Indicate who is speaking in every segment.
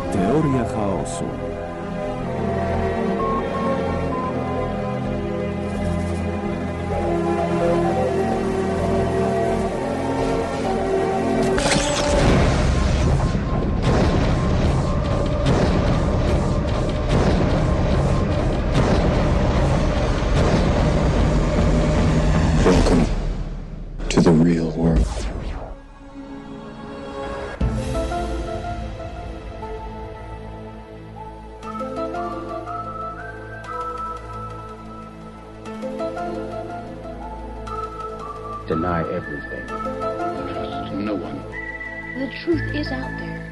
Speaker 1: Teoria chaosu.
Speaker 2: Welcome to the real world.
Speaker 3: Deny everything.
Speaker 2: Trust no one.
Speaker 4: The truth is out there.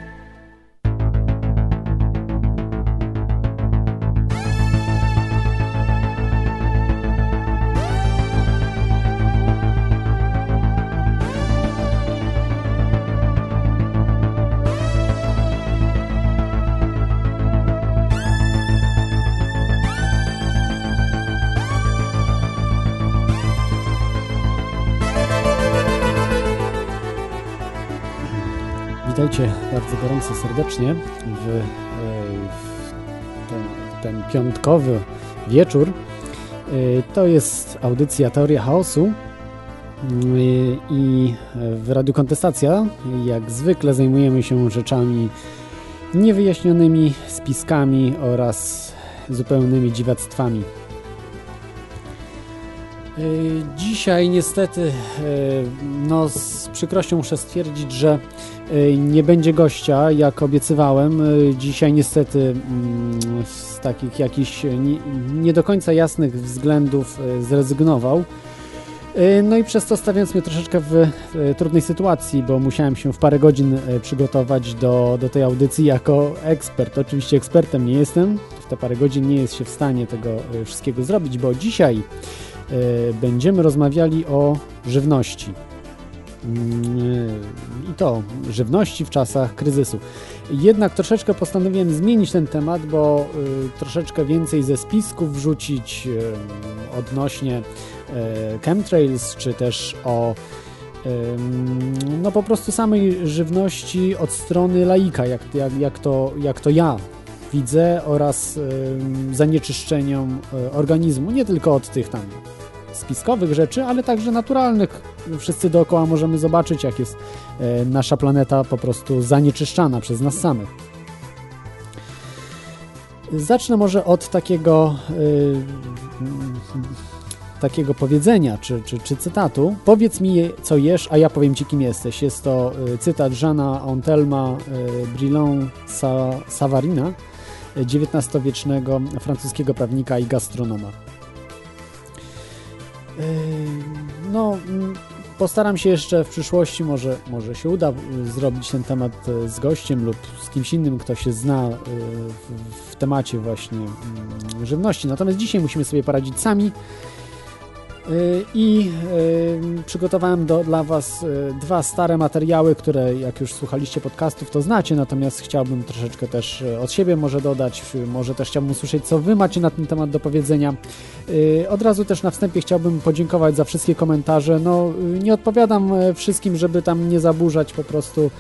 Speaker 5: Witajcie bardzo gorąco serdecznie w ten piątkowy wieczór. To jest audycja Teoria Chaosu i w Radiu Kontestacja jak zwykle zajmujemy się rzeczami niewyjaśnionymi, spiskami oraz zupełnymi dziwactwami. Dzisiaj niestety z przykrością muszę stwierdzić, że nie będzie gościa, jak obiecywałem. Dzisiaj niestety z takich jakichś nie do końca jasnych względów zrezygnował. No i przez to stawiając mnie troszeczkę w trudnej sytuacji, bo musiałem się w parę godzin przygotować do tej audycji jako ekspert. Oczywiście ekspertem nie jestem, w te parę godzin nie jest się w stanie tego wszystkiego zrobić, bo dzisiaj będziemy rozmawiali o żywności. I to żywności w czasach kryzysu. Jednak troszeczkę postanowiłem zmienić ten temat, bo troszeczkę więcej ze spisków wrzucić odnośnie chemtrails, czy też o po prostu samej żywności od strony laika, jak to ja widzę, oraz zanieczyszczeniom organizmu, nie tylko od tych tam spiskowych rzeczy, ale także naturalnych. Wszyscy dookoła możemy zobaczyć, jak jest nasza planeta po prostu zanieczyszczana przez nas samych. Zacznę może od takiego powiedzenia, czy cytatu. Powiedz mi, co jesz, a ja powiem ci, kim jesteś. Jest to cytat Jeana Antelma Brillant-Savarina, XIX-wiecznego francuskiego prawnika i gastronoma. Postaram się jeszcze w przyszłości, może się uda zrobić ten temat z gościem lub z kimś innym, kto się zna w temacie właśnie żywności. Natomiast dzisiaj musimy sobie poradzić sami i przygotowałem dla Was dwa stare materiały, które jak już słuchaliście podcastów, to znacie, natomiast chciałbym troszeczkę też od siebie może dodać, może też chciałbym usłyszeć, co Wy macie na ten temat do powiedzenia. Od razu też na wstępie chciałbym podziękować za wszystkie komentarze. Nie odpowiadam wszystkim, żeby tam nie zaburzać po prostu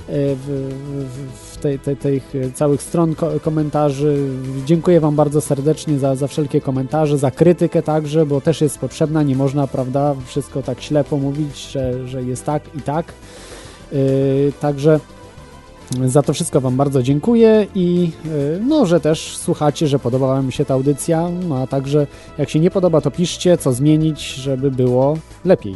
Speaker 5: w tych całych stron komentarzy. Dziękuję Wam bardzo serdecznie za wszelkie komentarze, za krytykę także, bo też jest potrzebna, nie można, prawda, wszystko tak ślepo mówić, że jest tak i tak. Także za to wszystko Wam bardzo dziękuję i że też słuchacie, że podobała mi się ta audycja, a także jak się nie podoba, to piszcie, co zmienić, żeby było lepiej.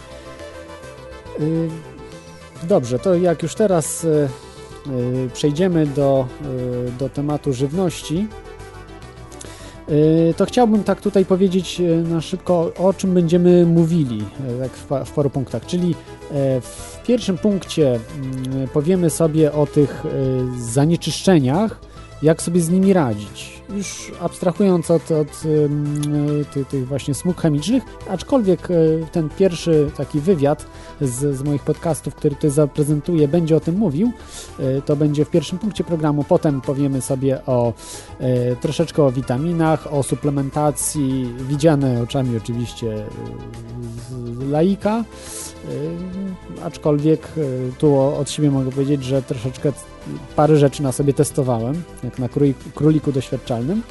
Speaker 5: Dobrze, to jak już teraz przejdziemy do tematu żywności, to chciałbym tak tutaj powiedzieć na szybko, o czym będziemy mówili tak w paru punktach. Czyli w pierwszym punkcie powiemy sobie o tych zanieczyszczeniach, jak sobie z nimi radzić. Już abstrahując od tych właśnie smug chemicznych, aczkolwiek ten pierwszy taki wywiad z moich podcastów, który tutaj zaprezentuję, będzie o tym mówił. To będzie w pierwszym punkcie programu. Potem powiemy sobie troszeczkę o witaminach, o suplementacji, widziane oczami oczywiście laika. Aczkolwiek tu od siebie mogę powiedzieć, że troszeczkę parę rzeczy na sobie testowałem, jak na króliku doświadczalnym.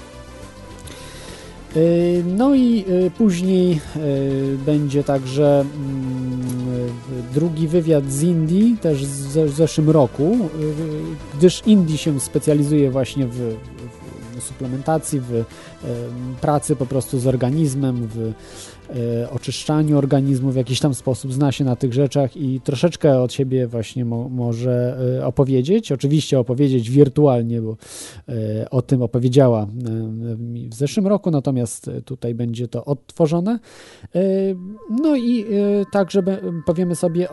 Speaker 5: No i później będzie także drugi wywiad z Indii, też w zeszłym roku, gdyż Indii się specjalizuje właśnie w suplementacji, w pracy po prostu z organizmem, w oczyszczaniu organizmu w jakiś tam sposób, zna się na tych rzeczach i troszeczkę od siebie właśnie może opowiedzieć. Oczywiście opowiedzieć wirtualnie, bo o tym opowiedziała mi w zeszłym roku, natomiast tutaj będzie to odtworzone. No i także powiemy sobie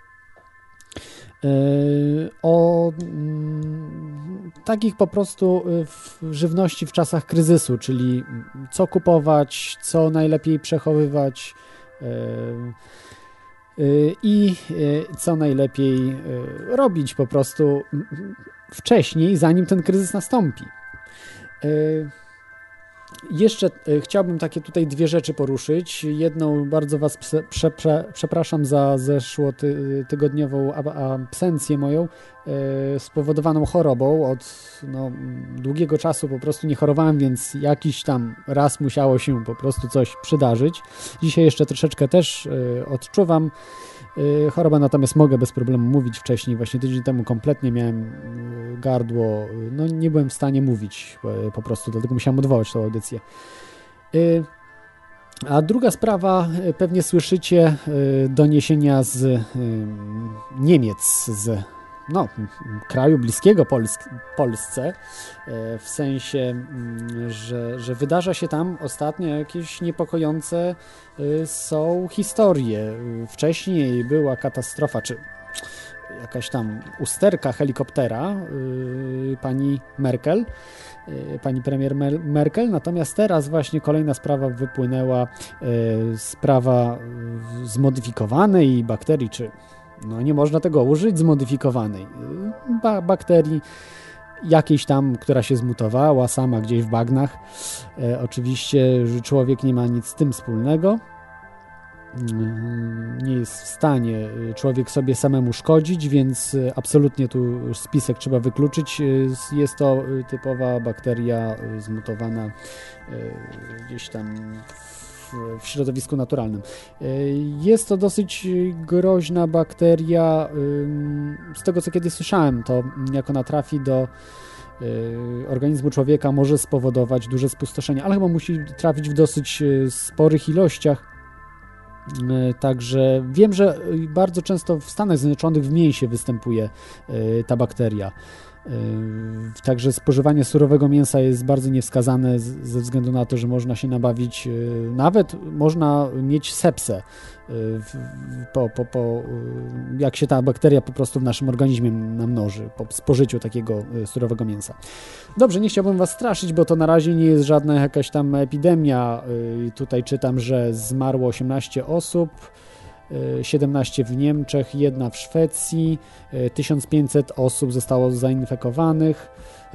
Speaker 5: o takich po prostu żywności w czasach kryzysu, czyli co kupować, co najlepiej przechowywać i co najlepiej robić po prostu wcześniej, zanim ten kryzys nastąpi. Jeszcze chciałbym takie tutaj dwie rzeczy poruszyć. Jedną, bardzo Was przepraszam za zeszłotygodniową absencję moją spowodowaną chorobą. Od długiego czasu po prostu nie chorowałem, więc jakiś tam raz musiało się po prostu coś przydarzyć. Dzisiaj jeszcze troszeczkę też odczuwam chorobę, natomiast mogę bez problemu mówić. Wcześniej, właśnie tydzień temu kompletnie miałem gardło, nie byłem w stanie mówić po prostu, dlatego musiałem odwołać tę audycję. A druga sprawa, pewnie słyszycie doniesienia z Niemiec, z kraju bliskiego Polsce, w sensie, że wydarza się tam ostatnio jakieś niepokojące są historie. Wcześniej była katastrofa, czy jakaś tam usterka helikoptera pani Merkel, pani premier Merkel, natomiast teraz właśnie kolejna sprawa wypłynęła, sprawa zmodyfikowanej bakterii, czy nie można tego użyć, zmodyfikowanej bakterii jakiejś tam, która się zmutowała sama gdzieś w bagnach. Oczywiście człowiek nie ma nic z tym wspólnego. Nie jest w stanie człowiek sobie samemu szkodzić, więc absolutnie tu spisek trzeba wykluczyć. Jest to typowa bakteria zmutowana gdzieś tam w środowisku naturalnym. Jest to dosyć groźna bakteria. Z tego, co kiedyś słyszałem, to jak ona trafi do organizmu człowieka, może spowodować duże spustoszenie, ale chyba musi trafić w dosyć sporych ilościach. Także wiem, że bardzo często w Stanach Zjednoczonych w mięsie występuje ta bakteria. Także spożywanie surowego mięsa jest bardzo niewskazane ze względu na to, że można się nabawić, nawet można mieć sepsę, jak się ta bakteria po prostu w naszym organizmie namnoży po spożyciu takiego surowego mięsa. Dobrze, nie chciałbym Was straszyć, bo to na razie nie jest żadna jakaś tam epidemia. Tutaj czytam, że zmarło 18 osób, 17 w Niemczech, 1 w Szwecji, 1500 osób zostało zainfekowanych.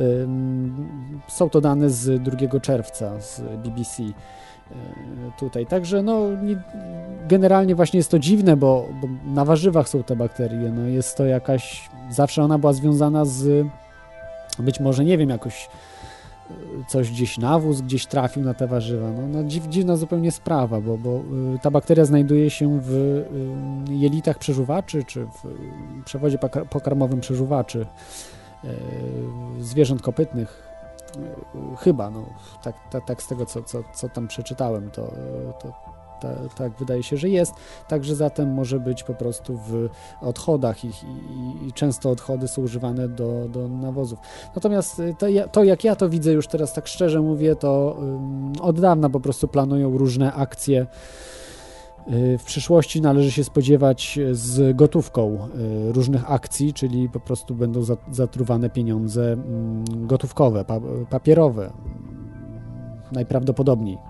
Speaker 5: Są to dane z 2 czerwca z BBC tutaj. Także generalnie właśnie jest to dziwne, bo na warzywach są te bakterie. Jest to jakaś, zawsze ona była związana z, być może, nie wiem, jakoś coś gdzieś nawóz gdzieś trafił na te warzywa. Dziwna zupełnie sprawa, bo ta bakteria znajduje się w jelitach przeżuwaczy, czy w przewodzie pokarmowym przeżuwaczy zwierząt kopytnych. Chyba, tak z tego, co tam przeczytałem, to tak wydaje się, że jest. Także zatem może być po prostu w odchodach i często odchody są używane do nawozów. Natomiast to jak ja to widzę już teraz, tak szczerze mówię, to od dawna po prostu planują różne akcje. W przyszłości należy się spodziewać z gotówką różnych akcji, czyli po prostu będą zatruwane pieniądze gotówkowe, papierowe, najprawdopodobniej.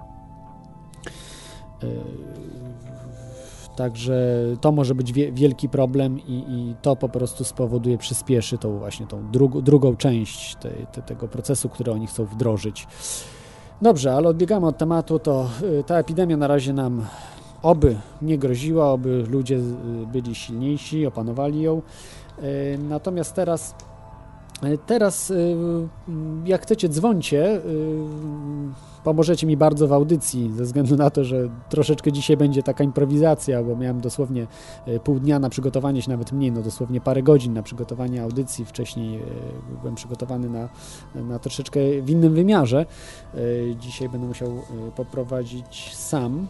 Speaker 5: Także to może być wielki problem i to po prostu spowoduje, przyspieszy tą drugą część tego procesu, który oni chcą wdrożyć. Dobrze, ale odbiegamy od tematu, to ta epidemia na razie nam oby nie groziła, oby ludzie byli silniejsi, opanowali ją. Natomiast teraz Teraz, jak chcecie, dzwońcie. Pomożecie mi bardzo w audycji, ze względu na to, że troszeczkę dzisiaj będzie taka improwizacja, bo miałem dosłownie pół dnia na przygotowanie się, nawet mniej, no dosłownie parę godzin na przygotowanie audycji. Wcześniej byłem przygotowany na troszeczkę w innym wymiarze. Dzisiaj będę musiał poprowadzić sam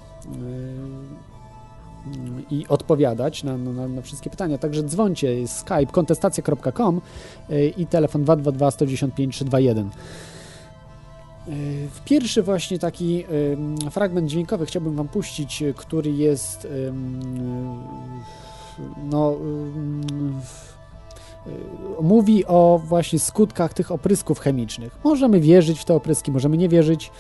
Speaker 5: i odpowiadać na wszystkie pytania. Także dzwońcie, Skype, kontestacja.com i telefon 222 195 321. Pierwszy właśnie taki fragment dźwiękowy chciałbym wam puścić, który jest mówi o właśnie skutkach tych oprysków chemicznych. Możemy wierzyć w te opryski, możemy nie wierzyć.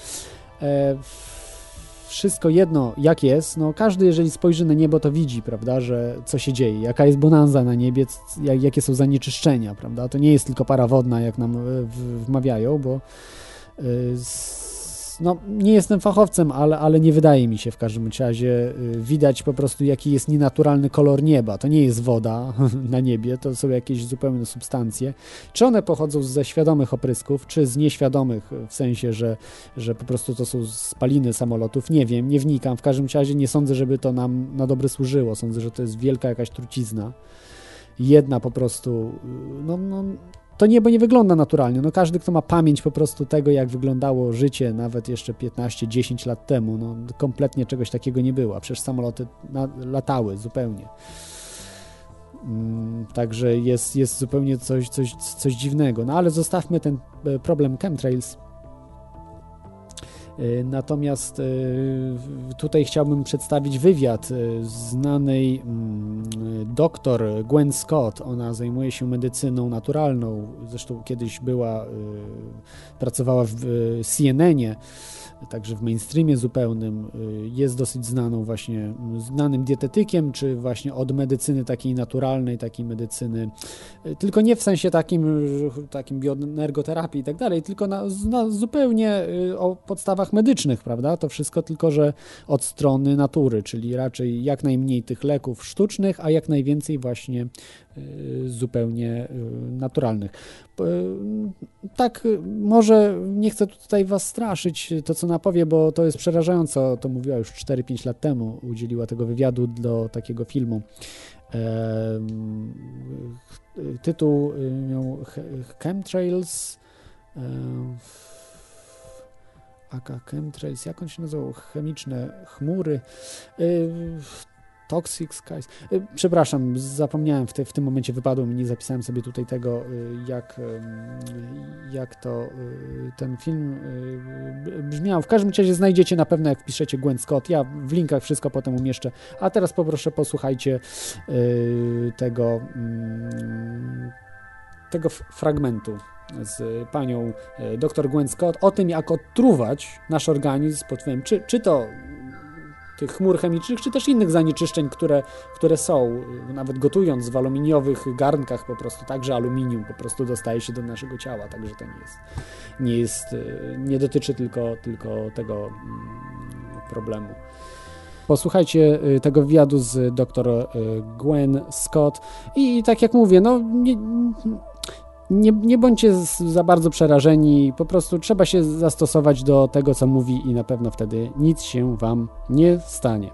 Speaker 5: Wszystko jedno jak jest, no każdy jeżeli spojrzy na niebo, to widzi, prawda, że co się dzieje, jaka jest bonanza na niebie, jakie są zanieczyszczenia, prawda, to nie jest tylko para wodna, jak nam wmawiają, bo no, nie jestem fachowcem, ale nie wydaje mi się w każdym razie, widać po prostu jaki jest nienaturalny kolor nieba, to nie jest woda na niebie, to są jakieś zupełne substancje, czy one pochodzą ze świadomych oprysków, czy z nieświadomych, w sensie, że po prostu to są spaliny samolotów, nie wiem, nie wnikam, w każdym razie nie sądzę, żeby to nam na dobre służyło, sądzę, że to jest wielka jakaś trucizna, jedna po prostu, to niebo nie wygląda naturalnie. No każdy, kto ma pamięć po prostu tego, jak wyglądało życie nawet jeszcze 15-10 lat temu, no kompletnie czegoś takiego nie było. Przecież samoloty latały zupełnie. Także jest zupełnie coś dziwnego. No ale zostawmy ten problem chemtrails. Natomiast tutaj chciałbym przedstawić wywiad znanej doktor Gwen Scott. Ona zajmuje się medycyną naturalną, zresztą kiedyś pracowała w CNN-ie, także w mainstreamie zupełnym. Jest dosyć znanym dietetykiem, czy właśnie od medycyny takiej naturalnej, takiej medycyny, tylko nie w sensie takim bioenergoterapii i tak dalej, tylko zupełnie o podstawach medycznych, prawda? To wszystko tylko, że od strony natury, czyli raczej jak najmniej tych leków sztucznych, a jak najwięcej właśnie zupełnie naturalnych. Tak, może nie chcę tutaj was straszyć, to co napowie, bo to jest przerażające, to mówiła już 4-5 lat temu, udzieliła tego wywiadu do takiego filmu. Tytuł miał Chemtrails, Chemtrails, jak on się nazywał? Chemiczne chmury, Toxic Skies. Przepraszam, zapomniałem, w tym momencie wypadło mi, nie zapisałem sobie tutaj tego, jak to ten film brzmiał. W każdym razie znajdziecie na pewno, jak wpiszecie Gwen Scott. Ja w linkach wszystko potem umieszczę. A teraz poproszę, posłuchajcie tego fragmentu z panią dr Gwen Scott o tym, jak odtruwać nasz organizm pod wpływem czy to tych chmur chemicznych, czy też innych zanieczyszczeń, które są, nawet gotując w aluminiowych garnkach po prostu, także aluminium po prostu dostaje się do naszego ciała, także to nie dotyczy tylko tego problemu. Posłuchajcie tego wywiadu z dr Gwen Scott i tak jak mówię, no nie bądźcie za bardzo przerażeni, po prostu trzeba się zastosować do tego, co mówi i na pewno wtedy nic się wam nie stanie.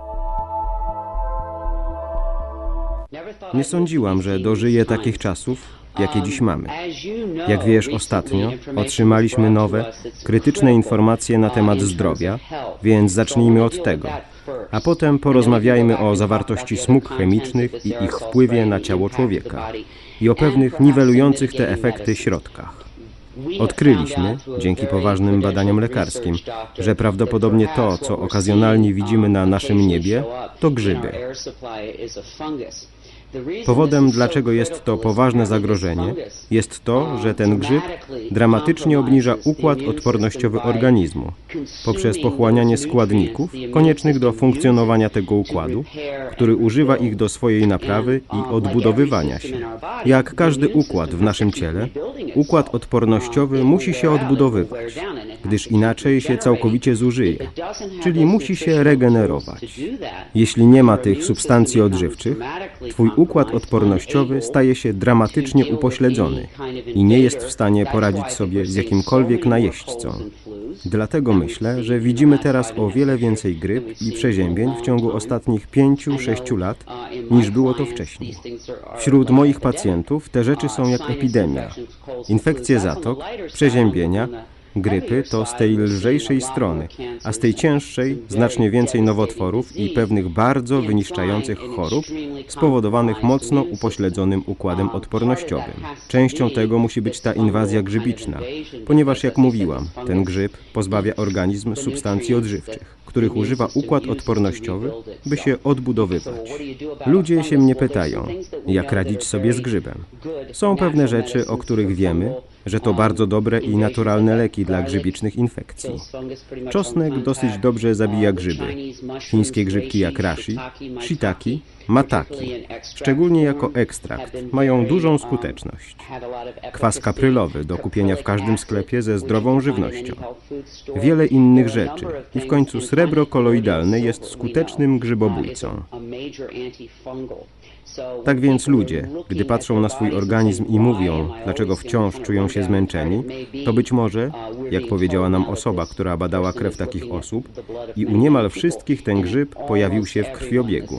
Speaker 1: Nie sądziłam, że dożyję takich czasów, jakie dziś mamy. Jak wiesz, ostatnio otrzymaliśmy nowe, krytyczne informacje na temat zdrowia, więc zacznijmy od tego. A potem porozmawiajmy o zawartości smug chemicznych i ich wpływie na ciało człowieka i o pewnych niwelujących te efekty środkach. Odkryliśmy, dzięki poważnym badaniom lekarskim, że prawdopodobnie to, co okazjonalnie widzimy na naszym niebie, to grzyby. Powodem, dlaczego jest to poważne zagrożenie, jest to, że ten grzyb dramatycznie obniża układ odpornościowy organizmu poprzez pochłanianie składników koniecznych do funkcjonowania tego układu, który używa ich do swojej naprawy i odbudowywania się. Jak każdy układ w naszym ciele, układ odpornościowy musi się odbudowywać. gdyż inaczej się całkowicie zużyje, czyli musi się regenerować. Jeśli nie ma tych substancji odżywczych, twój układ odpornościowy staje się dramatycznie upośledzony i nie jest w stanie poradzić sobie z jakimkolwiek najeźdźcą. Dlatego myślę, że widzimy teraz o wiele więcej gryp i przeziębień w ciągu ostatnich 5-6 lat, niż było to wcześniej. Wśród moich pacjentów te rzeczy są jak epidemia. Infekcje zatok, przeziębienia, grypy to z tej lżejszej strony, a z tej cięższej znacznie więcej nowotworów i pewnych bardzo wyniszczających chorób spowodowanych mocno upośledzonym układem odpornościowym. Częścią tego musi być ta inwazja grzybiczna, ponieważ jak mówiłam, ten grzyb pozbawia organizm substancji odżywczych, których używa układ odpornościowy, by się odbudowywać. Ludzie się mnie pytają, jak radzić sobie z grzybem. Są pewne rzeczy, o których wiemy, że to bardzo dobre i naturalne leki dla grzybicznych infekcji. Czosnek dosyć dobrze zabija grzyby. Chińskie grzybki jak reishi, shiitake, mataki, szczególnie jako ekstrakt, mają dużą skuteczność. Kwas kaprylowy do kupienia w każdym sklepie ze zdrową żywnością. Wiele innych rzeczy i w końcu srebro koloidalne jest skutecznym grzybobójcą. Tak więc ludzie, gdy patrzą na swój organizm i mówią, dlaczego wciąż czują się zmęczeni, to być może, jak powiedziała nam osoba, która badała krew takich osób, i u niemal wszystkich ten grzyb pojawił się w krwiobiegu.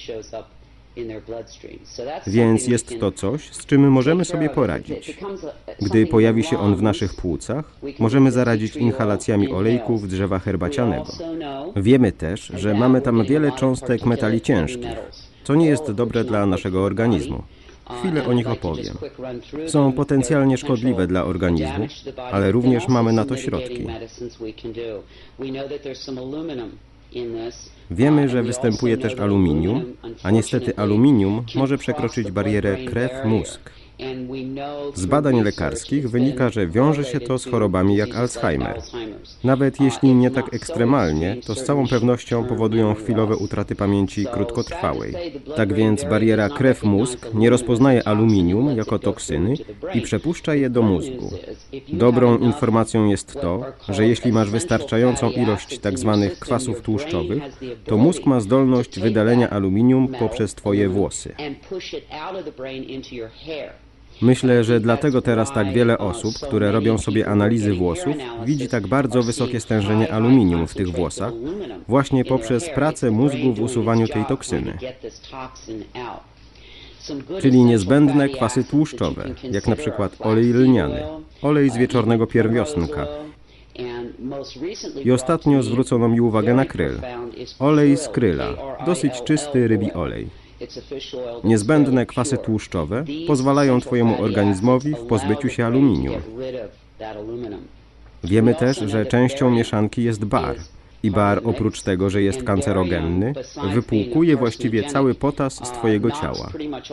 Speaker 1: Więc jest to coś, z czym możemy sobie poradzić. Gdy pojawi się on w naszych płucach, możemy zaradzić inhalacjami olejków drzewa herbacianego. Wiemy też, że mamy tam wiele cząstek metali ciężkich, co nie jest dobre dla naszego organizmu. Chwilę o nich opowiem. Są potencjalnie szkodliwe dla organizmu, ale również mamy na to środki. Wiemy, że występuje też aluminium, a niestety aluminium może przekroczyć barierę krew-mózg. Z badań lekarskich wynika, że wiąże się to z chorobami jak Alzheimer. Nawet jeśli nie tak ekstremalnie, to z całą pewnością powodują chwilowe utraty pamięci krótkotrwałej. Tak więc bariera krew-mózg nie rozpoznaje aluminium jako toksyny i przepuszcza je do mózgu. Dobrą informacją jest to, że jeśli masz wystarczającą ilość tzw. kwasów tłuszczowych, to mózg ma zdolność wydalenia aluminium poprzez twoje włosy. Myślę, że dlatego teraz tak wiele osób, które robią sobie analizy włosów, widzi tak bardzo wysokie stężenie aluminium w tych włosach, właśnie poprzez pracę mózgu w usuwaniu tej toksyny. Czyli niezbędne kwasy tłuszczowe, jak na przykład olej lniany, olej z wieczornego pierwiosnka. I ostatnio zwrócono mi uwagę na kryl. Olej z kryla, dosyć czysty rybi olej. Niezbędne kwasy tłuszczowe pozwalają twojemu organizmowi w pozbyciu się aluminium. Wiemy też, że częścią mieszanki jest bar. I bar oprócz tego, że jest kancerogenny, wypłukuje właściwie cały potas z twojego ciała.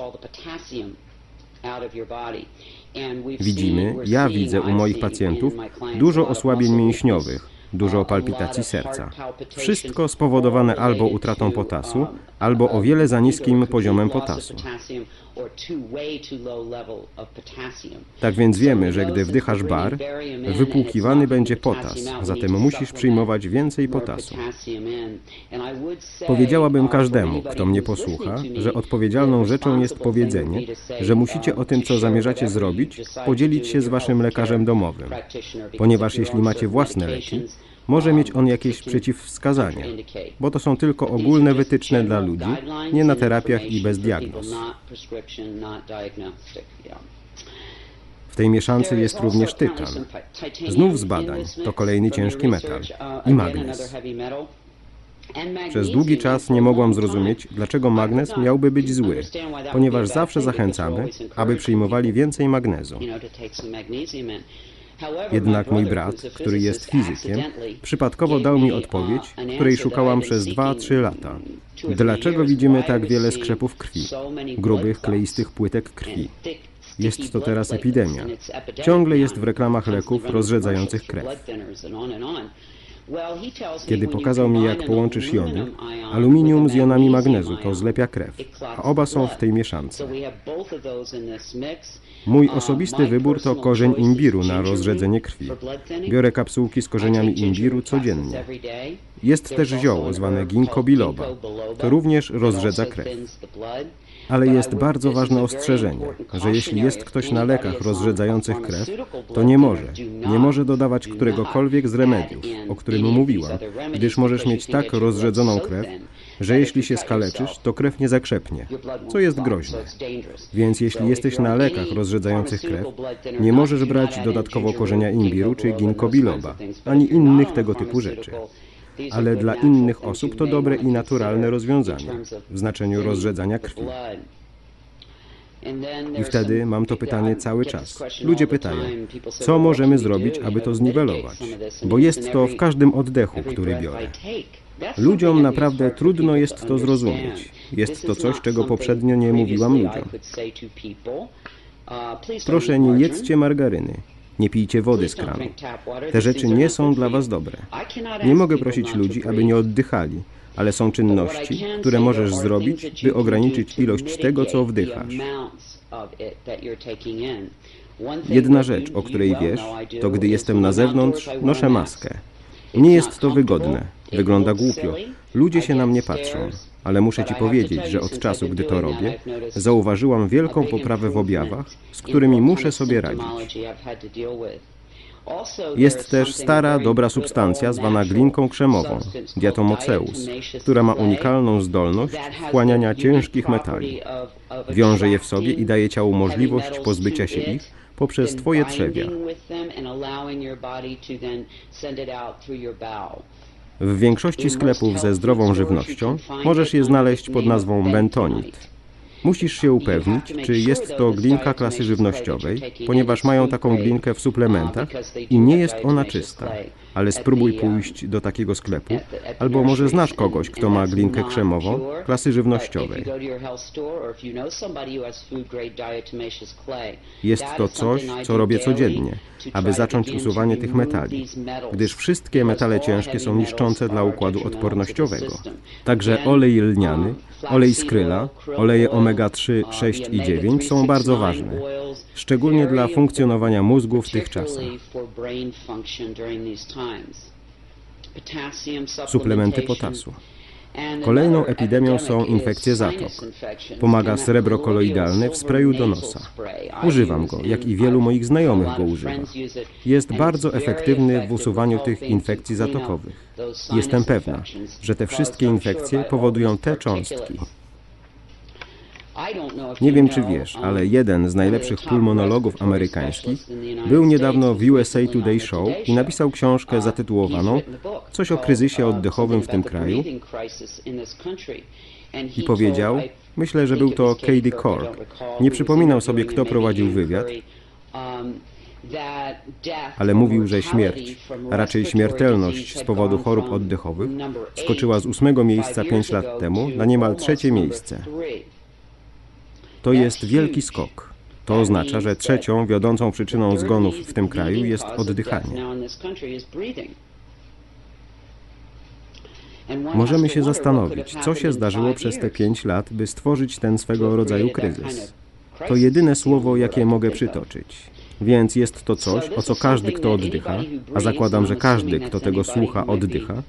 Speaker 1: Widzimy, ja widzę u moich pacjentów dużo osłabień mięśniowych, dużo palpitacji serca. Wszystko spowodowane albo utratą potasu, albo o wiele za niskim poziomem potasu. Tak więc wiemy, że gdy wdychasz bar, wypłukiwany będzie potas, zatem musisz przyjmować więcej potasu. Powiedziałabym każdemu, kto mnie posłucha, że odpowiedzialną rzeczą jest powiedzenie, że musicie o tym, co zamierzacie zrobić, podzielić się z waszym lekarzem domowym, ponieważ jeśli macie własne leki, może mieć on jakieś przeciwwskazania, bo to są tylko ogólne wytyczne dla ludzi, nie na terapiach i bez diagnoz. W tej mieszance jest również tytan. Znów z badań, to kolejny ciężki metal i magnez. Przez długi czas nie mogłam zrozumieć, dlaczego magnez miałby być zły, ponieważ zawsze zachęcamy, aby przyjmowali więcej magnezu. Jednak mój brat, który jest fizykiem, przypadkowo dał mi odpowiedź, której szukałam przez 2-3 lata. Dlaczego widzimy tak wiele skrzepów krwi, grubych, kleistych płytek krwi? Jest to teraz epidemia. Ciągle jest w reklamach leków rozrzedzających krew. Kiedy pokazał mi, jak połączysz jony, aluminium z jonami magnezu, to zlepia krew, a oba są w tej mieszance. Mój osobisty wybór to korzeń imbiru na rozrzedzenie krwi. Biorę kapsułki z korzeniami imbiru codziennie. Jest też zioło zwane ginkgo biloba. To również rozrzedza krew. Ale jest bardzo ważne ostrzeżenie, że jeśli jest ktoś na lekach rozrzedzających krew, to nie może dodawać któregokolwiek z remediów, o którym mówiłam, gdyż możesz mieć tak rozrzedzoną krew, że jeśli się skaleczysz, to krew nie zakrzepnie, co jest groźne. Więc jeśli jesteś na lekach rozrzedzających krew, nie możesz brać dodatkowo korzenia imbiru czy ginkgo biloba, ani innych tego typu rzeczy. Ale dla innych osób to dobre i naturalne rozwiązanie w znaczeniu rozrzedzania krwi. I wtedy mam to pytanie cały czas. Ludzie pytają, co możemy zrobić, aby to zniwelować? Bo jest to w każdym oddechu, który biorę. Ludziom naprawdę trudno jest to zrozumieć. Jest to coś, czego poprzednio nie mówiłam ludziom. Proszę, nie jedzcie margaryny. Nie pijcie wody z kranu. Te rzeczy nie są dla was dobre. Nie mogę prosić ludzi, aby nie oddychali, ale są czynności, które możesz zrobić, by ograniczyć ilość tego, co wdychasz. Jedna rzecz, o której wiesz, to gdy jestem na zewnątrz, noszę maskę. Nie jest to wygodne. Wygląda głupio. Ludzie się na mnie patrzą. Ale muszę Ci powiedzieć, że od czasu, gdy to robię, zauważyłam wielką poprawę w objawach, z którymi muszę sobie radzić. Jest też stara, dobra substancja zwana glinką krzemową, diatomoceus, która ma unikalną zdolność wchłaniania ciężkich metali. Wiąże je w sobie i daje ciału możliwość pozbycia się ich poprzez Twoje trzewia. W większości sklepów ze zdrową żywnością możesz je znaleźć pod nazwą bentonit. Musisz się upewnić, czy jest to glinka klasy żywnościowej, ponieważ mają taką glinkę w suplementach i nie jest ona czysta. Ale spróbuj pójść do takiego sklepu, albo może znasz kogoś, kto ma glinkę krzemową klasy żywnościowej. Jest to coś, co robię codziennie, aby zacząć usuwanie tych metali, gdyż wszystkie metale ciężkie są niszczące dla układu odpornościowego. Także olej lniany, olej skryla, oleje omega-3, 6 i 9 są bardzo ważne, szczególnie dla funkcjonowania mózgu w tych czasach. Suplementy potasu. Kolejną epidemią są infekcje zatok. Pomaga srebro koloidalne w sprayu do nosa. Używam go, jak i wielu moich znajomych go używa. Jest bardzo efektywny w usuwaniu tych infekcji zatokowych. Jestem pewna, że te wszystkie infekcje powodują te cząstki. Nie wiem, czy wiesz, ale jeden z najlepszych pulmonologów amerykańskich był niedawno w USA Today Show i napisał książkę zatytułowaną Coś o kryzysie oddechowym w tym kraju i powiedział, myślę, że był to Katie Cork, nie przypominał sobie, kto prowadził wywiad, ale mówił, że śmierć, a raczej śmiertelność z powodu chorób oddechowych skoczyła z 8. miejsca 5 lat temu na niemal 3. miejsce. To jest wielki skok. To oznacza, że trzecią wiodącą przyczyną zgonów w tym kraju jest oddychanie. Możemy się zastanowić, co się zdarzyło przez te 5 lat, by stworzyć ten swego rodzaju kryzys. To jedyne słowo, jakie mogę przytoczyć. Więc jest to coś, o co każdy, kto oddycha, a zakładam, że każdy, kto tego słucha, oddycha,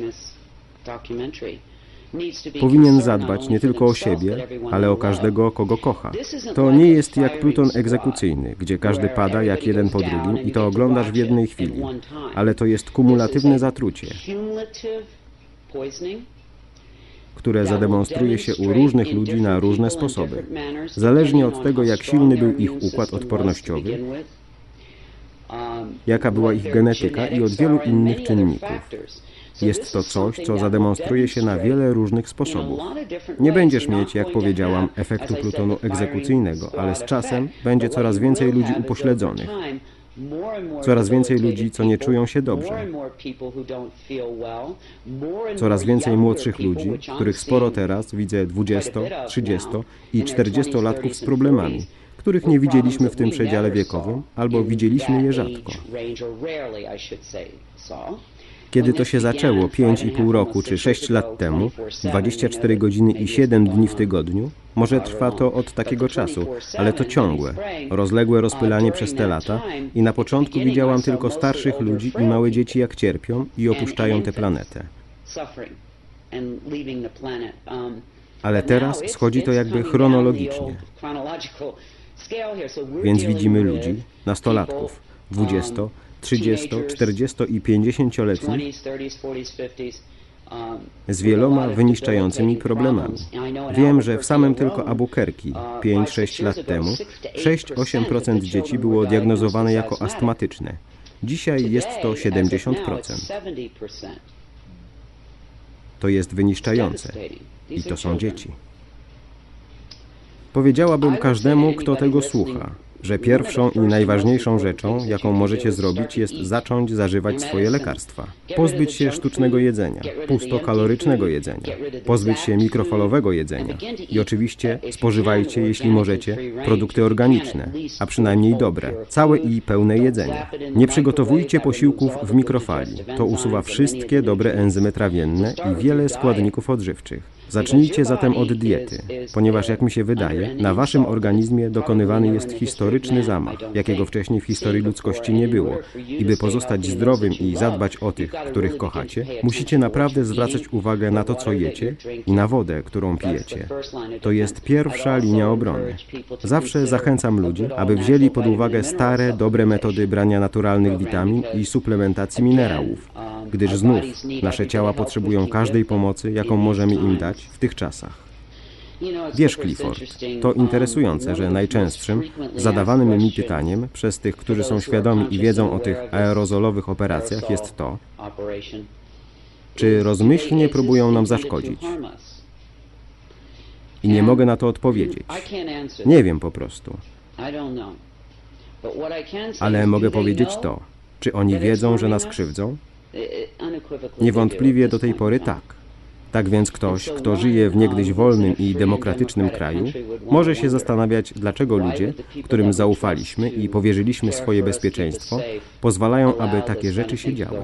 Speaker 1: powinien zadbać nie tylko o siebie, ale o każdego, kogo kocha. To nie jest jak pluton egzekucyjny, gdzie każdy pada jak jeden po drugim i to oglądasz w jednej chwili, ale to jest kumulatywne zatrucie, które zademonstruje się u różnych ludzi na różne sposoby, zależnie od tego, jak silny był ich układ odpornościowy, jaka była ich genetyka i od wielu innych czynników. Jest to coś, co zademonstruje się na wiele różnych sposobów. Nie będziesz mieć, jak powiedziałam, efektu plutonu egzekucyjnego, ale z czasem będzie coraz więcej ludzi upośledzonych. Coraz więcej ludzi, co nie czują się dobrze. Coraz więcej młodszych ludzi, których sporo teraz widzę 20, 30 i 40-latków z problemami, których nie widzieliśmy w tym przedziale wiekowym, albo widzieliśmy je rzadko. Kiedy to się zaczęło 5,5 roku czy 6 lat temu, 24 godziny i 7 dni w tygodniu, może trwa to od takiego czasu, ale to ciągłe, rozległe rozpylanie przez te lata i na początku widziałam tylko starszych ludzi i małe dzieci jak cierpią i opuszczają tę planetę. Ale teraz schodzi to jakby chronologicznie. Więc widzimy ludzi, nastolatków, 20, 30, 40 i 50-letnich z wieloma wyniszczającymi problemami. Wiem, że w samym tylko Albuquerque 5-6 lat temu 6-8% dzieci było diagnozowane jako astmatyczne. Dzisiaj jest to 70%. To jest wyniszczające. I to są dzieci. Powiedziałabym każdemu, kto tego słucha, że pierwszą i najważniejszą rzeczą, jaką możecie zrobić, jest zacząć zażywać swoje lekarstwa. Pozbyć się sztucznego jedzenia, pustokalorycznego jedzenia, pozbyć się mikrofalowego jedzenia i oczywiście spożywajcie, jeśli możecie, produkty organiczne, a przynajmniej dobre, całe i pełne jedzenie. Nie przygotowujcie posiłków w mikrofali. To usuwa wszystkie dobre enzymy trawienne i wiele składników odżywczych. Zacznijcie zatem od diety, ponieważ jak mi się wydaje, na waszym organizmie dokonywany jest historyczny zamach, jakiego wcześniej w historii ludzkości nie było. I by pozostać zdrowym i zadbać o tych, których kochacie, musicie naprawdę zwracać uwagę na to, co jecie i na wodę, którą pijecie. To jest pierwsza linia obrony. Zawsze zachęcam ludzi, aby wzięli pod uwagę stare, dobre metody brania naturalnych witamin i suplementacji minerałów, gdyż znów nasze ciała potrzebują każdej pomocy, jaką możemy im dać w tych czasach. Wiesz, Clifford, to interesujące, że najczęstszym zadawanym mi pytaniem przez tych, którzy są świadomi i wiedzą o tych aerozolowych operacjach jest to, czy rozmyślnie próbują nam zaszkodzić. I nie mogę na to odpowiedzieć. Nie wiem po prostu. Ale mogę powiedzieć to, czy oni wiedzą, że nas krzywdzą? Niewątpliwie do tej pory tak. Tak więc ktoś, kto żyje w niegdyś wolnym i demokratycznym kraju, może się zastanawiać, dlaczego ludzie, którym zaufaliśmy i powierzyliśmy swoje bezpieczeństwo, pozwalają, aby takie rzeczy się działy.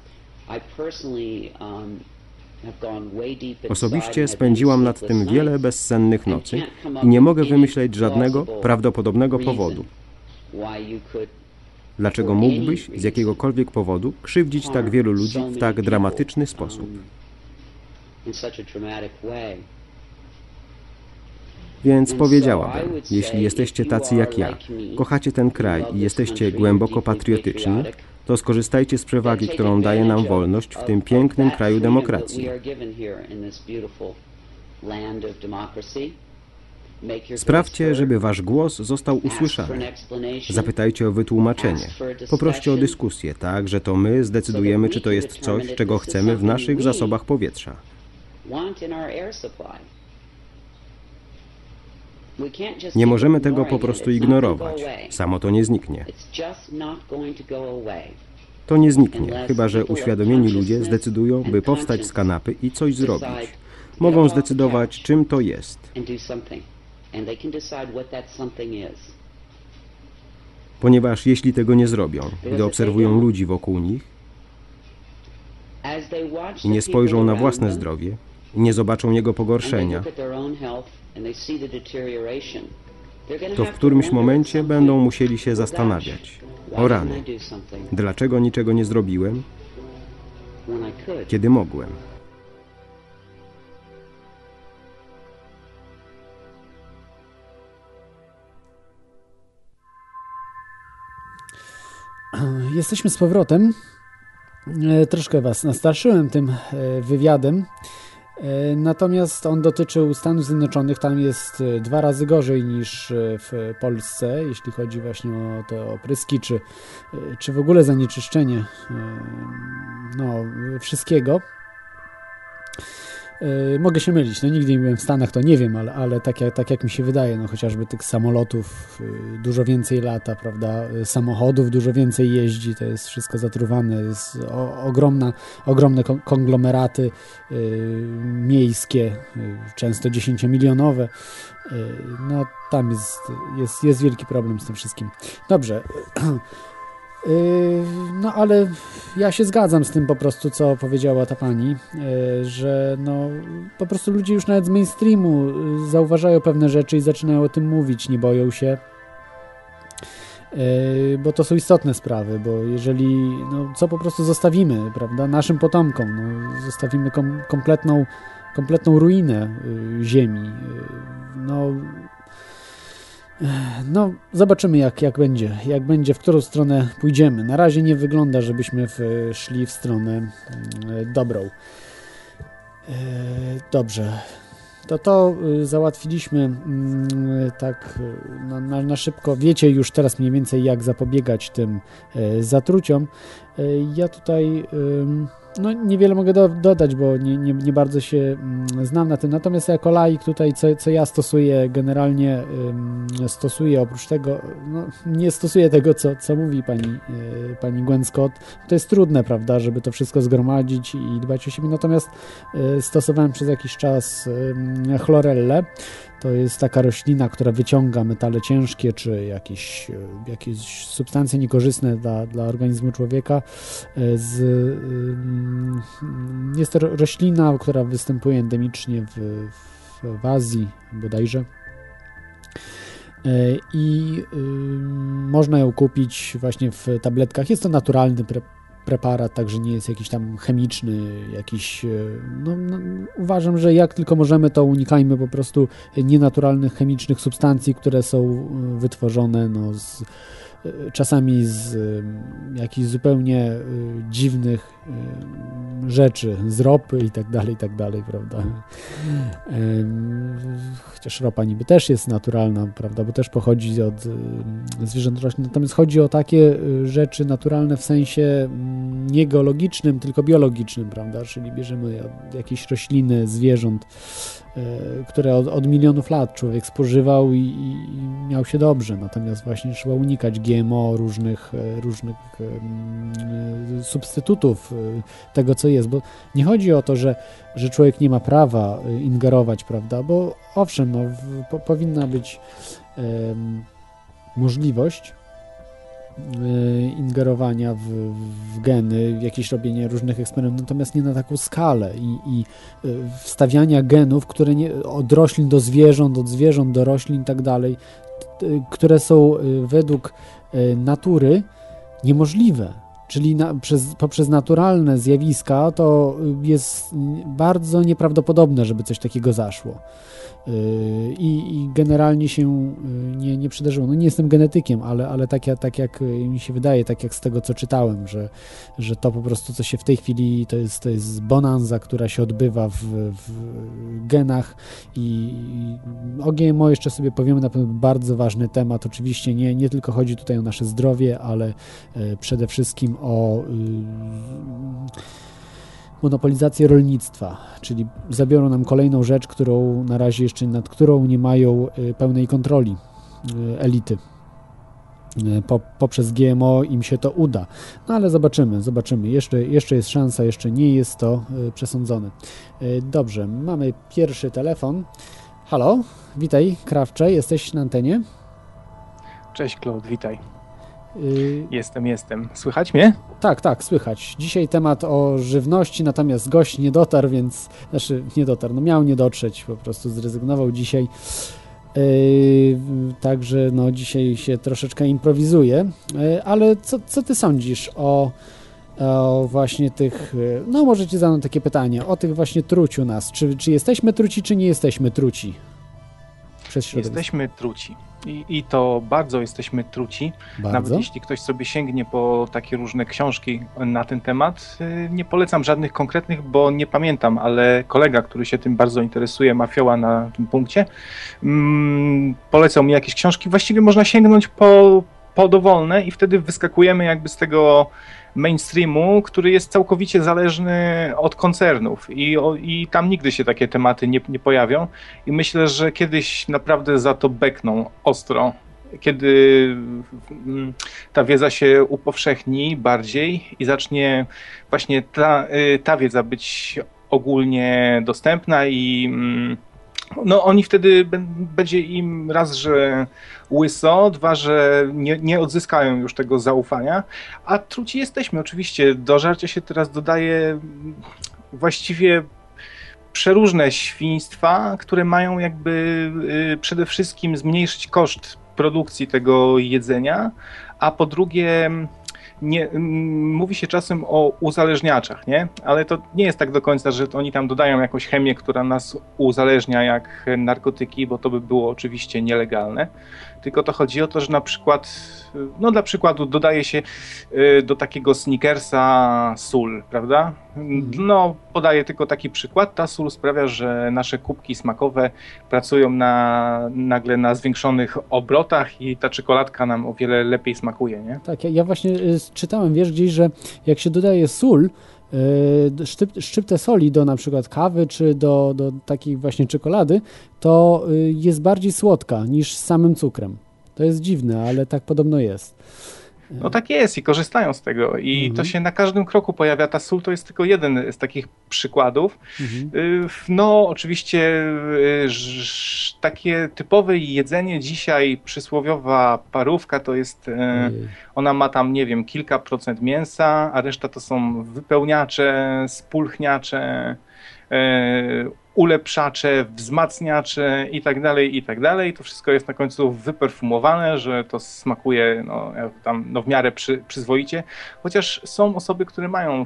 Speaker 1: Osobiście spędziłam nad tym wiele bezsennych nocy i nie mogę wymyśleć żadnego prawdopodobnego powodu. Dlaczego mógłbyś z jakiegokolwiek powodu krzywdzić tak wielu ludzi w tak dramatyczny sposób? Więc powiedziałabym, jeśli jesteście tacy jak ja, kochacie ten kraj i jesteście głęboko patriotyczni, to skorzystajcie z przewagi, którą daje nam wolność w tym pięknym kraju demokracji. Sprawdźcie, żeby wasz głos został usłyszany. Zapytajcie o wytłumaczenie. Poproście o dyskusję, tak, że to my zdecydujemy, czy to jest coś, czego chcemy w naszych zasobach powietrza. Nie możemy tego po prostu ignorować. Samo to nie zniknie. To nie zniknie, chyba że uświadomieni ludzie zdecydują, by powstać z kanapy i coś zrobić. Mogą zdecydować, czym to jest. Ponieważ jeśli tego nie zrobią, gdy obserwują ludzi wokół nich i nie spojrzą na własne zdrowie i nie zobaczą jego pogorszenia, to w którymś momencie będą musieli się zastanawiać. O rany, dlaczego niczego nie zrobiłem, kiedy mogłem?
Speaker 5: Jesteśmy z powrotem. Troszkę was nastraszyłem tym wywiadem. Natomiast on dotyczył Stanów Zjednoczonych. Tam jest 2 razy gorzej niż w Polsce, jeśli chodzi właśnie o te opryski, czy w ogóle zanieczyszczenie wszystkiego. Mogę się mylić, nigdy nie byłem w Stanach, to nie wiem, ale tak jak mi się wydaje, chociażby tych samolotów dużo więcej lata, prawda, samochodów dużo więcej jeździ, to jest wszystko zatruwane, jest ogromne konglomeraty miejskie, często 10-milionowe, tam jest wielki problem z tym wszystkim. Dobrze, No ale ja się zgadzam z tym po prostu, co powiedziała ta pani, że no po prostu ludzie już nawet z mainstreamu zauważają pewne rzeczy i zaczynają o tym mówić, nie boją się, bo to są istotne sprawy, bo jeżeli, no co po prostu zostawimy, prawda, naszym potomkom, no, zostawimy kompletną ruinę ziemi, no, zobaczymy jak będzie, w którą stronę pójdziemy. Na razie nie wygląda, żebyśmy szli w stronę dobrą. Dobrze. To załatwiliśmy tak na szybko. Wiecie już teraz mniej więcej, jak zapobiegać tym zatruciom. Ja tutaj no niewiele mogę dodać, bo nie bardzo się znam na tym. Natomiast jako laik tutaj, co ja stosuję, generalnie stosuję, oprócz tego, no, nie stosuję tego, co mówi pani Gwen Scott. To jest trudne, prawda, żeby to wszystko zgromadzić i dbać o siebie. Natomiast stosowałem przez jakiś czas chlorellę. To jest taka roślina, która wyciąga metale ciężkie czy jakieś substancje niekorzystne dla organizmu człowieka. Jest to roślina, która występuje endemicznie w Azji bodajże. I można ją kupić właśnie w tabletkach. Jest to naturalny preparat, także nie jest jakiś tam chemiczny, uważam, że jak tylko możemy, to unikajmy po prostu nienaturalnych chemicznych substancji, które są wytworzone czasami z jakichś zupełnie dziwnych rzeczy, z ropy i tak dalej, prawda. Chociaż ropa niby też jest naturalna, prawda, bo też pochodzi od zwierząt roślin, natomiast chodzi o takie rzeczy naturalne w sensie nie geologicznym, tylko biologicznym, prawda, czyli bierzemy jakieś rośliny, zwierząt, które od milionów lat człowiek spożywał i miał się dobrze, natomiast właśnie trzeba unikać GMO, różnych substytutów tego, co jest, bo nie chodzi o to, że człowiek nie ma prawa ingerować, prawda, bo owszem, powinna być możliwość ingerowania w geny, jakieś robienie różnych eksperymentów, natomiast nie na taką skalę i wstawiania genów, które od roślin do zwierząt, od zwierząt do roślin i tak dalej, które są według natury niemożliwe. Czyli poprzez naturalne zjawiska to jest bardzo nieprawdopodobne, żeby coś takiego zaszło. I generalnie się nie przydarzyło. No nie jestem genetykiem, ale tak jak mi się wydaje, tak jak z tego, co czytałem, że to po prostu, co się w tej chwili, to jest bonanza, która się odbywa w genach i o GMO jeszcze sobie powiemy, na pewno bardzo ważny temat. Oczywiście nie tylko chodzi tutaj o nasze zdrowie, ale przede wszystkim o monopolizację rolnictwa, czyli zabiorą nam kolejną rzecz, którą na razie jeszcze nad którą nie mają pełnej kontroli elity. Poprzez GMO im się to uda. No ale zobaczymy. Jeszcze jest szansa, jeszcze nie jest to przesądzone. Dobrze, mamy pierwszy telefon. Halo, witaj, Krawcze, jesteś na antenie?
Speaker 6: Cześć, Claude, witaj. Jestem. Słychać mnie?
Speaker 5: Tak, słychać. Dzisiaj temat o żywności, natomiast gość nie dotarł, miał nie dotrzeć, po prostu zrezygnował dzisiaj. Także dzisiaj się troszeczkę improwizuje. Ale co ty sądzisz o właśnie tych, może ci zadam takie pytanie, o tych właśnie truciu nas. Czy jesteśmy truci, czy nie jesteśmy truci?
Speaker 6: Jesteśmy truci. I to bardzo jesteśmy truci.
Speaker 5: Bardzo?
Speaker 6: Nawet jeśli ktoś sobie sięgnie po takie różne książki na ten temat, nie polecam żadnych konkretnych, bo nie pamiętam, ale kolega, który się tym bardzo interesuje, ma fioła na tym punkcie, polecał mi jakieś książki. Właściwie można sięgnąć po dowolne i wtedy wyskakujemy jakby z tego mainstreamu, który jest całkowicie zależny od koncernów i tam nigdy się takie tematy nie pojawią i myślę, że kiedyś naprawdę za to bekną ostro, kiedy ta wiedza się upowszechni bardziej i zacznie właśnie ta wiedza być ogólnie dostępna i No oni wtedy będzie im raz, że łyso, dwa, że nie odzyskają już tego zaufania, a truci jesteśmy oczywiście. Do żarcia się teraz dodaje właściwie przeróżne świństwa, które mają jakby przede wszystkim zmniejszyć koszt produkcji tego jedzenia, a po drugie mówi się czasem o uzależniaczach, nie? Ale to nie jest tak do końca, że oni tam dodają jakąś chemię, która nas uzależnia jak narkotyki, bo to by było oczywiście nielegalne. Tylko to chodzi o to, że na przykład, no dla przykładu dodaje się do takiego Snickersa sól, prawda? No podaję tylko taki przykład. Ta sól sprawia, że nasze kubki smakowe pracują nagle na zwiększonych obrotach i ta czekoladka nam o wiele lepiej smakuje, nie?
Speaker 5: Tak, ja właśnie czytałem, wiesz, gdzieś, że jak się dodaje sól, szczyptę soli do na przykład kawy czy do takiej właśnie czekolady, to jest bardziej słodka niż z samym cukrem. To jest dziwne, ale tak podobno jest.
Speaker 6: No tak jest i korzystają z tego i to się na każdym kroku pojawia. Ta sól to jest tylko jeden z takich przykładów. No oczywiście takie typowe jedzenie dzisiaj, przysłowiowa parówka to jest, ona ma tam nie wiem kilka procent mięsa, a reszta to są wypełniacze, spulchniacze, ulepszacze, wzmacniacze i tak dalej. To wszystko jest na końcu wyperfumowane, że to smakuje w miarę przyzwoicie. Chociaż są osoby, które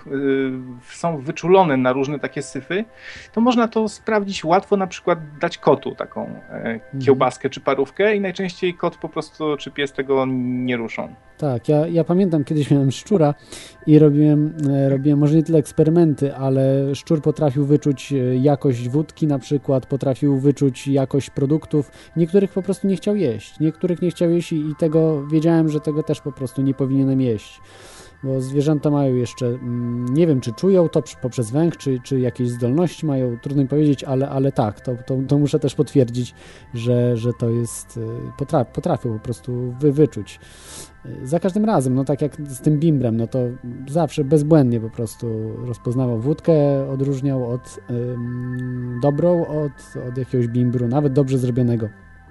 Speaker 6: są wyczulone na różne takie syfy, to można to sprawdzić łatwo, na przykład dać kotu taką kiełbaskę czy parówkę i najczęściej kot po prostu czy pies tego nie ruszą.
Speaker 5: Tak, ja pamiętam, kiedyś miałem szczura i robiłem może nie tyle eksperymenty, ale szczur potrafił wyczuć jakość wódki na przykład, potrafił wyczuć jakość produktów. Niektórych po prostu nie chciał jeść. I tego wiedziałem, że tego też po prostu nie powinienem jeść. Bo zwierzęta mają jeszcze, nie wiem, czy czują to poprzez węch, czy jakieś zdolności mają, trudno mi powiedzieć, ale tak, to muszę też potwierdzić, że to jest, potrafią po prostu wyczuć. Za każdym razem, no tak jak z tym bimbrem, no to zawsze bezbłędnie po prostu rozpoznawał wódkę, odróżniał od dobrą, od jakiegoś bimbru, nawet dobrze zrobionego.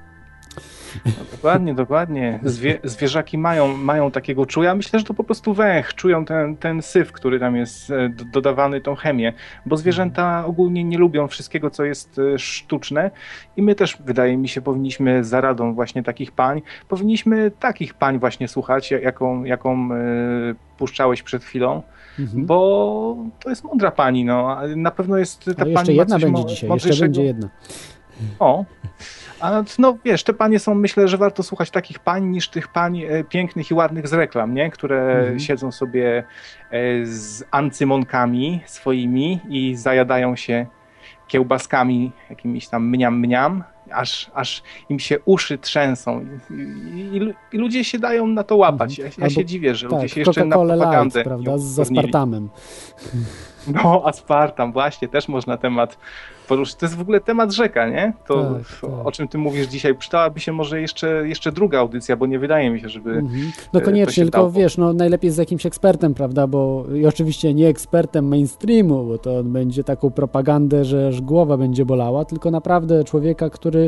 Speaker 6: No, dokładnie. Zwierzaki mają takiego czuja. Myślę, że to po prostu węch. Czują ten syf, który tam jest dodawany, tą chemię. Bo zwierzęta ogólnie nie lubią wszystkiego, co jest sztuczne. I my też, wydaje mi się, powinniśmy za radą właśnie takich pań, powinniśmy takich pań właśnie słuchać, jaką puszczałeś przed chwilą. Bo to jest mądra pani. No. Na pewno jest ta pani.
Speaker 5: Jeszcze jedna będzie dzisiaj. Jeszcze będzie jedna.
Speaker 6: O, a no wiesz, te panie są, myślę, że warto słuchać takich pań niż tych pań pięknych i ładnych z reklam, nie? Które siedzą sobie z ancymonkami swoimi i zajadają się kiełbaskami jakimiś tam mniam, aż im się uszy trzęsą i ludzie się dają na to łapać. Ja się dziwię, że ludzie się jeszcze na propagandę
Speaker 5: Light, prawda, z aspartamem.
Speaker 6: No, aspartam, właśnie, też można temat poruszyć. To jest w ogóle temat rzeka, nie? To tak. O czym ty mówisz dzisiaj, przydałaby się może jeszcze druga audycja, bo nie wydaje mi się, żeby
Speaker 5: No koniecznie, tylko dało. Wiesz, no najlepiej z jakimś ekspertem, prawda, bo i oczywiście nie ekspertem mainstreamu, bo to będzie taką propagandę, że aż głowa będzie bolała, tylko naprawdę człowieka, który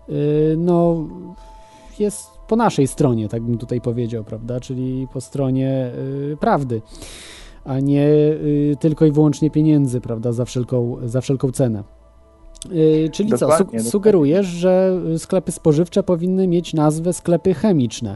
Speaker 5: no jest po naszej stronie, tak bym tutaj powiedział, prawda, czyli po stronie prawdy, a nie tylko i wyłącznie pieniędzy, prawda, za wszelką cenę. Czyli dokładnie, sugerujesz, że sklepy spożywcze powinny mieć nazwę sklepy chemiczne?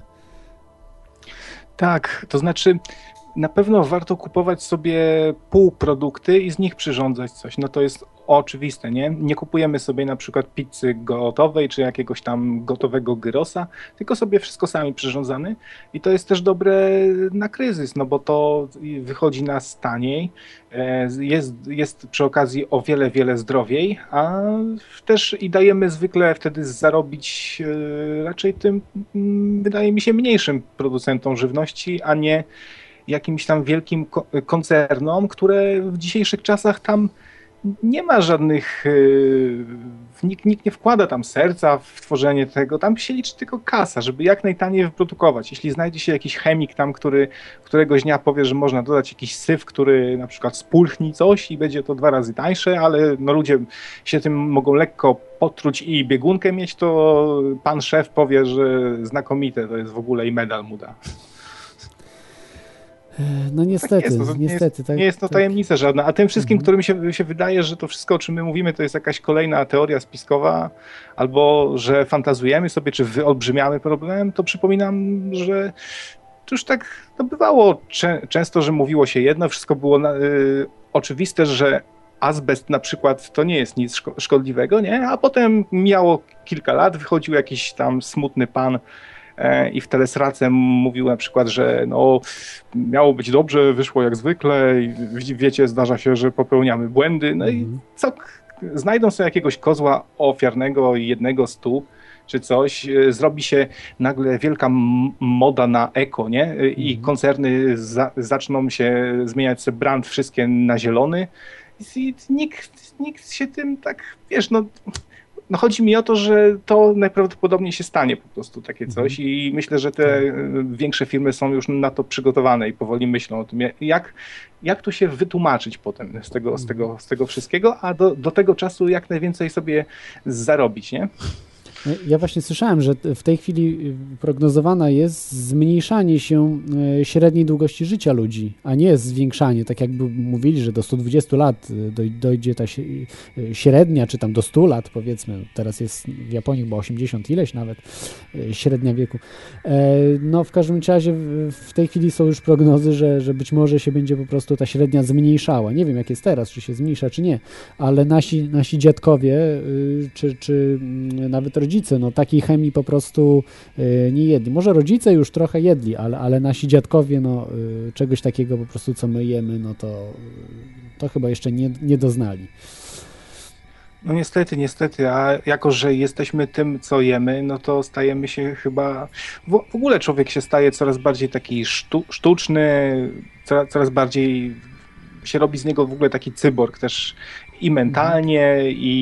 Speaker 6: Tak, to znaczy na pewno warto kupować sobie półprodukty i z nich przyrządzać coś. No to jest oczywiste, nie? Nie kupujemy sobie na przykład pizzy gotowej czy jakiegoś tam gotowego gyrosa, tylko sobie wszystko sami przyrządzamy i to jest też dobre na kryzys, no bo to wychodzi nas taniej, jest przy okazji o wiele zdrowiej, a też i dajemy zwykle wtedy zarobić raczej tym, wydaje mi się, mniejszym producentom żywności, a nie jakimś tam wielkim koncernom, które w dzisiejszych czasach tam nie ma żadnych, nikt nie wkłada tam serca w tworzenie tego, tam się liczy tylko kasa, żeby jak najtaniej wyprodukować. Jeśli znajdzie się jakiś chemik tam, któregoś dnia powie, że można dodać jakiś syf, który na przykład spulchni coś i będzie to 2 razy tańsze, ale no ludzie się tym mogą lekko potruć i biegunkę mieć, to pan szef powie, że znakomite to jest w ogóle i medal mu da.
Speaker 5: No niestety,
Speaker 6: tak
Speaker 5: niestety.
Speaker 6: Nie jest to
Speaker 5: tak.
Speaker 6: tajemnica żadna, a tym wszystkim, którym się wydaje, że to wszystko, o czym my mówimy, to jest jakaś kolejna teoria spiskowa, albo że fantazujemy sobie, czy wyolbrzymiamy problem, to przypominam, że to już tak to bywało często, że mówiło się jedno, wszystko było oczywiste, że azbest na przykład to nie jest nic szkodliwego, nie? A potem mijało kilka lat, wychodził jakiś tam smutny pan i w telesrace mówił na przykład, że no, miało być dobrze, wyszło jak zwykle i wiecie, zdarza się, że popełniamy błędy. No i co, znajdą sobie jakiegoś kozła ofiarnego i 100 czy coś, zrobi się nagle wielka moda na eko, nie? I koncerny zaczną się zmieniać sobie brand wszystkie na zielony i nikt się tym tak, wiesz, no chodzi mi o to, że to najprawdopodobniej się stanie po prostu takie coś i myślę, że te większe firmy są już na to przygotowane i powoli myślą o tym, jak to się wytłumaczyć potem z tego wszystkiego, a do tego czasu jak najwięcej sobie zarobić, nie?
Speaker 5: Ja właśnie słyszałem, że w tej chwili prognozowana jest zmniejszanie się średniej długości życia ludzi, a nie zwiększanie, tak jakby mówili, że do 120 lat dojdzie ta średnia, czy tam do 100 lat powiedzmy, teraz jest w Japonii chyba 80 ileś nawet średnia wieku. No w każdym razie w tej chwili są już prognozy, że być może się będzie po prostu ta średnia zmniejszała. Nie wiem jak jest teraz, czy się zmniejsza, czy nie, ale nasi dziadkowie, czy nawet rodzice, no takiej chemii po prostu nie jedli. Może rodzice już trochę jedli, ale nasi dziadkowie, no czegoś takiego po prostu, co my jemy, no to chyba jeszcze nie doznali.
Speaker 6: No niestety, a jako, że jesteśmy tym, co jemy, no to stajemy się chyba, w ogóle człowiek się staje coraz bardziej taki sztuczny, coraz bardziej się robi z niego w ogóle taki cyborg też i mentalnie,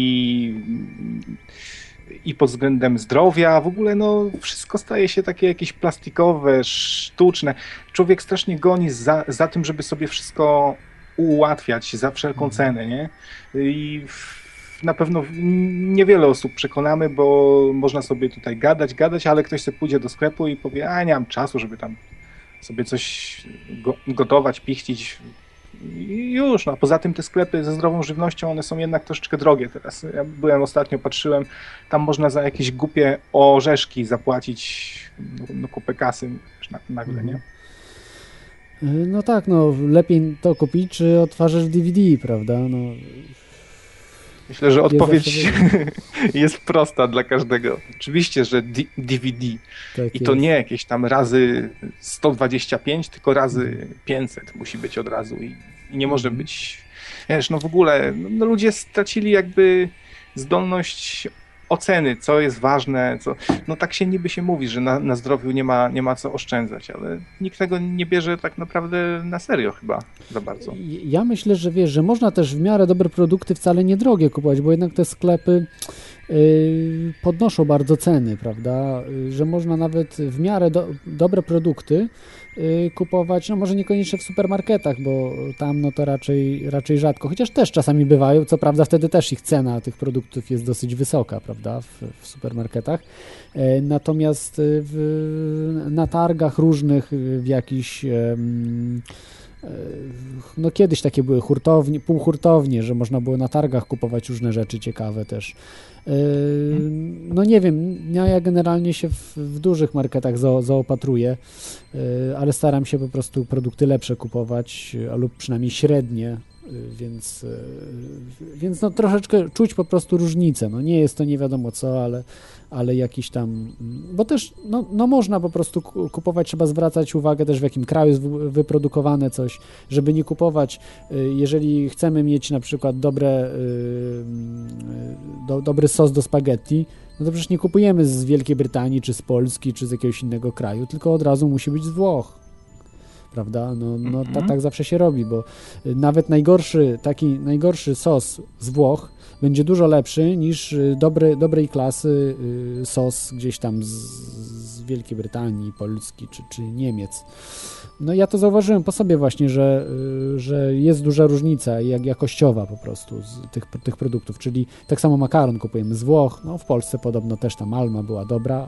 Speaker 6: i pod względem zdrowia, w ogóle no wszystko staje się takie jakieś plastikowe, sztuczne. Człowiek strasznie goni za tym, żeby sobie wszystko ułatwiać za wszelką cenę, nie? I na pewno niewiele osób przekonamy, bo można sobie tutaj gadać, ale ktoś sobie pójdzie do sklepu i powie, a nie mam czasu, żeby tam sobie coś gotować, pichcić. I już, no. Poza tym te sklepy ze zdrową żywnością, one są jednak troszeczkę drogie teraz. Ja byłem ostatnio, patrzyłem, tam można za jakieś głupie orzeszki zapłacić no kupę kasy nagle, nie?
Speaker 5: No tak, no lepiej to kupić, czy odtwarzasz DVD, prawda? No.
Speaker 6: Myślę, że odpowiedź jest prosta dla każdego. Oczywiście, że DVD. Tak i to jest. Nie jakieś tam razy 125, tylko razy 500 musi być od razu i nie może być... Wiesz, no w ogóle no ludzie stracili jakby zdolność oceny, co jest ważne, no tak się niby się mówi, że na zdrowiu nie ma co oszczędzać, ale nikt tego nie bierze tak naprawdę na serio chyba za bardzo.
Speaker 5: Ja myślę, że wiesz, że można też w miarę dobre produkty wcale niedrogie kupować, bo jednak te sklepy podnoszą bardzo ceny, prawda, że można nawet w miarę dobre produkty kupować, no może niekoniecznie w supermarketach, bo tam no to raczej rzadko, chociaż też czasami bywają, co prawda wtedy też ich cena tych produktów jest dosyć wysoka, prawda, w supermarketach, natomiast na targach różnych w jakichś no kiedyś takie były hurtownie, półhurtownie, że można było na targach kupować różne rzeczy ciekawe też. No nie wiem, ja generalnie się w dużych marketach zaopatruję, ale staram się po prostu produkty lepsze kupować, lub przynajmniej średnie, więc no troszeczkę czuć po prostu różnicę. No nie jest to nie wiadomo co, ale jakiś tam, bo też no można po prostu kupować, trzeba zwracać uwagę też w jakim kraju jest wyprodukowane coś, żeby nie kupować, jeżeli chcemy mieć na przykład dobry sos do spaghetti, no to przecież nie kupujemy z Wielkiej Brytanii, czy z Polski, czy z jakiegoś innego kraju, tylko od razu musi być z Włoch. prawda? Tak zawsze się robi, bo nawet najgorszy sos z Włoch będzie dużo lepszy niż dobrej klasy sos gdzieś tam z Wielkiej Brytanii, Polski czy Niemiec. No ja to zauważyłem po sobie właśnie, że jest duża różnica jakościowa po prostu z tych produktów, czyli tak samo makaron kupujemy z Włoch, no w Polsce podobno też ta Malma była dobra,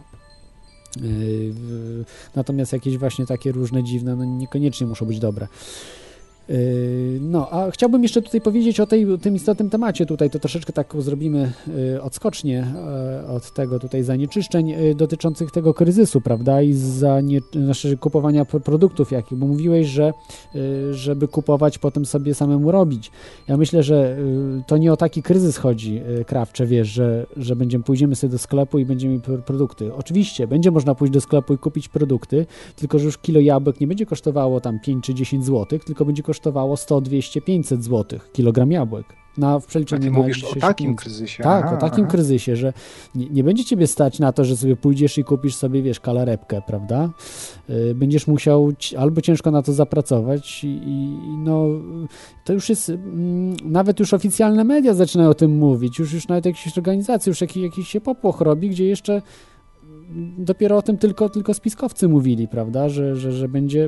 Speaker 5: natomiast jakieś właśnie takie różne dziwne, no niekoniecznie muszą być dobre. No, a chciałbym jeszcze tutaj powiedzieć o tym istotnym temacie tutaj, to troszeczkę tak zrobimy odskocznie od tego tutaj zanieczyszczeń dotyczących tego kryzysu, prawda, i kupowania produktów jakich, bo mówiłeś, że żeby kupować, potem sobie samemu robić. Ja myślę, że to nie o taki kryzys chodzi, Krawcze, wiesz, że pójdziemy sobie do sklepu i będziemy mieli produkty. Oczywiście, będzie można pójść do sklepu i kupić produkty, tylko że już kilo jabłek nie będzie kosztowało tam 5 czy 10 zł, tylko będzie kosztowało 100, 200, 500 zł kilogram jabłek. W przeliczeniu
Speaker 6: ty
Speaker 5: na
Speaker 6: mówisz o takim kryzysie.
Speaker 5: Tak, o takim kryzysie, że nie będzie ciebie stać na to, że sobie pójdziesz i kupisz sobie, wiesz, kalarepkę, prawda? Będziesz musiał albo ciężko na to zapracować i no to już jest, nawet już oficjalne media zaczynają o tym mówić, już nawet jakieś organizacje, już jakiś się popłoch robi, gdzie jeszcze dopiero o tym tylko spiskowcy mówili, prawda, że będzie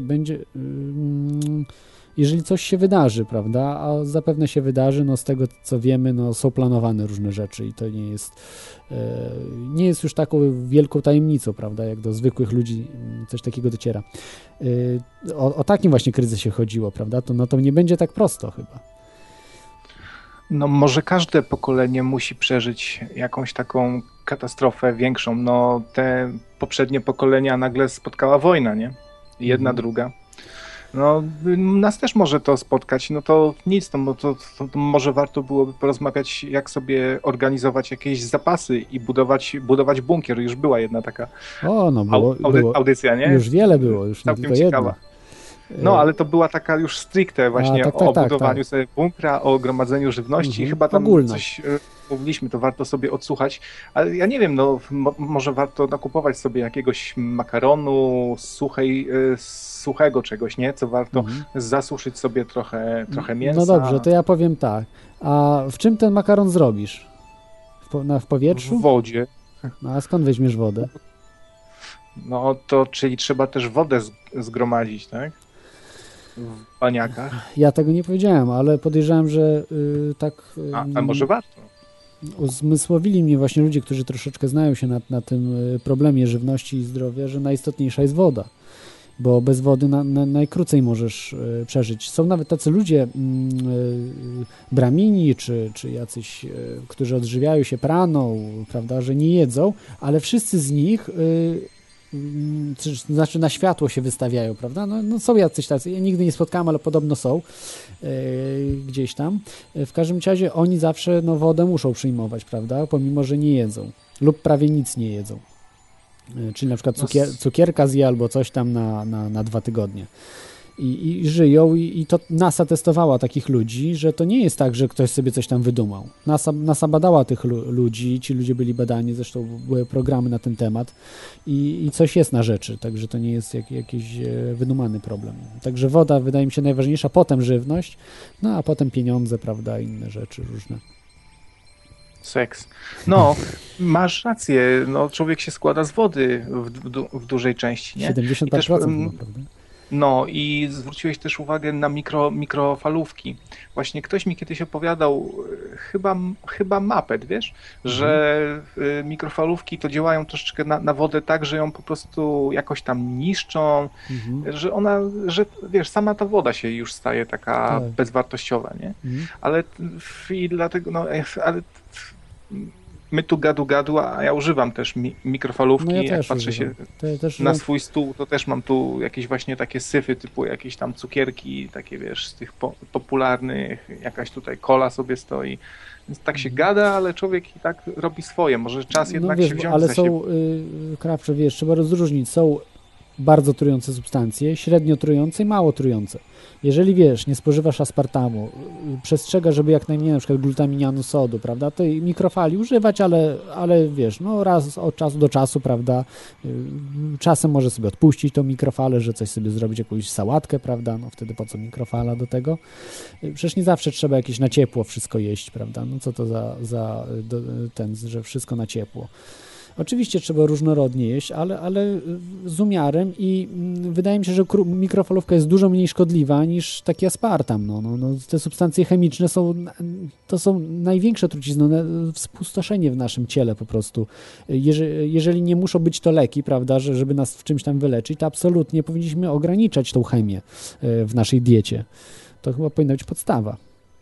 Speaker 5: jeżeli coś się wydarzy, prawda, a zapewne się wydarzy, no z tego co wiemy, no są planowane różne rzeczy i to nie jest już taką wielką tajemnicą, prawda, jak do zwykłych ludzi coś takiego dociera. O takim właśnie kryzysie chodziło, prawda, to nie będzie tak prosto chyba.
Speaker 6: No może każde pokolenie musi przeżyć jakąś taką katastrofę większą. No te poprzednie pokolenia nagle spotkała wojna, nie? Jedna, druga. No nas też może to spotkać, no to nic, to może warto byłoby porozmawiać, jak sobie organizować jakieś zapasy i budować bunkier. Już była jedna taka audycja, nie?
Speaker 5: Już wiele było, już
Speaker 6: całkiem
Speaker 5: nie tylko
Speaker 6: ciekawa.
Speaker 5: jedna.
Speaker 6: No, ale to była taka już stricte właśnie o budowaniu sobie bunkra, o gromadzeniu żywności. Chyba tam coś mówiliśmy, to warto sobie odsłuchać. Ale ja nie wiem, no może warto nakupować sobie jakiegoś makaronu, suchego czegoś, nie? Co warto zasuszyć sobie trochę mięsa.
Speaker 5: No dobrze, to ja powiem tak. A w czym ten makaron zrobisz? W powietrzu?
Speaker 6: W wodzie.
Speaker 5: No, a skąd weźmiesz wodę?
Speaker 6: No to, czyli trzeba też wodę zgromadzić, tak? W baniakach.
Speaker 5: Ja tego nie powiedziałem, ale podejrzewam, że
Speaker 6: A może warto?
Speaker 5: Uzmysłowili mnie właśnie ludzie, którzy troszeczkę znają się na tym problemie żywności i zdrowia, że najistotniejsza jest woda, bo bez wody najkrócej możesz przeżyć. Są nawet tacy ludzie, bramini, czy jacyś, którzy odżywiają się praną, prawda, że nie jedzą, ale wszyscy z nich znaczy na światło się wystawiają, prawda? No są jacyś tacy, ja nigdy nie spotkałem, ale podobno są gdzieś tam. W każdym razie oni zawsze wodę muszą przyjmować, prawda? Pomimo, że nie jedzą lub prawie nic nie jedzą. Czyli na przykład cukierka zje albo coś tam na 2 tygodnie. I żyją i to NASA testowała takich ludzi, że to nie jest tak, że ktoś sobie coś tam wydumał. NASA badała tych ludzi, ci ludzie byli badani, zresztą były programy na ten temat i coś jest na rzeczy, także to nie jest jakiś wydumany problem. Także woda wydaje mi się najważniejsza, potem żywność, no a potem pieniądze, prawda, inne rzeczy różne.
Speaker 6: Seks. No, masz rację, no człowiek się składa z wody w dużej części, nie?
Speaker 5: 70%, prawda?
Speaker 6: No i zwróciłeś też uwagę na mikrofalówki. Właśnie ktoś mi kiedyś opowiadał, chyba Mapet, wiesz, że mikrofalówki to działają troszeczkę na wodę tak, że ją po prostu jakoś tam niszczą, że wiesz, sama ta woda się już staje taka bezwartościowa, nie? Ale i dlatego, ale my tu gadu, a ja używam też mikrofalówki,
Speaker 5: no ja
Speaker 6: jak
Speaker 5: też
Speaker 6: patrzę
Speaker 5: używam.
Speaker 6: się na swój stół, to też mam tu jakieś właśnie takie syfy, typu jakieś tam cukierki, takie wiesz, z tych popularnych, jakaś tutaj cola sobie stoi, więc tak się gada, ale człowiek i tak robi swoje, może czas jednak się wziąć
Speaker 5: ale
Speaker 6: za siebie.
Speaker 5: Krawcze, wiesz, trzeba rozróżnić, są bardzo trujące substancje, średnio trujące i mało trujące. Jeżeli wiesz, nie spożywasz aspartamu, przestrzegasz, żeby jak najmniej na przykład glutaminianu sodu, prawda, to i mikrofali używać, ale wiesz, no raz od czasu do czasu, prawda, czasem może sobie odpuścić tą mikrofalę, że coś sobie zrobić, jakąś sałatkę, prawda, no wtedy po co mikrofala do tego? Przecież nie zawsze trzeba jakieś na ciepło wszystko jeść, prawda, no co to że wszystko na ciepło. Oczywiście trzeba różnorodnie jeść, ale z umiarem i wydaje mi się, że mikrofalówka jest dużo mniej szkodliwa niż taki aspartam. No, te substancje chemiczne to są największe trucizny, spustoszenie w naszym ciele po prostu. Jeżeli nie muszą być to leki, prawda, żeby nas w czymś tam wyleczyć, to absolutnie powinniśmy ograniczać tą chemię w naszej diecie. To chyba powinna być podstawa.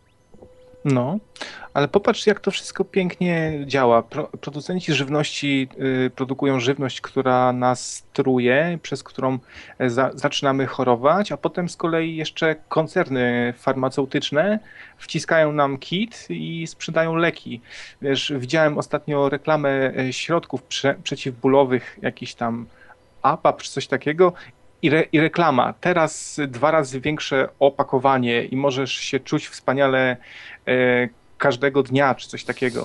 Speaker 6: No, ale popatrz, jak to wszystko pięknie działa. Producenci żywności produkują żywność, która nas truje, przez którą zaczynamy chorować, a potem z kolei jeszcze koncerny farmaceutyczne wciskają nam kit i sprzedają leki. Wiesz, widziałem ostatnio reklamę środków przeciwbólowych, jakiś tam APAP czy coś takiego. I reklama. Teraz 2 razy większe opakowanie i możesz się czuć wspaniale każdego dnia, czy coś takiego.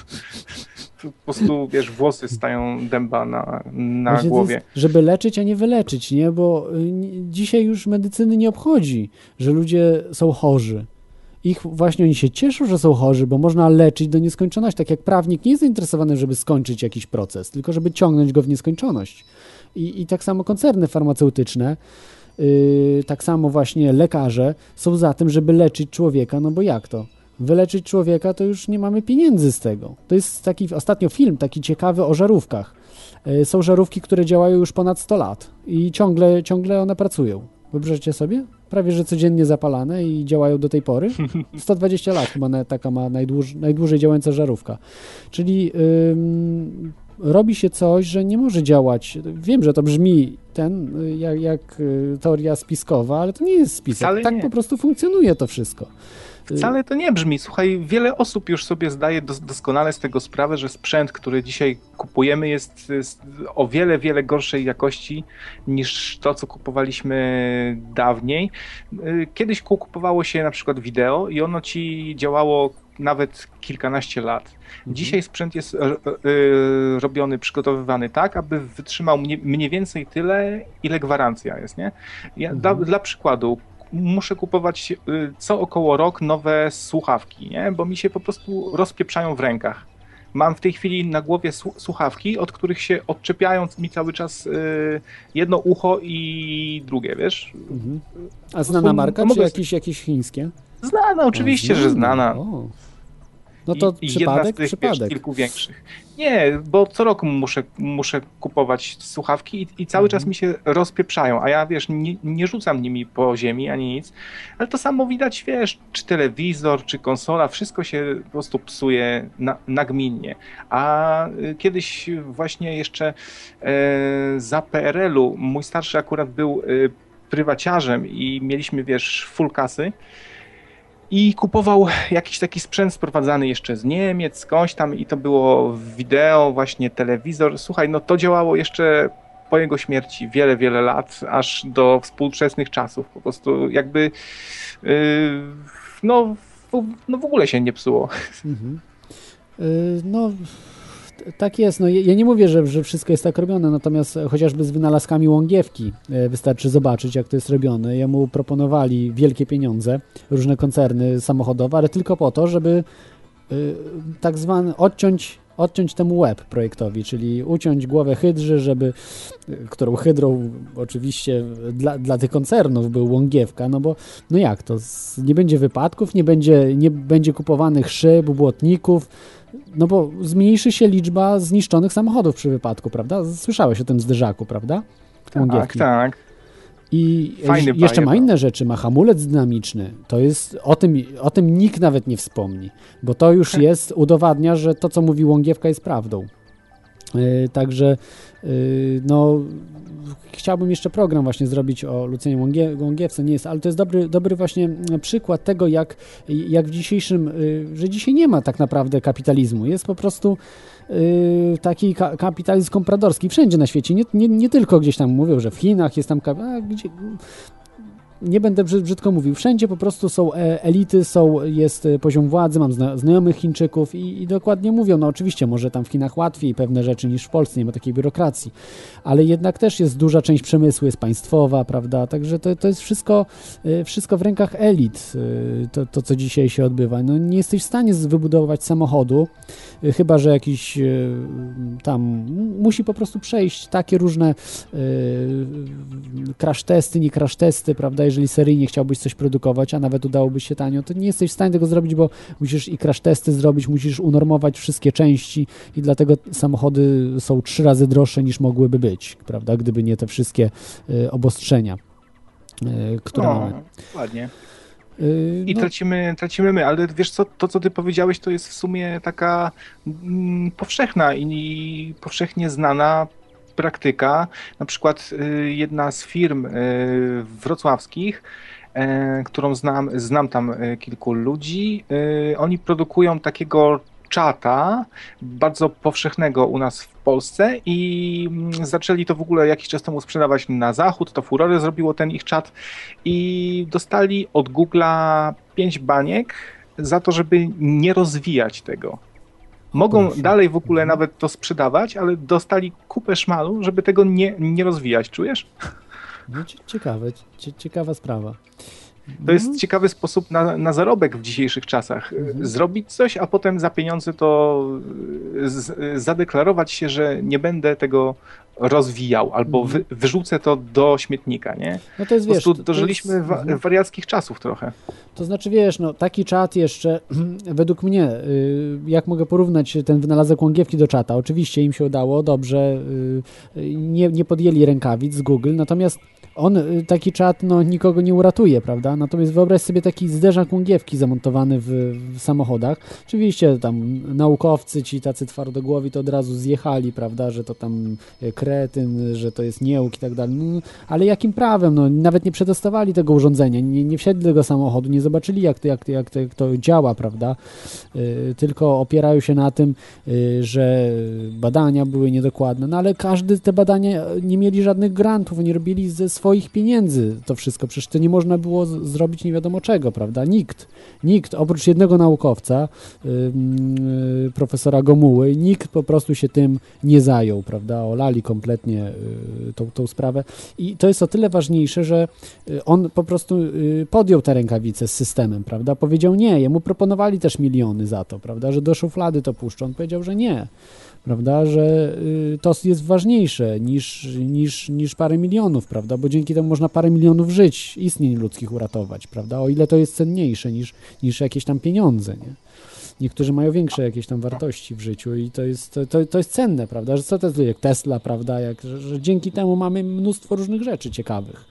Speaker 6: Po prostu, wiesz, włosy stają dęba na głowie.
Speaker 5: Żeby leczyć, a nie wyleczyć, nie? Bo dzisiaj już medycyny nie obchodzi, że ludzie są chorzy. Właśnie oni się cieszą, że są chorzy, bo można leczyć do nieskończoności. Tak jak prawnik nie jest zainteresowany, żeby skończyć jakiś proces, tylko żeby ciągnąć go w nieskończoność. I tak samo koncerny farmaceutyczne, tak samo właśnie lekarze są za tym, żeby leczyć człowieka, no bo jak to? Wyleczyć człowieka to już nie mamy pieniędzy z tego. To jest taki ostatnio film taki ciekawy o żarówkach. Są żarówki, które działają już ponad 100 lat i ciągle one pracują. Wyobraźcie sobie? Prawie że codziennie zapalane i działają do tej pory. 120 lat chyba taka ma najdłużej działająca żarówka. Czyli robi się coś, że nie może działać. Wiem, że to brzmi jak teoria spiskowa, ale to nie jest spisek. Tak po prostu funkcjonuje to wszystko.
Speaker 6: Wcale to nie brzmi. Słuchaj, wiele osób już sobie zdaje doskonale z tego sprawę, że sprzęt, który dzisiaj kupujemy, jest o wiele, wiele gorszej jakości niż to, co kupowaliśmy dawniej. Kiedyś kupowało się na przykład wideo i ono ci działało nawet kilkanaście lat. Dzisiaj sprzęt jest robiony, przygotowywany tak, aby wytrzymał mniej więcej tyle, ile gwarancja jest, nie? Dla przykładu, muszę kupować co około rok nowe słuchawki, nie? Bo mi się po prostu rozpieprzają w rękach. Mam w tej chwili na głowie słuchawki, od których się odczepiają mi cały czas jedno ucho i drugie, wiesz?
Speaker 5: A znana marka, czy jakieś chińskie?
Speaker 6: Znana, oczywiście, że znana.
Speaker 5: No to przypadek?
Speaker 6: Wiesz, kilku większych. Nie, bo co roku muszę kupować słuchawki i cały czas mi się rozpieprzają, a ja, wiesz, nie rzucam nimi po ziemi ani nic, ale to samo widać, wiesz, czy telewizor, czy konsola, wszystko się po prostu psuje nagminnie. A kiedyś właśnie jeszcze za PRL-u mój starszy akurat był prywaciarzem i mieliśmy, wiesz, full kasy. I kupował jakiś taki sprzęt sprowadzany jeszcze z Niemiec, skądś tam i to było wideo, właśnie telewizor. Słuchaj, no to działało jeszcze po jego śmierci wiele, wiele lat, aż do współczesnych czasów. Po prostu jakby w ogóle się nie psuło.
Speaker 5: No tak jest. No, ja nie mówię, że wszystko jest tak robione, natomiast chociażby z wynalazkami Łągiewki wystarczy zobaczyć, jak to jest robione. Jemu proponowali wielkie pieniądze, różne koncerny samochodowe, ale tylko po to, żeby tak zwany odciąć temu łeb projektowi, czyli uciąć głowę hydrze, którą hydrą oczywiście dla tych koncernów był Łągiewka, no bo no jak to, nie będzie wypadków, nie będzie kupowanych szyb, błotników, no bo zmniejszy się liczba zniszczonych samochodów przy wypadku, prawda? Słyszałeś o tym zderzaku, prawda? Łągiewki.
Speaker 6: Tak.
Speaker 5: I jeszcze ma inne rzeczy, ma hamulec dynamiczny. To jest, o tym nikt nawet nie wspomni, bo to już udowadnia, że to, co mówi Łągiewka, jest prawdą. Także no, chciałbym jeszcze program właśnie zrobić o Lucjanie Łągiewce, nie jest, ale to jest dobry właśnie przykład tego, jak w dzisiejszym, że dzisiaj nie ma tak naprawdę kapitalizmu, jest po prostu taki kapitalizm kompradorski wszędzie na świecie, nie tylko gdzieś tam mówią, że w Chinach jest tam nie będę brzydko mówił, wszędzie po prostu są elity, jest poziom władzy, mam znajomych Chińczyków i dokładnie mówią, no oczywiście może tam w Chinach łatwiej pewne rzeczy niż w Polsce, nie ma takiej biurokracji, ale jednak też jest duża część przemysłu, jest państwowa, prawda, także to jest wszystko w rękach elit, to co dzisiaj się odbywa. No nie jesteś w stanie wybudować samochodu, chyba że jakiś tam musi po prostu przejść takie różne crash testy, nie crash testy, prawda, jeżeli seryjnie chciałbyś coś produkować, a nawet udałoby się tanio, to nie jesteś w stanie tego zrobić, bo musisz i crash testy zrobić, musisz unormować wszystkie części i dlatego samochody są 3 razy droższe niż mogłyby być, prawda, gdyby nie te wszystkie obostrzenia, które mamy.
Speaker 6: Ładnie. I tracimy my, ale wiesz co, to co ty powiedziałeś, to jest w sumie taka powszechna i powszechnie znana praktyka. Na przykład jedna z firm wrocławskich, którą znam tam kilku ludzi, oni produkują takiego czata, bardzo powszechnego u nas w Polsce i zaczęli to w ogóle jakiś czas temu sprzedawać na zachód, to furorę zrobiło ten ich czat i dostali od Google'a 5 baniek za to, żeby nie rozwijać tego. Mogą dalej w ogóle nawet to sprzedawać, ale dostali kupę szmalu, żeby tego nie rozwijać, czujesz?
Speaker 5: No, ciekawa sprawa.
Speaker 6: To jest ciekawy sposób na zarobek w dzisiejszych czasach. Zrobić coś, a potem za pieniądze to zadeklarować się, że nie będę tego rozwijał, albo wyrzucę to do śmietnika, nie?
Speaker 5: No to jest,
Speaker 6: po prostu dożyliśmy wariackich czasów trochę.
Speaker 5: To znaczy, wiesz, no taki czat jeszcze, według mnie, jak mogę porównać ten wynalazek Łągiewki do czata? Oczywiście im się udało, dobrze, nie podjęli rękawic z Google, natomiast taki czat, no, nikogo nie uratuje, prawda? Natomiast wyobraź sobie taki zderzak Łągiewki zamontowany w samochodach. Oczywiście tam naukowcy, ci tacy twardogłowi to od razu zjechali, prawda, że to tam kretyn, że to jest nieuk i tak dalej. No, ale jakim prawem? No, nawet nie przetestowali tego urządzenia, nie wsiedli do tego samochodu, nie zobaczyli jak to działa, prawda? Tylko opierają się na tym, że badania były niedokładne, no ale każdy te badania nie mieli żadnych grantów, oni robili ze swoich pieniędzy to wszystko. Przecież to nie można było zrobić nie wiadomo czego, prawda? Nikt, oprócz jednego naukowca, profesora Gomuły, nikt po prostu się tym nie zajął, prawda? Olali kompletnie tą sprawę. I to jest o tyle ważniejsze, że on po prostu podjął tę rękawicę z systemem, prawda? Powiedział nie, jemu proponowali też miliony za to, prawda? Że do szuflady to puszczą. On powiedział, że nie. Prawda, że to jest ważniejsze niż parę milionów, prawda, bo dzięki temu można parę milionów żyć, istnień ludzkich uratować, prawda, o ile to jest cenniejsze niż jakieś tam pieniądze, nie? Niektórzy mają większe jakieś tam wartości w życiu i to jest cenne, prawda, że co to jest jak Tesla, prawda, że dzięki temu mamy mnóstwo różnych rzeczy ciekawych.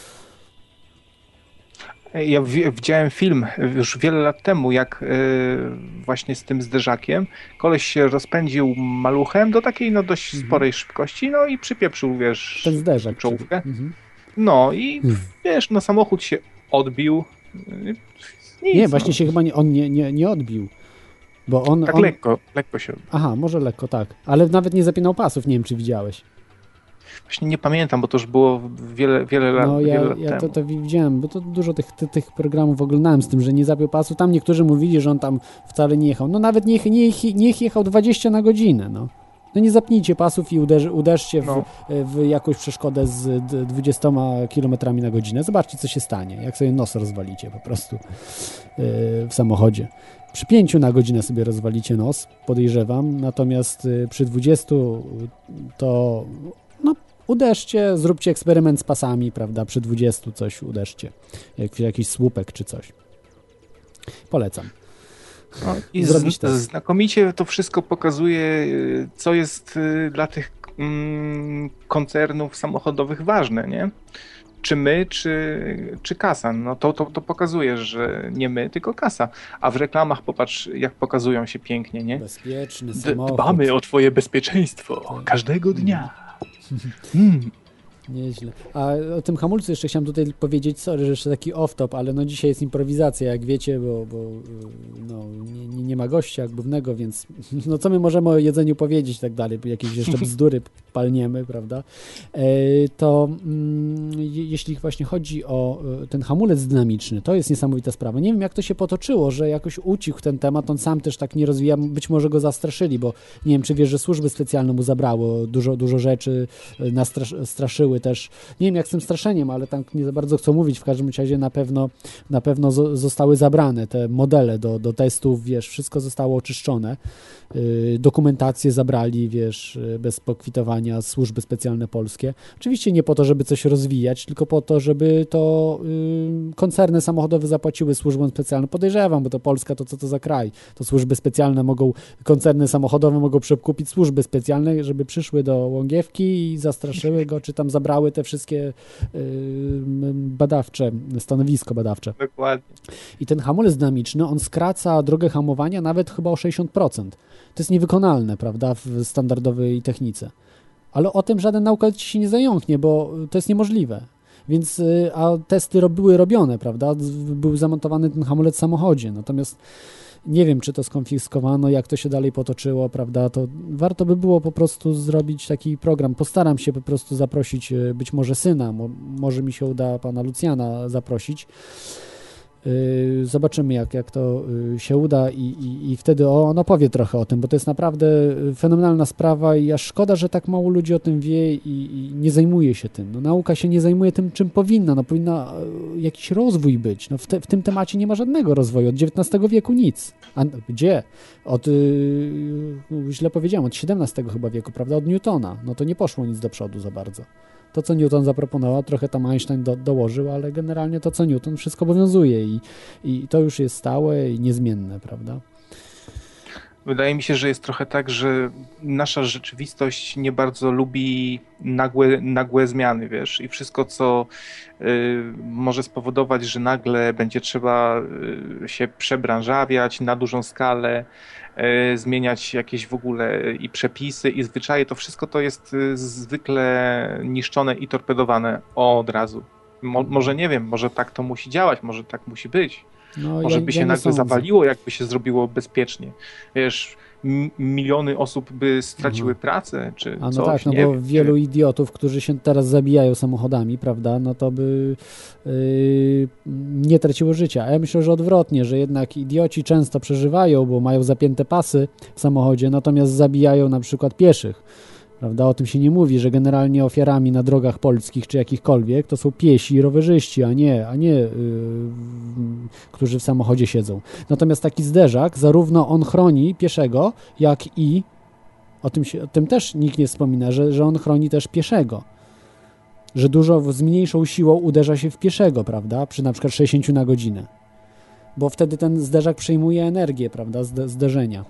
Speaker 6: Ja widziałem film już wiele lat temu, jak właśnie z tym zderzakiem koleś się rozpędził maluchem do takiej no dość sporej szybkości, no i przypieprzył, wiesz,
Speaker 5: ten zderzak,
Speaker 6: czołówkę. No i wiesz, no samochód się odbił. Nic,
Speaker 5: nie, właśnie się chyba on nie odbił. Bo on
Speaker 6: lekko się odbił.
Speaker 5: Aha, może lekko, tak. Ale nawet nie zapinał pasów, nie wiem, czy widziałeś.
Speaker 6: Właśnie nie pamiętam, bo to już było wiele lat
Speaker 5: temu. Ja to widziałem, bo to dużo tych programów oglądałem z tym, że nie zapiął pasu. Tam niektórzy mówili, że on tam wcale nie jechał. No nawet niech jechał 20 na godzinę, no. No nie zapnijcie pasów i uderzcie w jakąś przeszkodę z 20 km na godzinę. Zobaczcie, co się stanie, jak sobie nos rozwalicie po prostu w samochodzie. Przy 5 na godzinę sobie rozwalicie nos, podejrzewam, natomiast przy 20 to no, uderzcie, zróbcie eksperyment z pasami, prawda, przy 20 coś uderzcie, jakiś słupek czy coś. Polecam.
Speaker 6: No, i znakomicie to wszystko pokazuje, co jest dla tych koncernów samochodowych ważne, nie? czy my, czy kasa. No to pokazuje, że nie my, tylko kasa. A w reklamach popatrz, jak pokazują się pięknie, nie?
Speaker 5: Bezpieczny samochód.
Speaker 6: Dbamy o twoje bezpieczeństwo każdego dnia.
Speaker 5: Nieźle. A o tym hamulcu jeszcze chciałem tutaj powiedzieć, sorry, że jeszcze taki off-top, ale no dzisiaj jest improwizacja, jak wiecie, bo no, nie ma gościa głównego, więc no co my możemy o jedzeniu powiedzieć i tak dalej, jakieś jeszcze bzdury palniemy, prawda? To jeśli właśnie chodzi o ten hamulec dynamiczny, to jest niesamowita sprawa. Nie wiem, jak to się potoczyło, że jakoś ucichł ten temat, on sam też tak nie rozwija, być może go zastraszyli, bo nie wiem, czy wiesz, że służby specjalne mu zabrało dużo rzeczy, straszyły też. Nie wiem jak z tym straszeniem, ale tam nie za bardzo chcą mówić. W każdym razie na pewno zostały zabrane te modele do testów, wiesz, wszystko zostało oczyszczone. Dokumentację zabrali, wiesz, bez pokwitowania służby specjalne polskie. Oczywiście nie po to, żeby coś rozwijać, tylko po to, żeby to koncerny samochodowe zapłaciły służbom specjalnym. Podejrzewam, bo to Polska, to co to za kraj? To służby specjalne koncerny samochodowe mogą przekupić służby specjalne, żeby przyszły do Łągiewki i zastraszyły go, czy tam zabrały te wszystkie stanowisko badawcze.
Speaker 6: Dokładnie.
Speaker 5: I ten hamulec dynamiczny, on skraca drogę hamowania nawet chyba o 60%. To jest niewykonalne, prawda, w standardowej technice. Ale o tym żaden naukowiec się nie zająknie, bo to jest niemożliwe. Więc, a testy były robione, prawda, był zamontowany ten hamulec w samochodzie, natomiast nie wiem, czy to skonfiskowano, jak to się dalej potoczyło, prawda, to warto by było po prostu zrobić taki program. Postaram się po prostu zaprosić być może syna, może mi się uda pana Lucjana zaprosić. Zobaczymy, jak to się uda i wtedy on opowie trochę o tym, bo to jest naprawdę fenomenalna sprawa i aż szkoda, że tak mało ludzi o tym wie i nie zajmuje się tym. No, nauka się nie zajmuje tym, czym powinna. No, powinna jakiś rozwój być. No, w tym temacie nie ma żadnego rozwoju. Od XIX wieku nic. A gdzie? Źle powiedziałem, od XVII chyba wieku, prawda? Od Newtona. No to nie poszło nic do przodu za bardzo. To, co Newton zaproponował, trochę tam Einstein dołożył, ale generalnie to, co Newton, wszystko obowiązuje i to już jest stałe i niezmienne, prawda?
Speaker 6: Wydaje mi się, że jest trochę tak, że nasza rzeczywistość nie bardzo lubi nagłe zmiany, wiesz, i wszystko, co może spowodować, że nagle będzie trzeba się przebranżawiać na dużą skalę, zmieniać jakieś w ogóle i przepisy, i zwyczaje, to wszystko to jest zwykle niszczone i torpedowane od razu. Może nie wiem, może tak to musi działać, może tak musi być.
Speaker 5: No,
Speaker 6: może by się nagle zawaliło, jakby się zrobiło bezpiecznie. Wiesz, miliony osób by straciły pracę, czy
Speaker 5: no
Speaker 6: coś,
Speaker 5: tak, no
Speaker 6: nie
Speaker 5: bo
Speaker 6: wiem.
Speaker 5: wielu idiotów, którzy się teraz zabijają samochodami, prawda, no to by nie traciło życia. A ja myślę, że odwrotnie, że jednak idioci często przeżywają, bo mają zapięte pasy w samochodzie, natomiast zabijają na przykład pieszych. Prawda? O tym się nie mówi, że generalnie ofiarami na drogach polskich czy jakichkolwiek to są piesi i rowerzyści, a nie którzy w samochodzie siedzą. Natomiast taki zderzak, zarówno on chroni pieszego, jak i o tym też nikt nie wspomina, że on chroni też pieszego. Że dużo z mniejszą siłą uderza się w pieszego, prawda? Przy na przykład 60 na godzinę. Bo wtedy ten zderzak przejmuje energię, prawda? Zderzenia.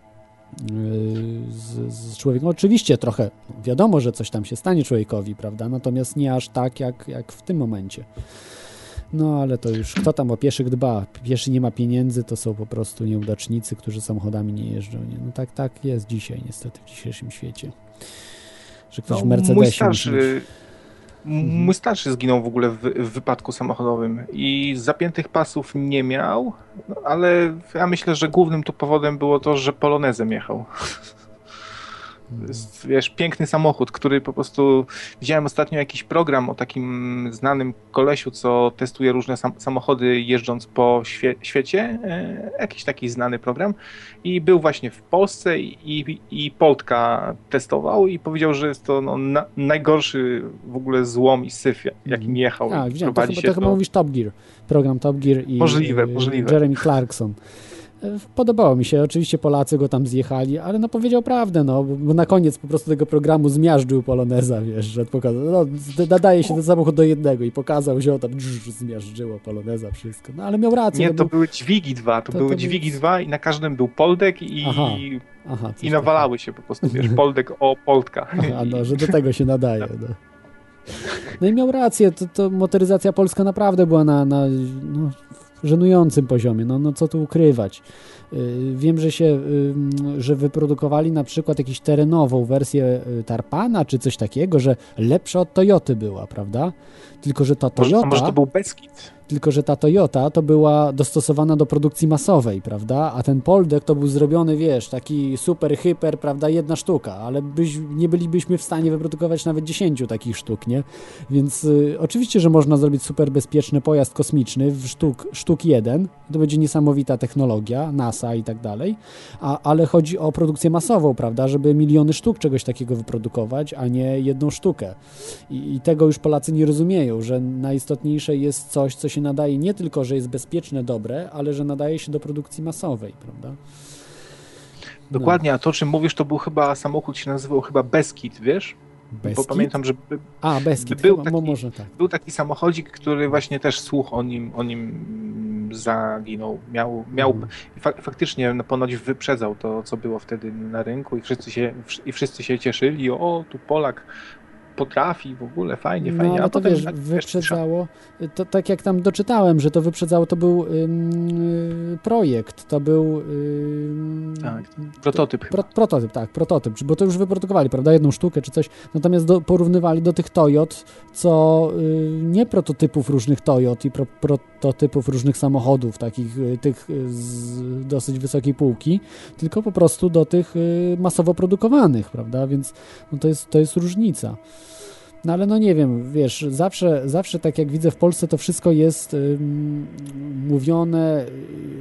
Speaker 5: Z człowiekiem. Oczywiście trochę wiadomo, że coś tam się stanie człowiekowi, prawda? Natomiast nie aż tak, jak w tym momencie. No ale to już kto tam o pieszych dba? Pieszy nie ma pieniędzy, to są po prostu nieudacznicy, którzy samochodami nie jeżdżą. Nie? No tak jest dzisiaj niestety w dzisiejszym świecie. Że ktoś w Mercedesie...
Speaker 6: Mój starszy zginął w ogóle w wypadku samochodowym i zapiętych pasów nie miał, no, ale ja myślę, że głównym tu powodem było to, że polonezem jechał. To jest, wiesz, piękny samochód, który po prostu... Widziałem ostatnio jakiś program o takim znanym kolesiu, co testuje różne samochody jeżdżąc po świecie. Jakiś taki znany program. I był właśnie w Polsce i Poltka testował i powiedział, że jest to najgorszy w ogóle złom i syf, jakim jechał.
Speaker 5: Tak, widziałem, to chyba mówisz Top Gear. Program Top Gear i
Speaker 6: możliwe.
Speaker 5: Jeremy Clarkson. Podobało mi się, oczywiście Polacy go tam zjechali, ale no powiedział prawdę, no, bo na koniec po prostu tego programu zmiażdżył poloneza, wiesz, że pokazał, no nadaje się ten samochód do jednego i pokazał, że tam zmiażdżyło poloneza, wszystko, no ale miał rację.
Speaker 6: Nie, to były dźwigi dwa, były dźwigi dwa i na każdym był Poldek i nawalały się po prostu, wiesz, Poldek o Poldka.
Speaker 5: Aha, no, że do tego się nadaje, no. No i miał rację, to motoryzacja polska naprawdę była na no, żenującym poziomie, no co tu ukrywać. Wiem, że wyprodukowali na przykład jakąś terenową wersję Tarpana, czy coś takiego, że lepsza od Toyoty była, prawda? Tylko, że ta Toyota...
Speaker 6: Może to był Beskid?
Speaker 5: Tylko, że ta Toyota to była dostosowana do produkcji masowej, prawda? A ten Poldek to był zrobiony, wiesz, taki super, hyper, prawda, jedna sztuka, ale nie bylibyśmy w stanie wyprodukować nawet 10 takich sztuk, nie? Więc oczywiście, że można zrobić super bezpieczny pojazd kosmiczny w sztuk 1, to będzie niesamowita technologia, NASA i tak dalej, ale chodzi o produkcję masową, prawda, żeby miliony sztuk czegoś takiego wyprodukować, a nie jedną sztukę. I tego już Polacy nie rozumieją, że najistotniejsze jest coś, co się nadaje nie tylko, że jest bezpieczne, dobre, ale że nadaje się do produkcji masowej, prawda?
Speaker 6: Dokładnie, a to, o czym mówisz, to był chyba, samochód się nazywał chyba Beskid, wiesz?
Speaker 5: Beskid?
Speaker 6: Bo pamiętam, że
Speaker 5: Beskid, może tak.
Speaker 6: Był taki samochodzik, który właśnie też słuch o nim zaginął. Faktycznie ponoć wyprzedzał to, co było wtedy na rynku i wszyscy się cieszyli, o, tu Polak potrafi, w ogóle fajnie.
Speaker 5: Ale
Speaker 6: a
Speaker 5: to
Speaker 6: potem
Speaker 5: wiesz, wyprzedzało, to tak jak tam doczytałem, że to wyprzedzało, to był projekt, to był
Speaker 6: prototyp.
Speaker 5: Prototyp, bo to już wyprodukowali, prawda, jedną sztukę czy coś, natomiast porównywali do tych Toyot, co nie prototypów różnych Toyot i prototypów różnych samochodów, tych z dosyć wysokiej półki, tylko po prostu do tych masowo produkowanych, prawda, więc no to jest różnica. No ale no nie wiem, wiesz, zawsze tak jak widzę w Polsce, to wszystko jest mówione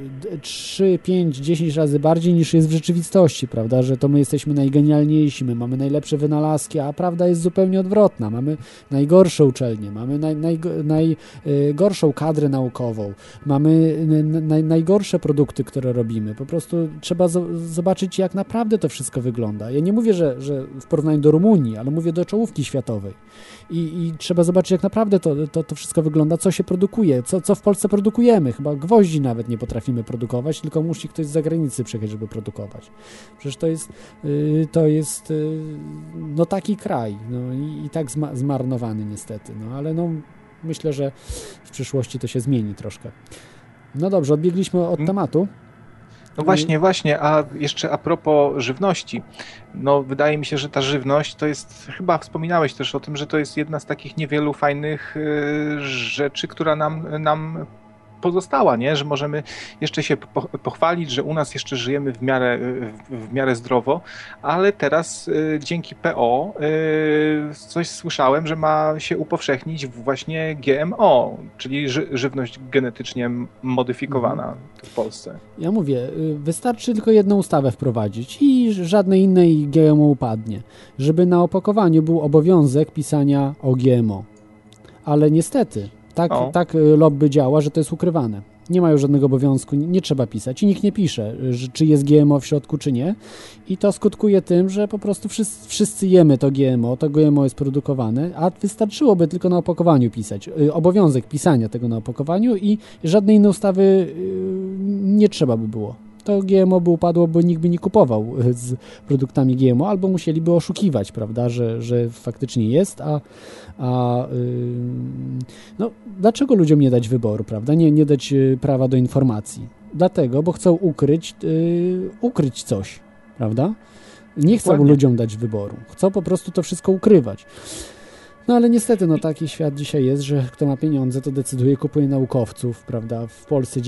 Speaker 5: 3, 5, 10 razy bardziej niż jest w rzeczywistości, prawda, że to my jesteśmy najgenialniejsi, my mamy najlepsze wynalazki, a prawda jest zupełnie odwrotna, mamy najgorsze uczelnie, mamy najgorszą kadrę naukową, mamy najgorsze produkty, które robimy, po prostu trzeba zobaczyć, jak naprawdę to wszystko wygląda. Ja nie mówię, że w porównaniu do Rumunii, ale mówię do czołówki światowej. I trzeba zobaczyć, jak naprawdę to wszystko wygląda, co się produkuje, co w Polsce produkujemy. Chyba gwoździ nawet nie potrafimy produkować, tylko musi ktoś z zagranicy przyjechać, żeby produkować. Przecież to jest no taki kraj, no i tak zmarnowany niestety, no ale no myślę, że w przyszłości to się zmieni troszkę. No dobrze, odbiegliśmy od tematu.
Speaker 6: No właśnie, a jeszcze a propos żywności, no wydaje mi się, że ta żywność to jest, chyba wspominałeś też o tym, że to jest jedna z takich niewielu fajnych rzeczy, która nam pozostała, nie? Że możemy jeszcze się pochwalić, że u nas jeszcze żyjemy w miarę zdrowo, ale teraz dzięki PO coś słyszałem, że ma się upowszechnić właśnie GMO, czyli żywność genetycznie modyfikowana w Polsce.
Speaker 5: Ja mówię, wystarczy tylko jedną ustawę wprowadzić i żadnej innej GMO upadnie, żeby na opakowaniu był obowiązek pisania o GMO. Ale niestety tak lobby działa, że to jest ukrywane. Nie ma już żadnego obowiązku, nie trzeba pisać i nikt nie pisze, czy jest GMO w środku, czy nie. I to skutkuje tym, że po prostu wszyscy jemy to GMO jest produkowane, a wystarczyłoby tylko na opakowaniu pisać. Obowiązek pisania tego na opakowaniu i żadnej innej ustawy nie trzeba by było. To GMO by upadło, bo nikt by nie kupował z produktami GMO, albo musieliby oszukiwać, prawda, że faktycznie jest, no, dlaczego ludziom nie dać wyboru, prawda, nie dać prawa do informacji? Dlatego, bo chcą ukryć coś, prawda? Nie chcą ludziom dać wyboru, chcą po prostu to wszystko ukrywać. No ale niestety, no taki świat dzisiaj jest, że kto ma pieniądze, to decyduje, kupuje naukowców, prawda? W Polsce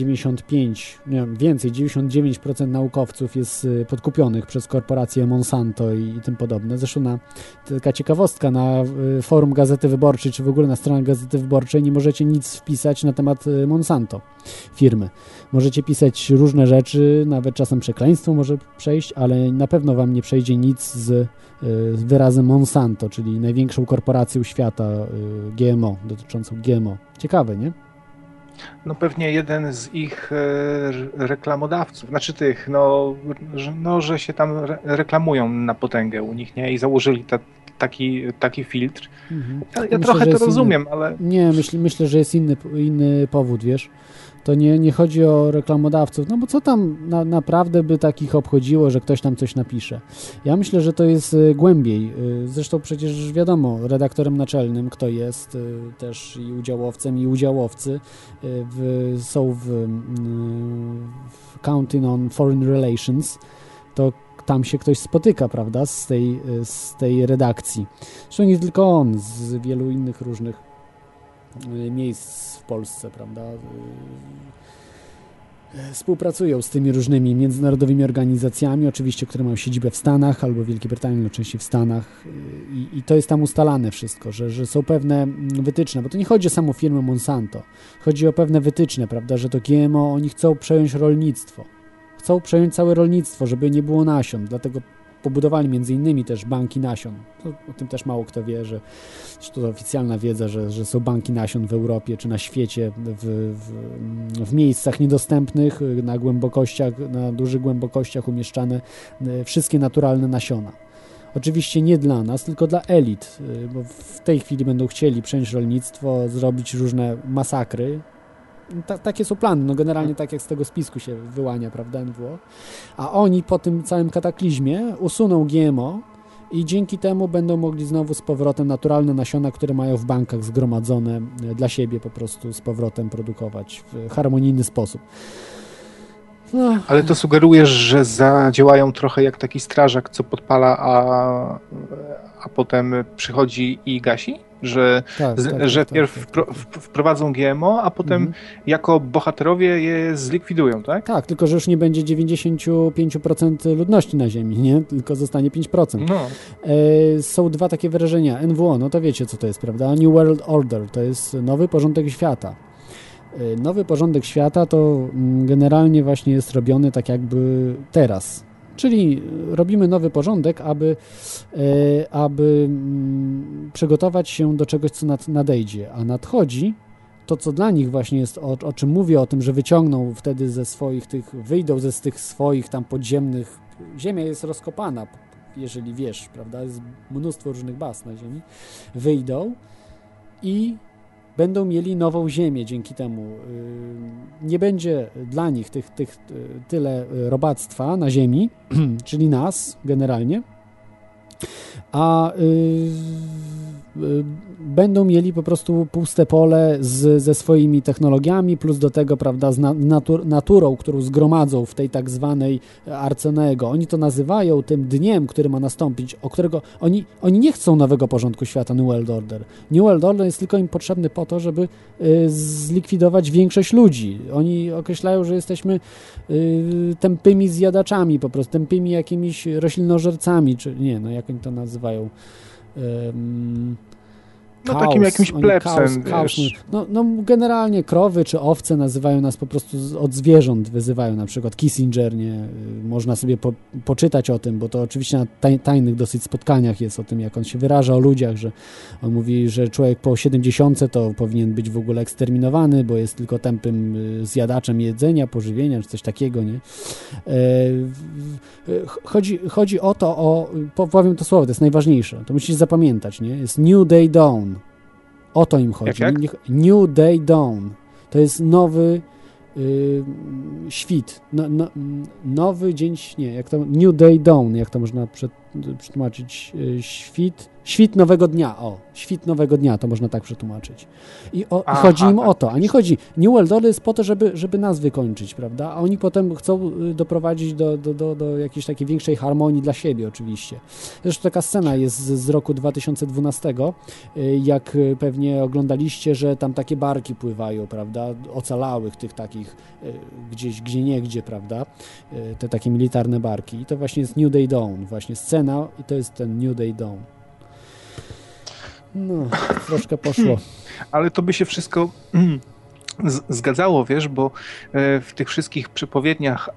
Speaker 5: 99% naukowców jest podkupionych przez korporacje Monsanto i tym podobne. Zresztą taka ciekawostka, na forum Gazety Wyborczej, czy w ogóle na stronach Gazety Wyborczej nie możecie nic wpisać na temat Monsanto, firmy. Możecie pisać różne rzeczy, nawet czasem przekleństwo może przejść, ale na pewno wam nie przejdzie nic z wyrazem Monsanto, czyli największą korporacją świata GMO, dotyczącą GMO. Ciekawe, nie?
Speaker 6: No pewnie jeden z ich reklamodawców, znaczy tych, że się tam reklamują na potęgę u nich, nie? I założyli taki filtr. Ja
Speaker 5: Myślę,
Speaker 6: trochę
Speaker 5: że
Speaker 6: to
Speaker 5: jest
Speaker 6: rozumiem, ale...
Speaker 5: Nie, myślę, że jest inny powód, wiesz. To nie chodzi o reklamodawców, no bo co tam naprawdę by takich obchodziło, że ktoś tam coś napisze. Ja myślę, że to jest głębiej. Zresztą przecież wiadomo, redaktorem naczelnym, kto jest, też i udziałowcem, i udziałowcy są w Counting on Foreign Relations, to tam się ktoś spotyka, prawda, z tej redakcji. Zresztą nie tylko on, z wielu innych różnych miejsc w Polsce, prawda, współpracują z tymi różnymi międzynarodowymi organizacjami, oczywiście, które mają siedzibę w Stanach albo w Wielkiej Brytanii, no częściej w Stanach i to jest tam ustalane wszystko, że są pewne wytyczne, bo to nie chodzi o samą firmę Monsanto, chodzi o pewne wytyczne, prawda, że to GMO, oni chcą przejąć rolnictwo, chcą przejąć całe rolnictwo, żeby nie było nasion, dlatego pobudowali między innymi też banki nasion. O tym też mało kto wie, że to oficjalna wiedza, że są banki nasion w Europie czy na świecie, w miejscach niedostępnych, na głębokościach, na dużych głębokościach umieszczane wszystkie naturalne nasiona. Oczywiście nie dla nas, tylko dla elit, bo w tej chwili będą chcieli przejąć rolnictwo, zrobić różne masakry. Takie są plany, no generalnie tak jak z tego spisku się wyłania, prawda, NWO, a oni po tym całym kataklizmie usuną GMO i dzięki temu będą mogli znowu z powrotem naturalne nasiona, które mają w bankach zgromadzone dla siebie po prostu z powrotem produkować w harmonijny sposób. No. Ale
Speaker 6: to sugerujesz, że zadziałają trochę jak taki strażak, co podpala, a potem przychodzi i gasi? Że pierw wprowadzą GMO, a potem jako bohaterowie je zlikwidują, tak?
Speaker 5: Tak, tylko że już nie będzie 95% ludności na Ziemi, nie? Tylko zostanie 5%. No. Są dwa takie wyrażenia. NWO, no to wiecie, co to jest, prawda? New World Order, to jest nowy porządek świata. Nowy porządek świata to generalnie właśnie jest robiony tak jakby teraz. Czyli robimy nowy porządek, aby przygotować się do czegoś, co nadejdzie, a nadchodzi to, co dla nich właśnie jest, o czym mówię, o tym, że wyciągną wtedy ze swoich wyjdą z tych swoich tam podziemnych, ziemia jest rozkopana, jeżeli wiesz, prawda, jest mnóstwo różnych baz na ziemi, wyjdą i będą mieli nową ziemię dzięki temu. Nie będzie dla nich tyle robactwa na ziemi, czyli nas generalnie, a będą mieli po prostu puste pole ze swoimi technologiami, plus do tego, prawda, z naturą, którą zgromadzą w tej tak zwanej Arcenego. Oni to nazywają tym dniem, który ma nastąpić, o którego oni nie chcą nowego porządku świata, New World Order. New World Order jest tylko im potrzebny po to, żeby zlikwidować większość ludzi. Oni określają, że jesteśmy tępymi zjadaczami, po prostu tępymi jakimiś roślinożercami, czy nie, no jak oni to nazywają?
Speaker 6: Takim jakimś plebsem.
Speaker 5: No generalnie krowy czy owce nazywają nas po prostu od zwierząt, wyzywają na przykład Kissinger, nie? Można sobie poczytać o tym, bo to oczywiście na tajnych dosyć spotkaniach jest o tym, jak on się wyraża o ludziach, że on mówi, że człowiek po 70 to powinien być w ogóle eksterminowany, bo jest tylko tępym zjadaczem jedzenia, pożywienia, czy coś takiego, nie? Chodzi o to, powiem to słowo, to jest najważniejsze, to musisz zapamiętać, nie? Jest New Day Dawn. O to im chodzi.
Speaker 6: Jak?
Speaker 5: New Day Dawn. To jest nowy świt. Nowy dzień, nie, jak to New Day Dawn, jak to można przetłumaczyć? Świt nowego dnia. Świt nowego dnia, to można tak przetłumaczyć. I chodzi im o to, a nie chodzi. New World Order jest po to, żeby nas wykończyć, prawda? A oni potem chcą doprowadzić do jakiejś takiej większej harmonii dla siebie oczywiście. Zresztą taka scena jest z roku 2012, jak pewnie oglądaliście, że tam takie barki pływają, prawda? Ocalałych tych takich gdzieś, gdzie, prawda? Te takie militarne barki. I to właśnie jest New Day Dawn, właśnie scena i to jest ten New Day Dawn. No, troszkę poszło.
Speaker 6: Ale to by się wszystko zgadzało, wiesz, bo w tych wszystkich przypowiedniach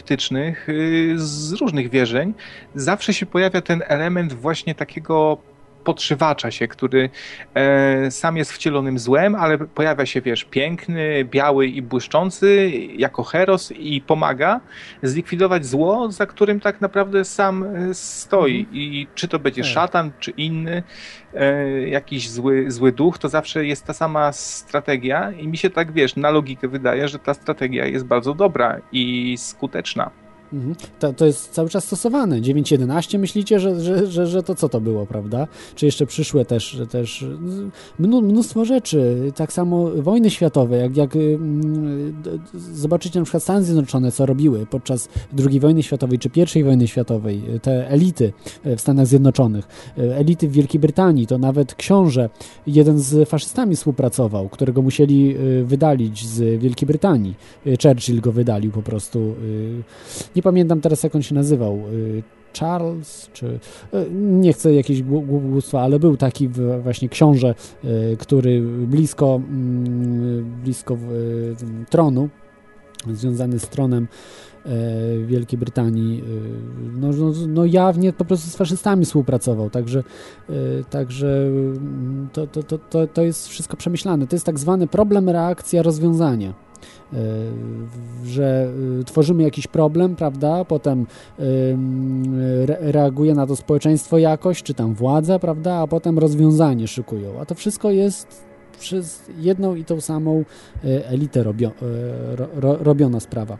Speaker 6: apokaliptycznych z różnych wierzeń zawsze się pojawia ten element właśnie takiego podszywacza się, który sam jest wcielonym złem, ale pojawia się, wiesz, piękny, biały i błyszczący jako heros i pomaga zlikwidować zło, za którym tak naprawdę sam stoi. I czy to będzie szatan, czy inny jakiś zły duch, to zawsze jest ta sama strategia i mi się tak, wiesz, na logikę wydaje, że ta strategia jest bardzo dobra i skuteczna.
Speaker 5: To jest cały czas stosowane. 9.11 myślicie, że to co to było, prawda? Czy jeszcze przyszłe też mnóstwo rzeczy. Tak samo wojny światowe, jak zobaczycie na przykład Stany Zjednoczone, co robiły podczas II wojny światowej czy I wojny światowej, te elity w Stanach Zjednoczonych, elity w Wielkiej Brytanii, to nawet książę, jeden z faszystami współpracował, którego musieli wydalić z Wielkiej Brytanii. Churchill go wydalił po prostu. Nie pamiętam teraz, jak on się nazywał, Charles, czy nie chcę jakieś głupstwa, ale był taki właśnie książę, który blisko tronu, związany z tronem Wielkiej Brytanii, no jawnie po prostu z faszystami współpracował, także to jest wszystko przemyślane. To jest tak zwany problem, reakcja, rozwiązanie. Że tworzymy jakiś problem, prawda, potem reaguje na to społeczeństwo jakoś, czy tam władza, prawda, a potem rozwiązanie szykują, a to wszystko jest przez jedną i tą samą elitę robiona sprawa.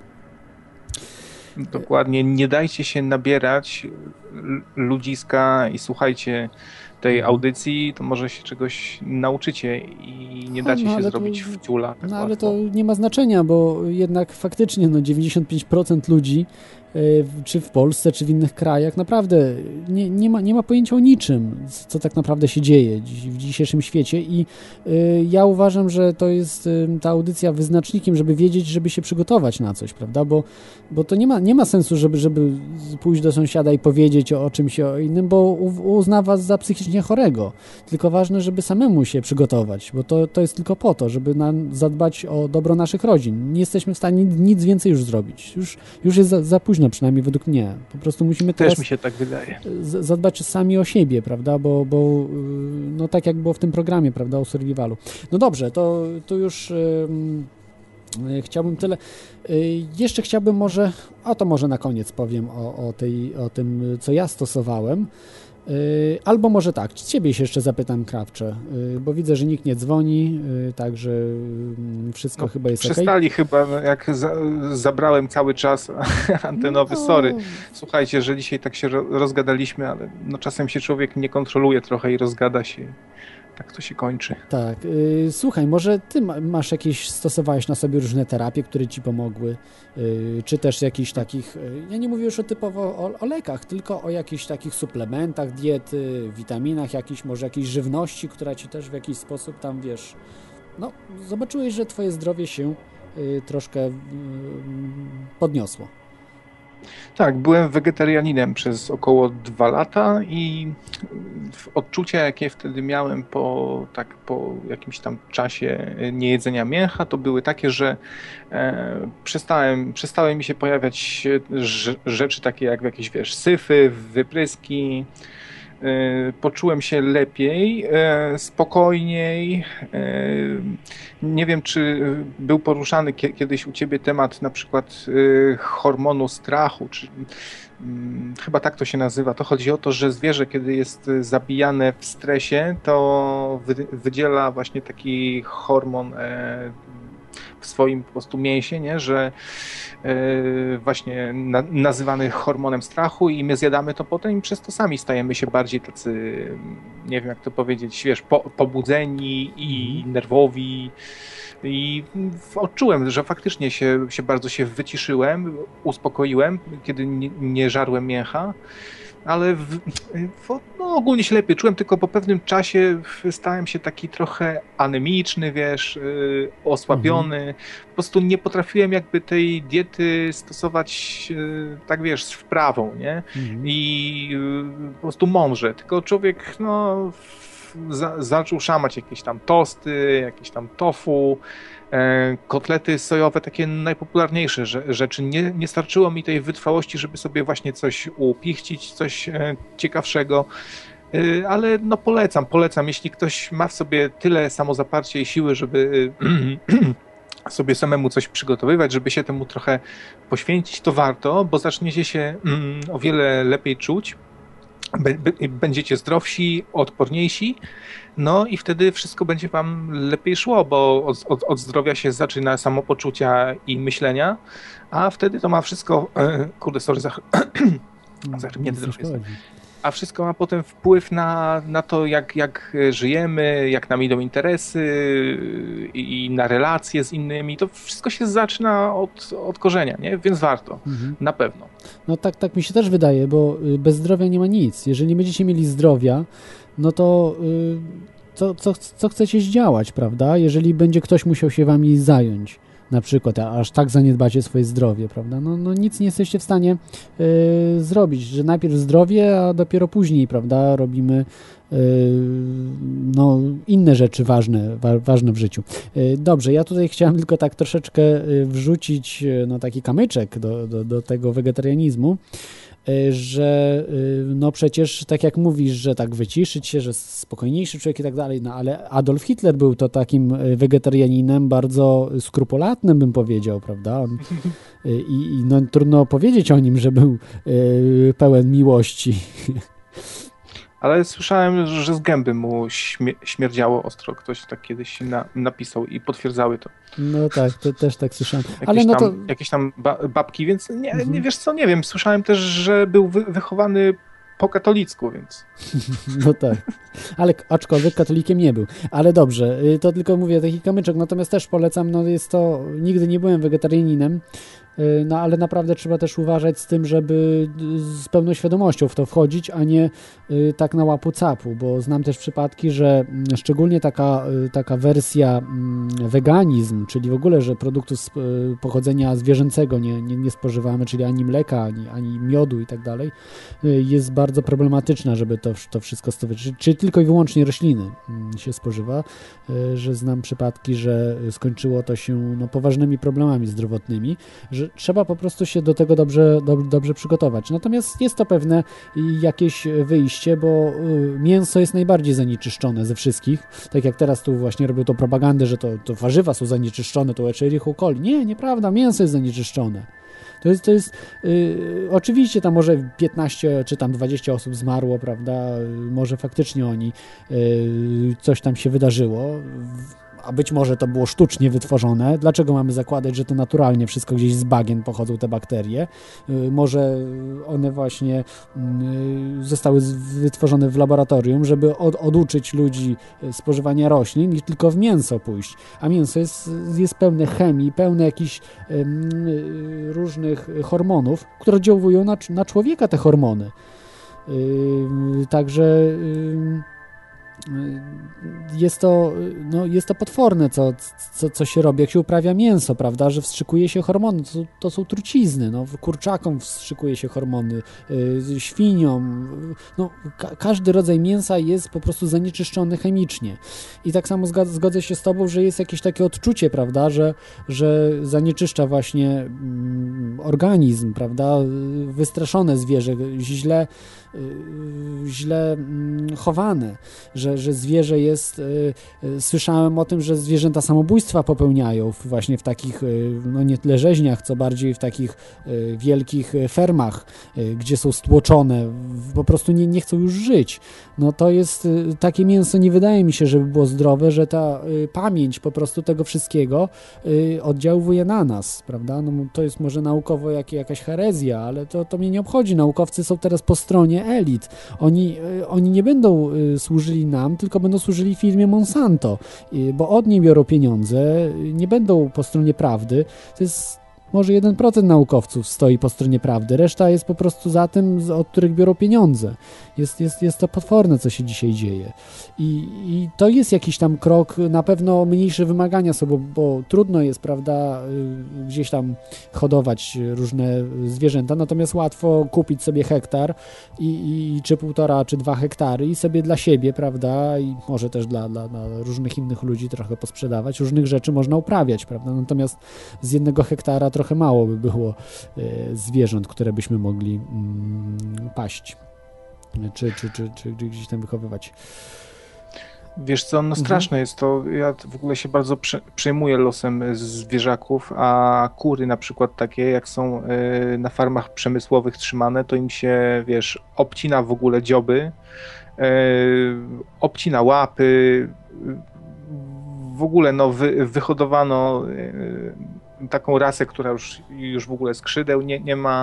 Speaker 6: Dokładnie, nie dajcie się nabierać ludziska i słuchajcie tej audycji, to może się czegoś nauczycie i nie dacie się zrobić wciula. Tak
Speaker 5: ale to nie ma znaczenia, bo jednak faktycznie 95% ludzi, czy w Polsce, czy w innych krajach, naprawdę nie ma pojęcia o niczym, co tak naprawdę się dzieje w dzisiejszym świecie i ja uważam, że to jest ta audycja wyznacznikiem, żeby wiedzieć, żeby się przygotować na coś, prawda, bo to nie ma sensu, żeby pójść do sąsiada i powiedzieć o czymś o innym, bo uzna was za psychicznie chorego, tylko ważne, żeby samemu się przygotować, bo to jest tylko po to, żeby zadbać o dobro naszych rodzin. Nie jesteśmy w stanie nic więcej już zrobić. Już jest za późno, przynajmniej według mnie. Po prostu musimy teraz
Speaker 6: też mi się tak wydaje.
Speaker 5: Zadbać sami o siebie, prawda, bo no tak jak było w tym programie, prawda, o survivalu. No dobrze, to już chciałbym tyle. Jeszcze chciałbym może na koniec powiem o tym, co ja stosowałem. Albo może tak, ciebie się jeszcze zapytam, Krawcze, bo widzę, że nikt nie dzwoni, także wszystko chyba jest okej.
Speaker 6: Przestali chyba, jak zabrałem cały czas antenowy, sorry. Słuchajcie, że dzisiaj tak się rozgadaliśmy, ale czasem się człowiek nie kontroluje trochę i rozgada się. Tak to się kończy.
Speaker 5: Tak. Słuchaj, może ty stosowałeś na sobie różne terapie, które ci pomogły, czy też jakichś takich, ja nie mówię już typowo o lekach, tylko o jakichś takich suplementach diety, witaminach, może jakiejś żywności, która ci też w jakiś sposób tam, wiesz, zobaczyłeś, że twoje zdrowie się troszkę podniosło.
Speaker 6: Tak, byłem wegetarianinem przez około 2 lata i odczucia, jakie wtedy miałem po jakimś tam czasie niejedzenia mięcha, to były takie, że przestały mi się pojawiać rzeczy takie jak jakieś, wiesz, syfy, wypryski. Poczułem się lepiej, spokojniej. Nie wiem, czy był poruszany kiedyś u ciebie temat na przykład hormonu strachu, czy chyba tak to się nazywa. To chodzi o to, że zwierzę, kiedy jest zabijane w stresie, to wydziela właśnie taki hormon w swoim po prostu mięsie, nie? Że właśnie nazywany hormonem strachu i my zjadamy to potem i przez to sami stajemy się bardziej tacy, nie wiem jak to powiedzieć, wiesz, pobudzeni i nerwowi i odczułem, że faktycznie się bardzo się wyciszyłem, uspokoiłem, kiedy nie żarłem mięcha. Ale ogólnie się lepiej czułem, tylko po pewnym czasie stałem się taki trochę anemiczny, wiesz, osłabiony. Po prostu nie potrafiłem jakby tej diety stosować, tak wiesz, z wprawą, nie? I po prostu mądrze. Tylko człowiek, zaczął szamać jakieś tam tosty, jakieś tam tofu, kotlety sojowe, takie najpopularniejsze rzeczy. Nie starczyło mi tej wytrwałości, żeby sobie właśnie coś upichcić, coś ciekawszego. Ale no polecam, jeśli ktoś ma w sobie tyle samozaparcia i siły, żeby sobie samemu coś przygotowywać, żeby się temu trochę poświęcić, to warto, bo zaczniecie się o wiele lepiej czuć, będziecie zdrowsi, odporniejsi, no i wtedy wszystko będzie wam lepiej szło, bo od zdrowia się zaczyna samopoczucia i myślenia, a wtedy to ma wszystko, kurde, sorry, zachrypnięty trochę jestem. A wszystko ma potem wpływ na to, jak żyjemy, jak nam idą interesy i na relacje z innymi. To wszystko się zaczyna od korzenia, nie? Więc warto, na pewno.
Speaker 5: No tak mi się też wydaje, bo bez zdrowia nie ma nic. Jeżeli nie będziecie mieli zdrowia, no to co chcecie zdziałać, prawda? Jeżeli będzie ktoś musiał się wami zająć, na przykład, aż tak zaniedbacie swoje zdrowie, prawda? No nic nie jesteście w stanie zrobić, że najpierw zdrowie, a dopiero później, prawda, robimy inne rzeczy ważne w życiu. Dobrze, ja tutaj chciałem tylko tak troszeczkę wrzucić taki kamyczek do tego wegetarianizmu, że no przecież tak jak mówisz, że tak wyciszyć się, że spokojniejszy człowiek i tak dalej, no ale Adolf Hitler był to takim wegetarianinem bardzo skrupulatnym, bym powiedział, prawda? No, trudno powiedzieć o nim, że był pełen miłości.
Speaker 6: Ale słyszałem, że z gęby mu śmierdziało ostro. Ktoś tak kiedyś napisał i potwierdzały to.
Speaker 5: No tak, to też tak słyszałem. Ale no to...
Speaker 6: Jakieś tam babki, więc nie wiesz co, nie wiem. Słyszałem też, że był wychowany po katolicku, więc...
Speaker 5: No tak, ale aczkolwiek katolikiem nie był. Ale dobrze, to tylko mówię taki kamyczek, natomiast też polecam, no jest to, nigdy nie byłem wegetarianinem, no ale naprawdę trzeba też uważać z tym, żeby z pełną świadomością w to wchodzić, a nie tak na łapu capu, bo znam też przypadki, że szczególnie taka wersja weganizm, czyli w ogóle, że produktów pochodzenia zwierzęcego nie spożywamy, czyli ani mleka, ani miodu i tak dalej, jest bardzo problematyczna, żeby to wszystko stosować. Czyli tylko i wyłącznie rośliny się spożywa, że znam przypadki, że skończyło to się poważnymi problemami zdrowotnymi, że trzeba po prostu się do tego dobrze przygotować. Natomiast jest to pewne jakieś wyjście, bo mięso jest najbardziej zanieczyszczone ze wszystkich. Tak jak teraz tu właśnie robią to propagandę, że to warzywa są zanieczyszczone, to Escherichia coli. Nie, nieprawda, mięso jest zanieczyszczone. To jest oczywiście tam może 15 czy tam 20 osób zmarło, prawda, może faktycznie oni coś tam się wydarzyło, a być może to było sztucznie wytworzone. Dlaczego mamy zakładać, że to naturalnie wszystko gdzieś z bagien pochodzą te bakterie? Może one właśnie zostały wytworzone w laboratorium, żeby oduczyć ludzi spożywania roślin i tylko w mięso pójść. A mięso jest pełne chemii, pełne jakichś różnych hormonów, które oddziałują na człowieka, te hormony. Także jest to potworne, co się robi, jak się uprawia mięso, prawda, że wstrzykuje się hormony, to są trucizny, kurczakom wstrzykuje się hormony, świniom, każdy rodzaj mięsa jest po prostu zanieczyszczony chemicznie i tak samo zgodzę się z tobą, że jest jakieś takie odczucie, prawda, że zanieczyszcza właśnie organizm, prawda, wystraszone zwierzę, źle chowane, że zwierzę jest, słyszałem o tym, że zwierzęta samobójstwa popełniają właśnie w takich, nie tyle rzeźniach, co bardziej w takich wielkich fermach, gdzie są stłoczone, po prostu nie chcą już żyć. To jest, takie mięso nie wydaje mi się, żeby było zdrowe, że ta pamięć po prostu tego wszystkiego oddziałuje na nas, prawda? To jest może naukowo jakaś herezja, ale to mnie nie obchodzi. Naukowcy są teraz po stronie elit. Oni nie będą służyli nam, tylko będą służyli firmie Monsanto, bo od niej biorą pieniądze, nie będą po stronie prawdy. To jest może 1% naukowców stoi po stronie prawdy, reszta jest po prostu za tym, od których biorą pieniądze. Jest to potworne, co się dzisiaj dzieje. I to jest jakiś tam krok, na pewno mniejsze wymagania są, bo trudno jest, prawda, gdzieś tam hodować różne zwierzęta, natomiast łatwo kupić sobie hektar czy 1,5 czy 2 hektary i sobie dla siebie, prawda, i może też dla różnych innych ludzi trochę posprzedawać. Różnych rzeczy można uprawiać, prawda, natomiast z 1 hektara trochę mało by było zwierząt, które byśmy mogli paść. czy gdzieś tam wychowywać.
Speaker 6: Wiesz co, no straszne jest to, ja w ogóle się bardzo przejmuję losem zwierzaków, a kury na przykład takie, jak są na farmach przemysłowych trzymane, to im się, wiesz, obcina w ogóle dzioby, obcina łapy, w ogóle no wyhodowano taką rasę, która już w ogóle skrzydeł nie ma,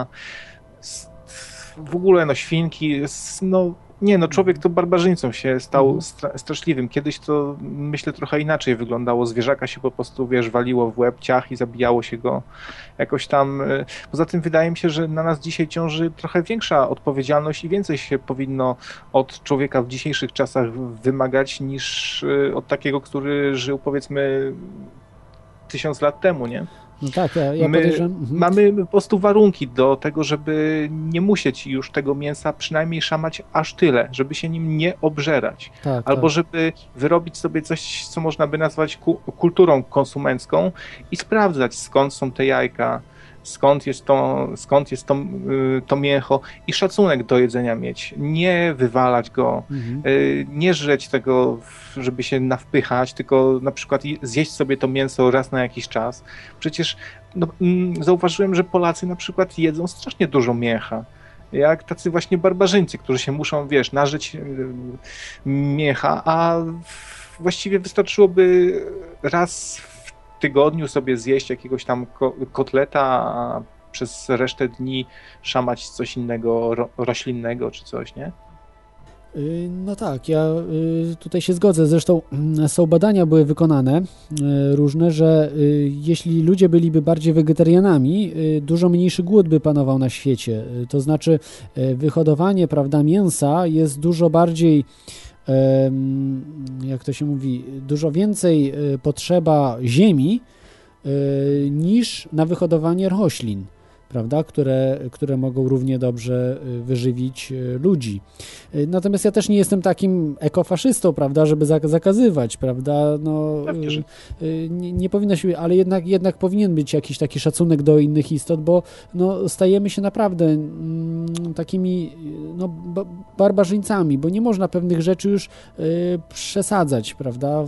Speaker 6: w ogóle no świnki, no nie, no człowiek to barbarzyńcą się stał straszliwym. Kiedyś to, myślę, trochę inaczej wyglądało. Zwierzaka się po prostu, wiesz, waliło w łeb, ciach i zabijało się go jakoś tam. Poza tym wydaje mi się, że na nas dzisiaj ciąży trochę większa odpowiedzialność i więcej się powinno od człowieka w dzisiejszych czasach wymagać niż od takiego, który żył, powiedzmy, 1000 lat temu, nie?
Speaker 5: No tak, ja
Speaker 6: My
Speaker 5: podejrzewam.
Speaker 6: mamy po prostu warunki do tego, żeby nie musieć już tego mięsa przynajmniej szamać aż tyle, żeby się nim nie obżerać.
Speaker 5: Tak,
Speaker 6: Albo żeby wyrobić sobie coś, co można by nazwać kulturą konsumencką i sprawdzać, skąd są te jajka, skąd jest to mięcho i szacunek do jedzenia mieć. Nie wywalać go, nie żreć tego, żeby się nawpychać, tylko na przykład zjeść sobie to mięso raz na jakiś czas. Przecież zauważyłem, że Polacy na przykład jedzą strasznie dużo mięcha. Jak tacy właśnie barbarzyńcy, którzy się muszą, wiesz, nażyć mięcha, a właściwie wystarczyłoby raz w tygodniu sobie zjeść jakiegoś tam kotleta, a przez resztę dni szamać coś innego, roślinnego czy coś, nie?
Speaker 5: No tak, ja tutaj się zgodzę. Zresztą są badania były wykonane różne, że jeśli ludzie byliby bardziej wegetarianami, dużo mniejszy głód by panował na świecie. To znaczy wyhodowanie, prawda, mięsa jest dużo bardziej, jak to się mówi, dużo więcej potrzeba ziemi niż na wyhodowanie roślin, prawda, które mogą równie dobrze wyżywić ludzi. Natomiast ja też nie jestem takim ekofaszystą, prawda, żeby zakazywać, prawda, no nie powinno się, ale jednak powinien być jakiś taki szacunek do innych istot, bo no, stajemy się naprawdę takimi no, barbarzyńcami, bo nie można pewnych rzeczy już przesadzać, prawda,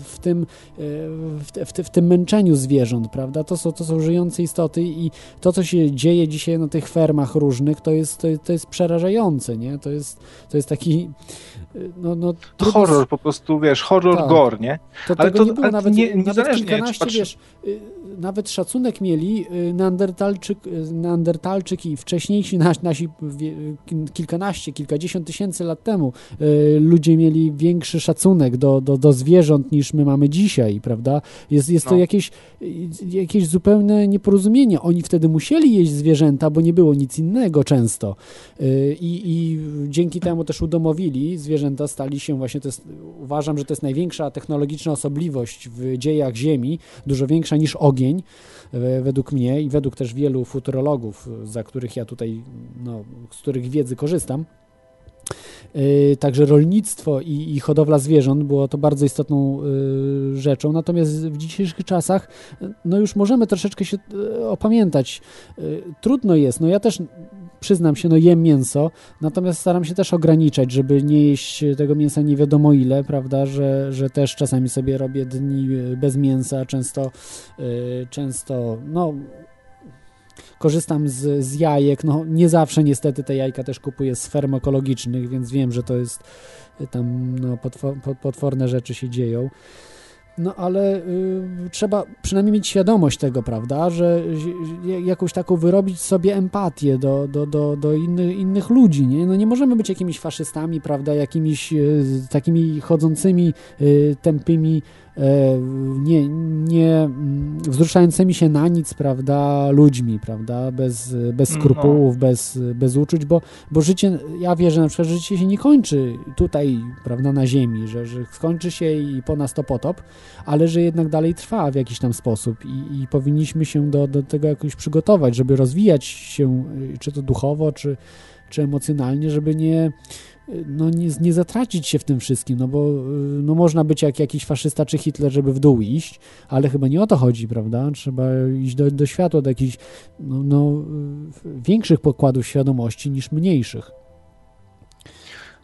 Speaker 5: w tym męczeniu zwierząt, prawda, to są żyjące istoty i to, co się dzieje dzisiaj na tych fermach różnych, to jest przerażające, nie? To jest taki
Speaker 6: horror po prostu, wiesz, horror
Speaker 5: tak.
Speaker 6: gore, nie?
Speaker 5: Ale to nie było nawet
Speaker 6: kilkanaście,
Speaker 5: wiesz, nawet szacunek mieli Neandertalczyk i wcześniejsi nasi kilkadziesiąt tysięcy lat temu ludzie mieli większy szacunek do zwierząt niż my mamy dzisiaj, prawda? Jest to jakieś zupełne nieporozumienie. Oni wtedy musieli jeść zwierzęta, bo nie było nic innego często. I dzięki temu też udomowili zwierzęta, stali się właśnie, uważam, że to jest największa technologiczna osobliwość w dziejach Ziemi, dużo większa niż ogień, według mnie i według też wielu futurologów, za których ja tutaj, z których wiedzy korzystam. Także rolnictwo i hodowla zwierząt było to bardzo istotną rzeczą, natomiast w dzisiejszych czasach już możemy troszeczkę się opamiętać. Trudno jest, ja też przyznam się, jem mięso, natomiast staram się też ograniczać, żeby nie jeść tego mięsa nie wiadomo ile, prawda, że też czasami sobie robię dni bez mięsa, często korzystam z jajek, nie zawsze niestety te jajka też kupuję z ferm ekologicznych, więc wiem, że to jest tam potworne rzeczy się dzieją. Ale trzeba przynajmniej mieć świadomość tego, prawda, że jakąś taką wyrobić sobie empatię do innych ludzi, nie? Nie możemy być jakimiś faszystami, prawda, jakimiś takimi chodzącymi, tępymi, nie wzruszającymi się na nic, prawda, ludźmi, prawda, bez skrupułów, bez uczuć, bo życie, ja wierzę, na przykład, że życie się nie kończy tutaj, prawda, na ziemi, że skończy się i po nas to potop, ale że jednak dalej trwa w jakiś tam sposób i powinniśmy się do tego jakoś przygotować, żeby rozwijać się, czy to duchowo, czy emocjonalnie, żeby nie zatracić się w tym wszystkim, bo można być jak jakiś faszysta czy Hitler, żeby w dół iść, ale chyba nie o to chodzi, prawda? Trzeba iść do światła, do jakichś większych pokładów świadomości niż mniejszych.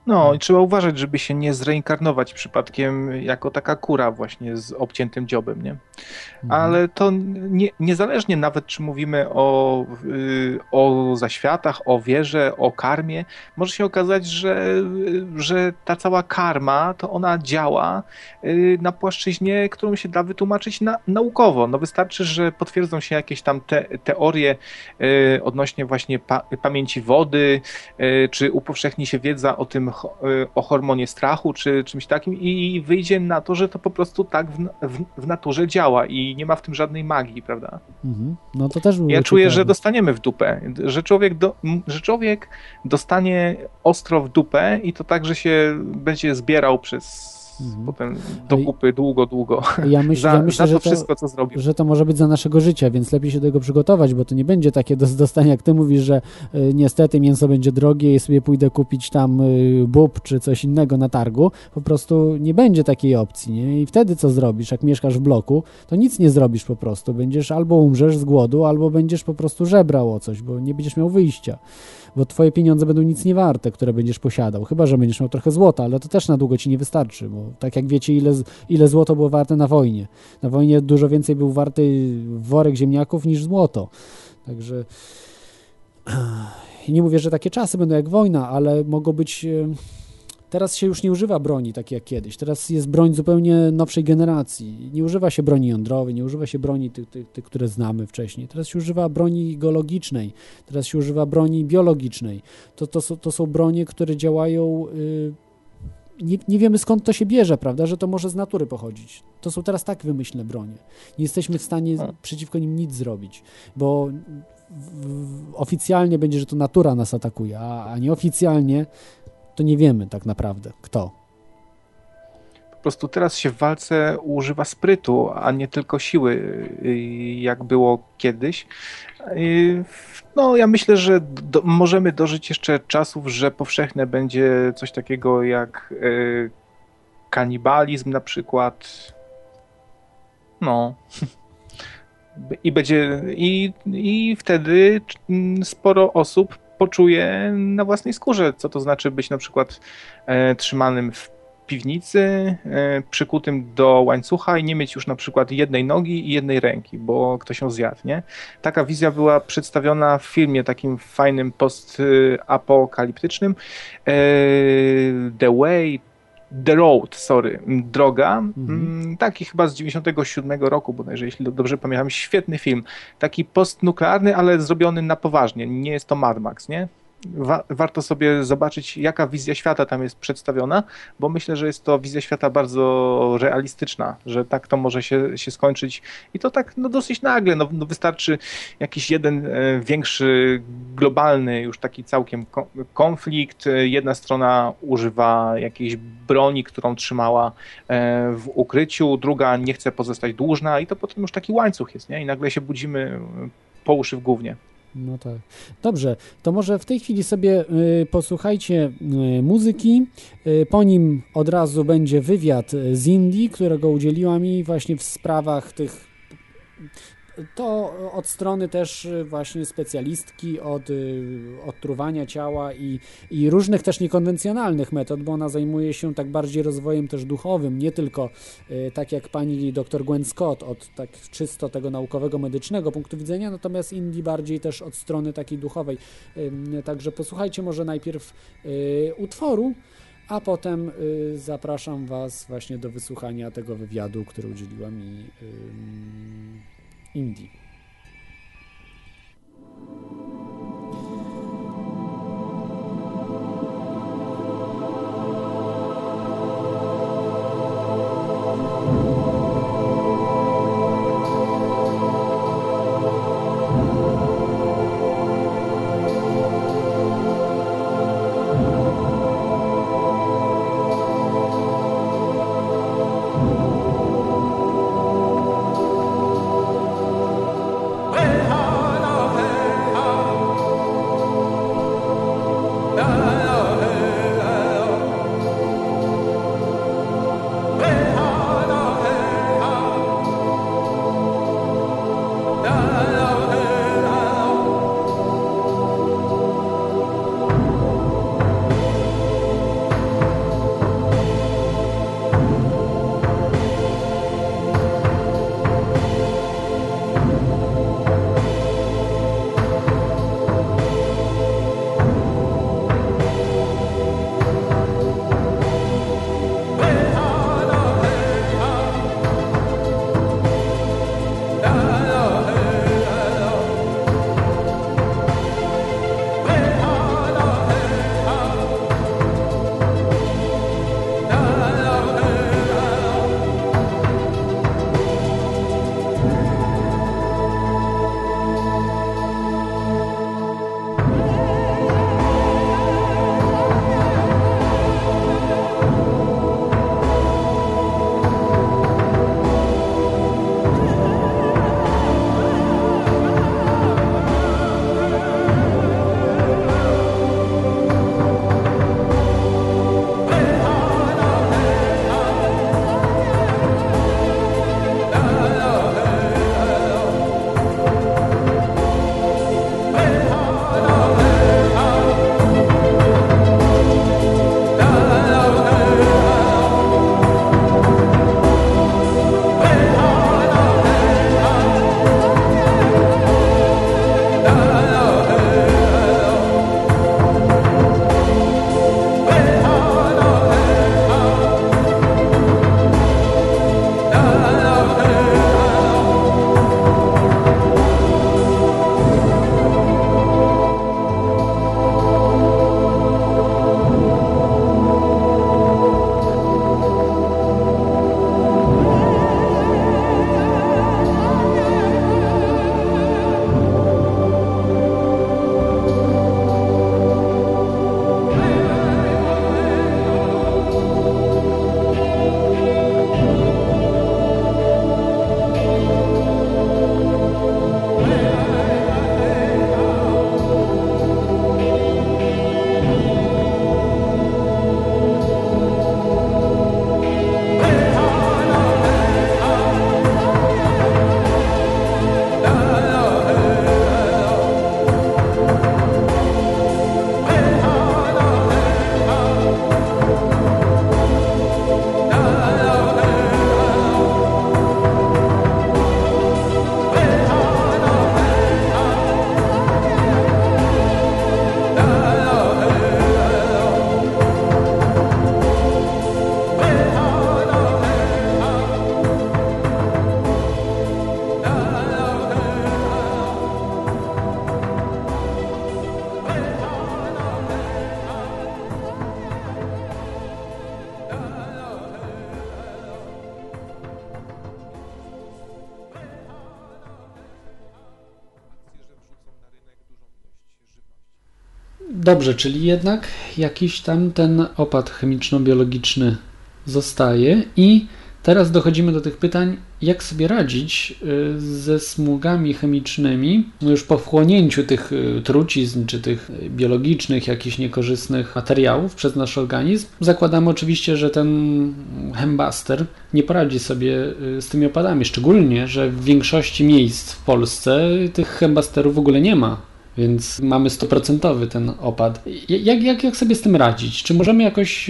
Speaker 6: No i trzeba uważać, żeby się nie zreinkarnować przypadkiem jako taka kura właśnie z obciętym dziobem, nie? Ale to niezależnie nawet, czy mówimy o zaświatach, o wierze, o karmie, może się okazać, że ta cała karma, to ona działa na płaszczyźnie, którą się da wytłumaczyć naukowo. No wystarczy, że potwierdzą się jakieś tam teorie odnośnie właśnie pamięci wody, czy upowszechni się wiedza o tym, o hormonie strachu, czy czymś takim i wyjdzie na to, że to po prostu tak w naturze działa i nie ma w tym żadnej magii, prawda?
Speaker 5: No to też
Speaker 6: Ja czuję, że dostaniemy w dupę, że człowiek dostanie ostro w dupę i to tak, że się będzie zbierał przez potem do kupy długo
Speaker 5: ja myślę,
Speaker 6: za to
Speaker 5: że
Speaker 6: wszystko, co zrobił.
Speaker 5: Że to może być za naszego życia, więc lepiej się do tego przygotować, bo to nie będzie takie do dostania, jak ty mówisz, że niestety mięso będzie drogie i sobie pójdę kupić tam bób czy coś innego na targu. Po prostu nie będzie takiej opcji, nie? I wtedy co zrobisz? Jak mieszkasz w bloku, to nic nie zrobisz po prostu. Będziesz albo umrzesz z głodu, albo będziesz po prostu żebrał o coś, bo nie będziesz miał wyjścia. Bo twoje pieniądze będą nic nie warte, które będziesz posiadał. Chyba że będziesz miał trochę złota, ale to też na długo ci nie wystarczy, bo tak jak wiecie, ile złoto było warte na wojnie. Na wojnie dużo więcej był warty worek ziemniaków niż złoto. Także nie mówię, że takie czasy będą jak wojna, ale mogą być... Teraz się już nie używa broni tak jak kiedyś. Teraz jest broń zupełnie nowszej generacji. Nie używa się broni jądrowej, nie używa się broni tych, które znamy wcześniej. Teraz się używa broni geologicznej, teraz się używa broni biologicznej. To są bronie, które działają... Nie wiemy skąd to się bierze, prawda, że to może z natury pochodzić. To są teraz tak wymyślne bronie. Nie jesteśmy w stanie przeciwko nim nic zrobić, bo oficjalnie będzie, że to natura nas atakuje, a nieoficjalnie to nie wiemy tak naprawdę kto.
Speaker 6: Po prostu teraz się w walce używa sprytu, a nie tylko siły, jak było kiedyś. No, ja myślę, że możemy dożyć jeszcze czasów, że powszechne będzie coś takiego jak kanibalizm na przykład. No. I wtedy sporo osób poczuje na własnej skórze, co to znaczy być na przykład trzymanym w piwnicy, przykutym do łańcucha i nie mieć już na przykład jednej nogi i jednej ręki, bo ktoś ją zjadł, nie? Taka wizja była przedstawiona w filmie takim fajnym post-apokaliptycznym Droga, taki chyba z 97 roku bodajże, jeśli dobrze pamiętam, świetny film, taki postnuklearny, ale zrobiony na poważnie, nie jest to Mad Max, nie? Warto sobie zobaczyć, jaka wizja świata tam jest przedstawiona, bo myślę, że jest to wizja świata bardzo realistyczna, że tak to może się skończyć i to tak dosyć nagle, no wystarczy jakiś jeden większy, globalny, już taki całkiem konflikt, jedna strona używa jakiejś broni, którą trzymała w ukryciu, druga nie chce pozostać dłużna i to potem już taki łańcuch jest, nie? I nagle się budzimy po uszy w gównie.
Speaker 5: No tak. Dobrze, to może w tej chwili sobie posłuchajcie muzyki. Po nim od razu będzie wywiad z Indii, którego udzieliła mi właśnie w sprawach tych... To od strony też właśnie specjalistki od odtruwania ciała i różnych też niekonwencjonalnych metod, bo ona zajmuje się tak bardziej rozwojem też duchowym, nie tylko tak jak pani dr Gwen Scott od tak czysto tego naukowego, medycznego punktu widzenia, natomiast Indii bardziej też od strony takiej duchowej. Także posłuchajcie może najpierw utworu, a potem zapraszam Was właśnie do wysłuchania tego wywiadu, który udzieliła mi Indii. Dobrze, czyli jednak jakiś tam ten opad chemiczno-biologiczny zostaje i teraz dochodzimy do tych pytań, jak sobie radzić ze smugami chemicznymi, już po wchłonięciu tych trucizn, czy tych biologicznych, jakichś niekorzystnych materiałów przez nasz organizm. Zakładamy oczywiście, że ten Hembuster nie poradzi sobie z tymi opadami, szczególnie, że w większości miejsc w Polsce tych Hembusterów w ogóle nie ma. Więc mamy 100% ten opad. Jak sobie z tym radzić? Czy możemy jakoś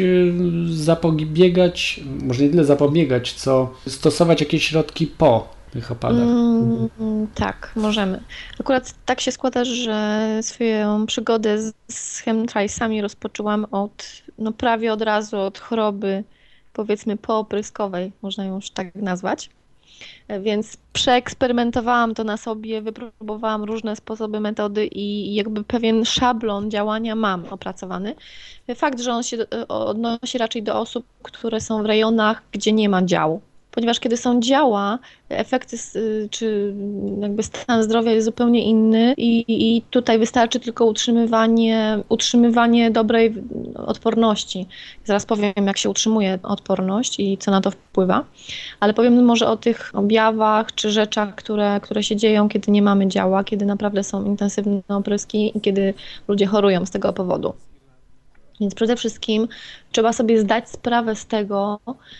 Speaker 5: zapobiegać, może nie tyle zapobiegać, co stosować jakieś środki po tych opadach?
Speaker 7: Tak, możemy. Akurat tak się składa, że swoją przygodę z chemtrailsami rozpoczęłam prawie od razu od choroby, powiedzmy poopryskowej, można ją już tak nazwać. Więc przeeksperymentowałam to na sobie, wypróbowałam różne sposoby, metody i jakby pewien szablon działania mam opracowany. Fakt, że on się odnosi raczej do osób, które są w rejonach, gdzie nie ma działu. Ponieważ kiedy są działa, efekty czy jakby stan zdrowia jest zupełnie inny i tutaj wystarczy tylko utrzymywanie dobrej odporności. Zaraz powiem, jak się utrzymuje odporność i co na to wpływa, ale powiem może o tych objawach czy rzeczach, które się dzieją, kiedy nie mamy działa, kiedy naprawdę są intensywne opryski i kiedy ludzie chorują z tego powodu. Więc przede wszystkim trzeba sobie zdać sprawę z tego,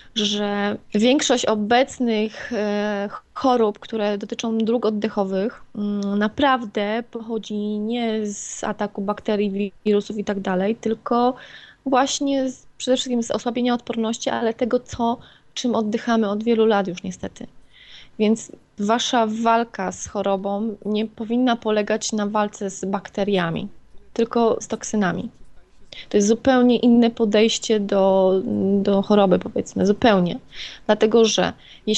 Speaker 7: że większość obecnych chorób, które dotyczą dróg oddechowych, naprawdę pochodzi nie z ataku bakterii, wirusów i tak dalej, tylko właśnie przede wszystkim z osłabienia odporności, ale tego, czym oddychamy od wielu lat już niestety. Więc wasza walka z chorobą nie powinna polegać na walce z bakteriami, tylko z toksynami. To jest zupełnie inne podejście do choroby, powiedzmy, zupełnie. Dlatego, że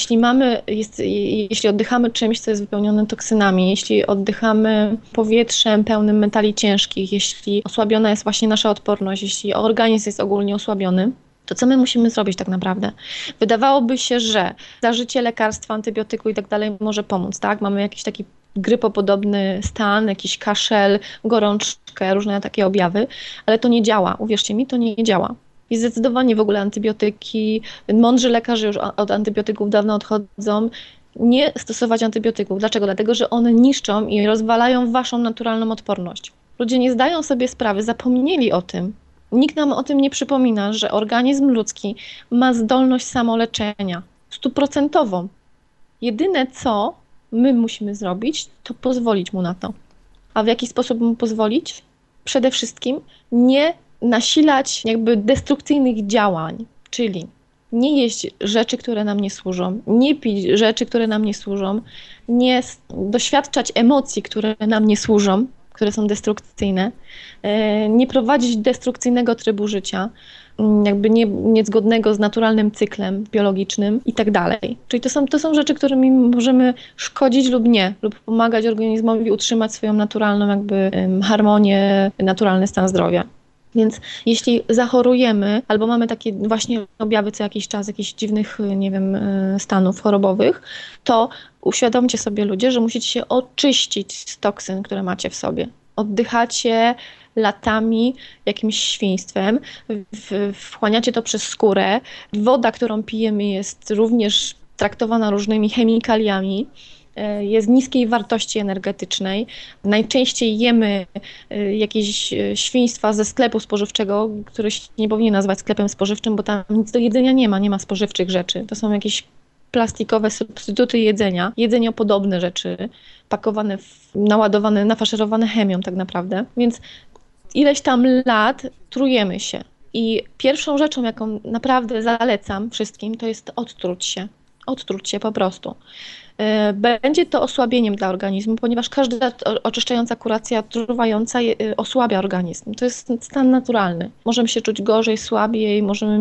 Speaker 7: jeśli oddychamy czymś, co jest wypełnione toksynami, jeśli oddychamy powietrzem pełnym metali ciężkich, jeśli osłabiona jest właśnie nasza odporność, jeśli organizm jest ogólnie osłabiony, to co my musimy zrobić tak naprawdę? Wydawałoby się, że zażycie lekarstwa, antybiotyku i tak dalej może pomóc, tak? Mamy jakiś taki grypopodobny stan, jakiś kaszel, gorączkę, różne takie objawy, ale to nie działa, uwierzcie mi, to nie działa. I zdecydowanie w ogóle antybiotyki, mądrzy lekarze już od antybiotyków dawno odchodzą, nie stosować antybiotyków. Dlaczego? Dlatego, że one niszczą i rozwalają waszą naturalną odporność. Ludzie nie zdają sobie sprawy, zapomnieli o tym. Nikt nam o tym nie przypomina, że organizm ludzki ma zdolność samoleczenia 100%. Jedyne co my musimy zrobić, to pozwolić mu na to. A w jaki sposób mu pozwolić? Przede wszystkim nie nasilać jakby destrukcyjnych działań, czyli nie jeść rzeczy, które nam nie służą, nie pić rzeczy, które nam nie służą, nie doświadczać emocji, które nam nie służą, które są destrukcyjne, nie prowadzić destrukcyjnego trybu życia, jakby niezgodnego z naturalnym cyklem biologicznym i tak dalej. Czyli to są rzeczy, którymi możemy szkodzić lub pomagać organizmowi utrzymać swoją naturalną jakby harmonię, naturalny stan zdrowia. Więc jeśli zachorujemy albo mamy takie właśnie objawy co jakiś czas, jakichś dziwnych, nie wiem, stanów chorobowych, to uświadomcie sobie ludzie, że musicie się oczyścić z toksyn, które macie w sobie. Oddychacie latami jakimś świństwem, wchłaniacie to przez skórę. Woda, którą pijemy, jest również traktowana różnymi chemikaliami, jest niskiej wartości energetycznej. Najczęściej jemy jakieś świństwa ze sklepu spożywczego, który się nie powinien nazywać sklepem spożywczym, bo tam nic do jedzenia nie ma spożywczych rzeczy. To są jakieś plastikowe substytuty jedzenia, jedzeniopodobne rzeczy, pakowane, naładowane, nafaszerowane chemią tak naprawdę. Więc ileś tam lat trujemy się. I pierwszą rzeczą, jaką naprawdę zalecam wszystkim, to jest odtruć się. Odtruć się po prostu. Będzie to osłabieniem dla organizmu, ponieważ każda oczyszczająca kuracja truwająca osłabia organizm. To jest stan naturalny. Możemy się czuć gorzej, słabiej, możemy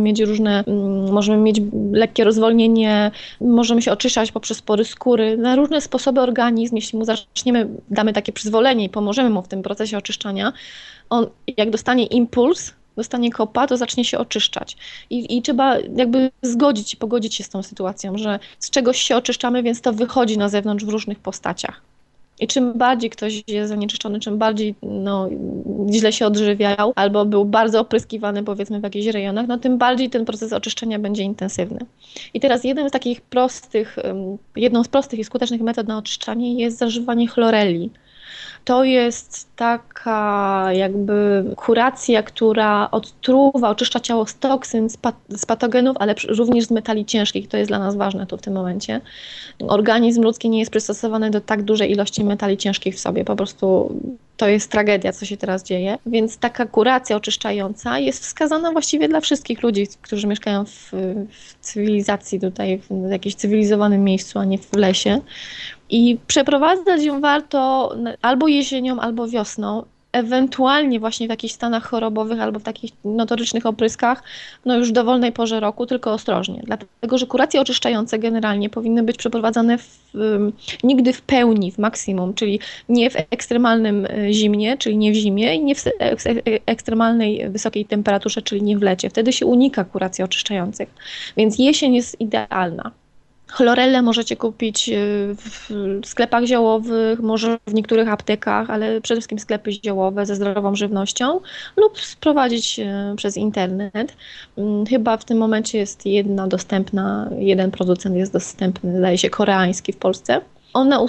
Speaker 7: mieć lekkie rozwolnienie, możemy się oczyszczać poprzez pory skóry. Na różne sposoby organizm, jeśli mu damy takie przyzwolenie i pomożemy mu w tym procesie oczyszczania, on jak dostanie impuls, dostanie kopa, to zacznie się oczyszczać. I trzeba jakby pogodzić się z tą sytuacją, że z czegoś się oczyszczamy, więc to wychodzi na zewnątrz w różnych postaciach. I czym bardziej ktoś jest zanieczyszczony, czym bardziej źle się odżywiał albo był bardzo opryskiwany powiedzmy w jakichś rejonach, tym bardziej ten proces oczyszczenia będzie intensywny. I teraz jedną z prostych i skutecznych metod na oczyszczanie jest zażywanie chloreli. To jest taka jakby kuracja, która odtruwa, oczyszcza ciało z toksyn, z patogenów, ale również z metali ciężkich. To jest dla nas ważne tu w tym momencie. Organizm ludzki nie jest przystosowany do tak dużej ilości metali ciężkich w sobie. Po prostu to jest tragedia, co się teraz dzieje. Więc taka kuracja oczyszczająca jest wskazana właściwie dla wszystkich ludzi, którzy mieszkają w cywilizacji tutaj, w jakimś cywilizowanym miejscu, a nie w lesie. I przeprowadzać ją warto albo jesienią, albo wiosną, ewentualnie właśnie w jakichś stanach chorobowych albo w takich notorycznych opryskach, już w dowolnej porze roku, tylko ostrożnie. Dlatego, że kuracje oczyszczające generalnie powinny być przeprowadzane nigdy w pełni, w maksimum, czyli nie w ekstremalnym zimnie, czyli nie w zimie i nie w ekstremalnej wysokiej temperaturze, czyli nie w lecie. Wtedy się unika kuracji oczyszczających. Więc jesień jest idealna. Chlorellę możecie kupić w sklepach ziołowych, może w niektórych aptekach, ale przede wszystkim sklepy ziołowe ze zdrową żywnością lub sprowadzić przez internet. Chyba w tym momencie jest jeden producent jest dostępny, zdaje się koreański w Polsce. Ona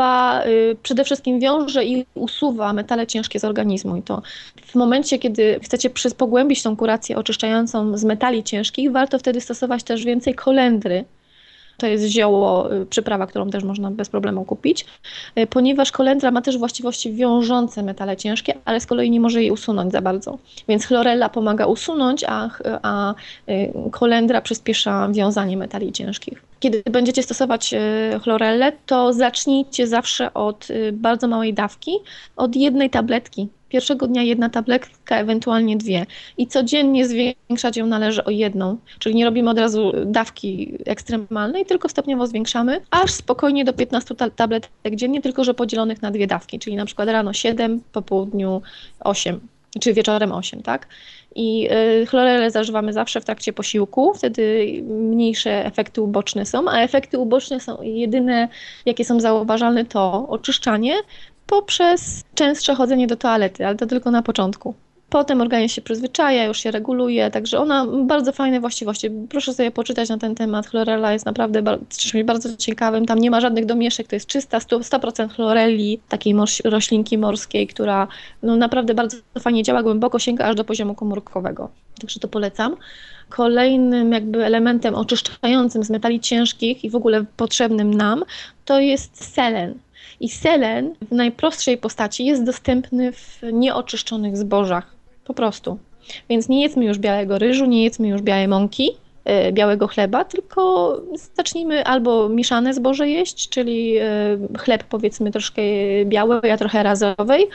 Speaker 7: przede wszystkim wiąże i usuwa metale ciężkie z organizmu i to w momencie, kiedy chcecie pogłębić tą kurację oczyszczającą z metali ciężkich, warto wtedy stosować też więcej kolendry. To jest zioło, przyprawa, którą też można bez problemu kupić, ponieważ kolendra ma też właściwości wiążące metale ciężkie, ale z kolei nie może jej usunąć za bardzo. Więc chlorella pomaga usunąć, a kolendra przyspiesza wiązanie metali ciężkich. Kiedy będziecie stosować chlorellę, to zacznijcie zawsze od bardzo małej dawki, od jednej tabletki. Pierwszego dnia 1 tabletka, ewentualnie 2. I codziennie zwiększać ją należy o 1. Czyli nie robimy od razu dawki ekstremalnej, tylko stopniowo zwiększamy, aż spokojnie do 15 tabletek dziennie, tylko że podzielonych na 2 dawki. Czyli na przykład rano 7, po południu 8, czy wieczorem 8, tak? I chlorellę zażywamy zawsze w trakcie posiłku, wtedy mniejsze efekty uboczne są, a efekty uboczne są jedyne, jakie są zauważalne, to oczyszczanie poprzez częstsze chodzenie do toalety, ale to tylko na początku. Potem organizm się przyzwyczaja, już się reguluje, także ona ma bardzo fajne właściwości. Proszę sobie poczytać na ten temat. Chlorella jest naprawdę czymś bardzo ciekawym. Tam nie ma żadnych domieszek, to jest czysta 100% chlorelli, takiej roślinki morskiej, która naprawdę bardzo fajnie działa, głęboko sięga aż do poziomu komórkowego. Także to polecam. Kolejnym jakby elementem oczyszczającym z metali ciężkich i w ogóle potrzebnym nam to jest selen. I selen w najprostszej postaci jest dostępny w nieoczyszczonych zbożach. Po prostu. Więc nie jedzmy już białego ryżu, nie jedzmy już białej mąki, białego chleba, tylko zacznijmy albo mieszane zboże jeść, czyli chleb powiedzmy troszkę biały, a trochę razowej,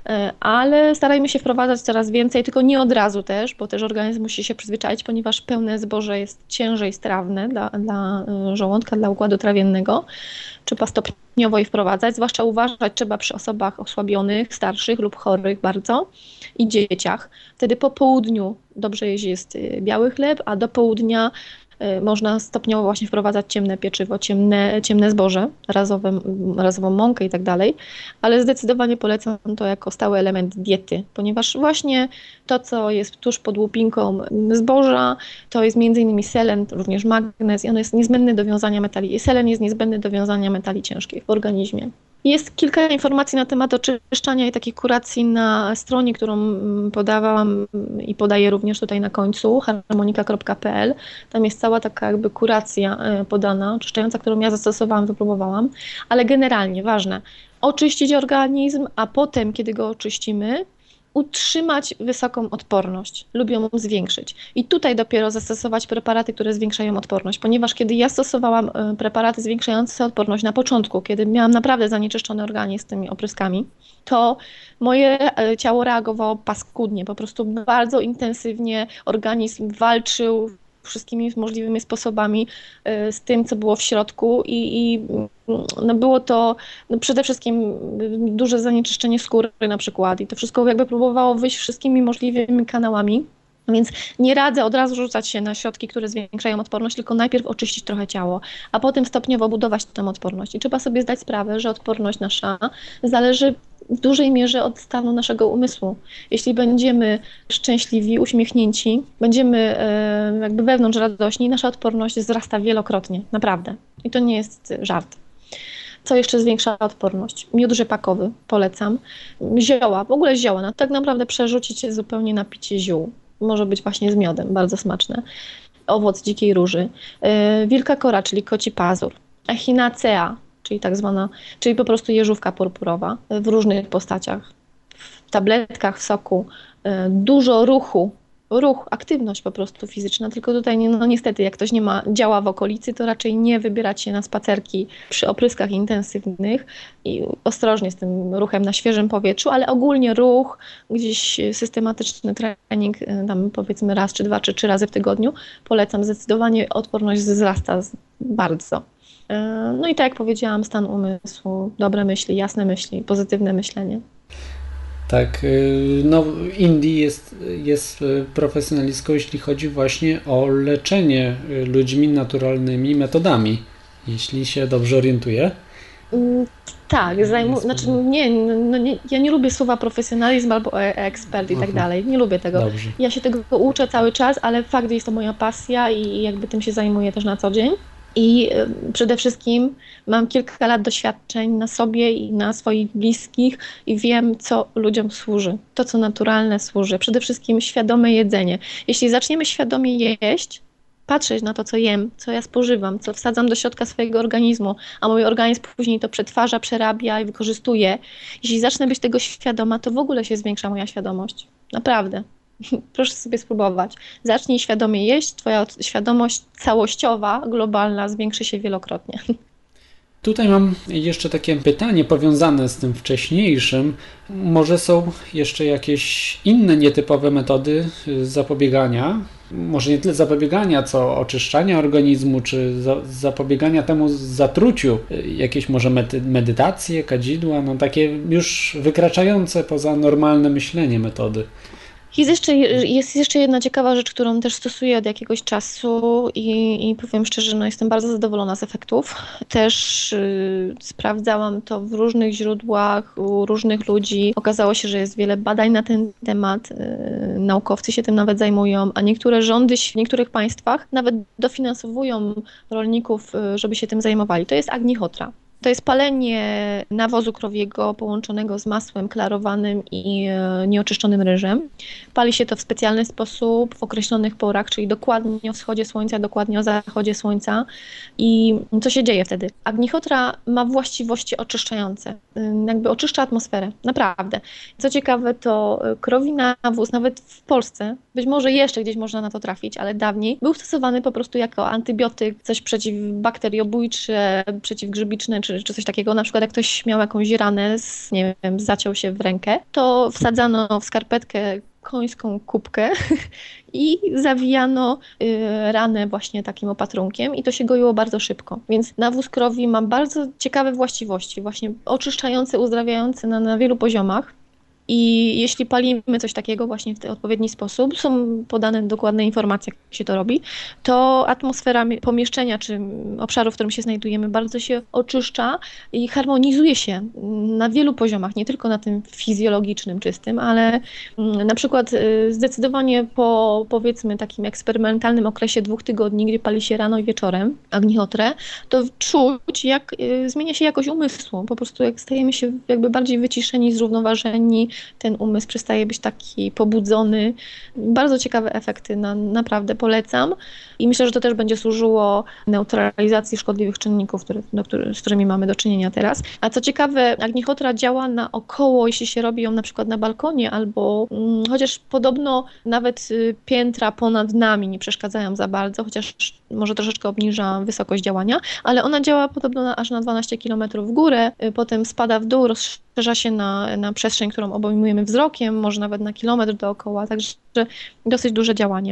Speaker 7: ale starajmy się wprowadzać coraz więcej, tylko nie od razu też, bo też organizm musi się przyzwyczaić, ponieważ pełne zboże jest ciężej strawne dla żołądka, dla układu trawiennego. Trzeba stopniowo je wprowadzać, zwłaszcza uważać trzeba przy osobach osłabionych, starszych lub chorych bardzo i dzieciach. Wtedy po południu dobrze jeść jest biały chleb, a do południa można stopniowo właśnie wprowadzać ciemne pieczywo, ciemne zboże, razową mąkę i tak dalej, ale zdecydowanie polecam to jako stały element diety, ponieważ właśnie to, co jest tuż pod łupinką zboża, to jest m.in. selen, również magnez i on jest niezbędny do wiązania metali. Selen jest niezbędny do wiązania metali ciężkich w organizmie. Jest kilka informacji na temat oczyszczania i takiej kuracji na stronie, którą podawałam i podaję również tutaj na końcu, harmonika.pl. Tam jest cała taka jakby kuracja podana, oczyszczająca, którą ja zastosowałam, wypróbowałam, ale generalnie ważne, oczyścić organizm, a potem, kiedy go oczyścimy, utrzymać wysoką odporność lub ją zwiększyć. I tutaj dopiero zastosować preparaty, które zwiększają odporność, ponieważ kiedy ja stosowałam preparaty zwiększające odporność na początku, kiedy miałam naprawdę zanieczyszczony organizm z tymi opryskami, to moje ciało reagowało paskudnie, po prostu bardzo intensywnie organizm walczył wszystkimi możliwymi sposobami z tym, co było w środku i było to przede wszystkim duże zanieczyszczenie skóry na przykład i to wszystko jakby próbowało wyjść wszystkimi możliwymi kanałami Więc nie radzę od razu rzucać się na środki, które zwiększają odporność, tylko najpierw oczyścić trochę ciało, a potem stopniowo budować tę odporność. I trzeba sobie zdać sprawę, że odporność nasza zależy w dużej mierze od stanu naszego umysłu. Jeśli będziemy szczęśliwi, uśmiechnięci, będziemy jakby wewnątrz radośni, nasza odporność wzrasta wielokrotnie, naprawdę. I to nie jest żart. Co jeszcze zwiększa odporność? Miód rzepakowy, polecam. Zioła, w ogóle zioła, no tak naprawdę przerzucić się zupełnie na picie ziół. Może być właśnie z miodem, bardzo smaczne. Owoc dzikiej róży, wilka kora, czyli koci pazur, echinacea, czyli tak zwana, czyli po prostu jeżówka purpurowa w różnych postaciach, w tabletkach, w soku, dużo ruchu, aktywność po prostu fizyczna, tylko tutaj no niestety jak ktoś nie ma działa w okolicy, to raczej nie wybierać się na spacerki przy opryskach intensywnych i ostrożnie z tym ruchem na świeżym powietrzu, ale ogólnie ruch, gdzieś systematyczny trening, tam powiedzmy raz, czy dwa, czy trzy razy w tygodniu, polecam, zdecydowanie odporność wzrasta bardzo. No i tak jak powiedziałam, stan umysłu, dobre myśli, jasne myśli, pozytywne myślenie.
Speaker 8: Tak, no Indy jest profesjonalistką, jeśli chodzi właśnie o leczenie ludźmi naturalnymi metodami, jeśli się dobrze orientuję.
Speaker 7: Tak, znaczy ja nie lubię słowa profesjonalizm albo ekspert i tak dalej, nie lubię tego.
Speaker 8: Dobrze.
Speaker 7: Ja się tego uczę cały czas, ale fakt, że jest to moja pasja i jakby tym się zajmuję też na co dzień. I przede wszystkim mam kilka lat doświadczeń na sobie i na swoich bliskich i wiem, co ludziom służy. To, co naturalne służy. Przede wszystkim świadome jedzenie. Jeśli zaczniemy świadomie jeść, patrzeć na to, co jem, co ja spożywam, co wsadzam do środka swojego organizmu, a mój organizm później to przetwarza, przerabia i wykorzystuje. Jeśli zacznę być tego świadoma, to w ogóle się zwiększa moja świadomość. Naprawdę. Proszę sobie spróbować. Zacznij świadomie jeść, twoja świadomość całościowa, globalna zwiększy się wielokrotnie.
Speaker 8: Tutaj mam jeszcze takie pytanie powiązane z tym wcześniejszym. Może są jeszcze jakieś inne nietypowe metody zapobiegania? Może nie tyle zapobiegania, co oczyszczania organizmu, czy zapobiegania temu zatruciu. Jakieś może medytacje, kadzidła, no takie już wykraczające poza normalne myślenie metody.
Speaker 7: Jest jeszcze jedna ciekawa rzecz, którą też stosuję od jakiegoś czasu i powiem szczerze, no jestem bardzo zadowolona z efektów. Też sprawdzałam to w różnych źródłach, u różnych ludzi. Okazało się, że jest wiele badań na ten temat. Naukowcy się tym nawet zajmują, a niektóre rządy w niektórych państwach nawet dofinansowują rolników, żeby się tym zajmowali. To jest agnichotra. To jest palenie nawozu krowiego połączonego z masłem klarowanym i nieoczyszczonym ryżem. Pali się to w specjalny sposób, w określonych porach, czyli dokładnie o wschodzie słońca, dokładnie o zachodzie słońca. I co się dzieje wtedy? Agnichotra ma właściwości oczyszczające, jakby oczyszcza atmosferę, naprawdę. Co ciekawe, to krowi nawóz, nawet w Polsce, być może jeszcze gdzieś można na to trafić, ale dawniej był stosowany po prostu jako antybiotyk, coś przeciwbakteriobójcze, przeciwgrzybiczne, czy coś takiego. Na przykład jak ktoś miał jakąś ranę, nie wiem, zaciął się w rękę, to wsadzano w skarpetkę końską kubkę i zawijano ranę właśnie takim opatrunkiem i to się goiło bardzo szybko. Więc nawóz krowi ma bardzo ciekawe właściwości, właśnie oczyszczające, uzdrawiające na wielu poziomach. I jeśli palimy coś takiego właśnie w odpowiedni sposób, są podane dokładne informacje, jak się to robi, to atmosfera pomieszczenia czy obszaru, w którym się znajdujemy, bardzo się oczyszcza i harmonizuje się na wielu poziomach, nie tylko na tym fizjologicznym, czystym, ale na przykład zdecydowanie po powiedzmy takim eksperymentalnym okresie 2 tygodni, gdzie pali się rano i wieczorem agnichotrę, to czuć, jak zmienia się jakość umysłu. Po prostu jak stajemy się jakby bardziej wyciszeni, zrównoważeni, ten umysł przestaje być taki pobudzony. Bardzo ciekawe efekty, naprawdę polecam. I myślę, że to też będzie służyło neutralizacji szkodliwych czynników, z którymi mamy do czynienia teraz. A co ciekawe, agnichotra działa naokoło, jeśli się robi ją na przykład na balkonie, albo chociaż podobno nawet piętra ponad nami nie przeszkadzają za bardzo, chociaż może troszeczkę obniża wysokość działania, ale ona działa podobno aż na 12 km w górę, potem spada w dół, rozszerza się na przestrzeń, którą obejmujemy wzrokiem, może nawet na kilometr dookoła, także dosyć duże działanie ma.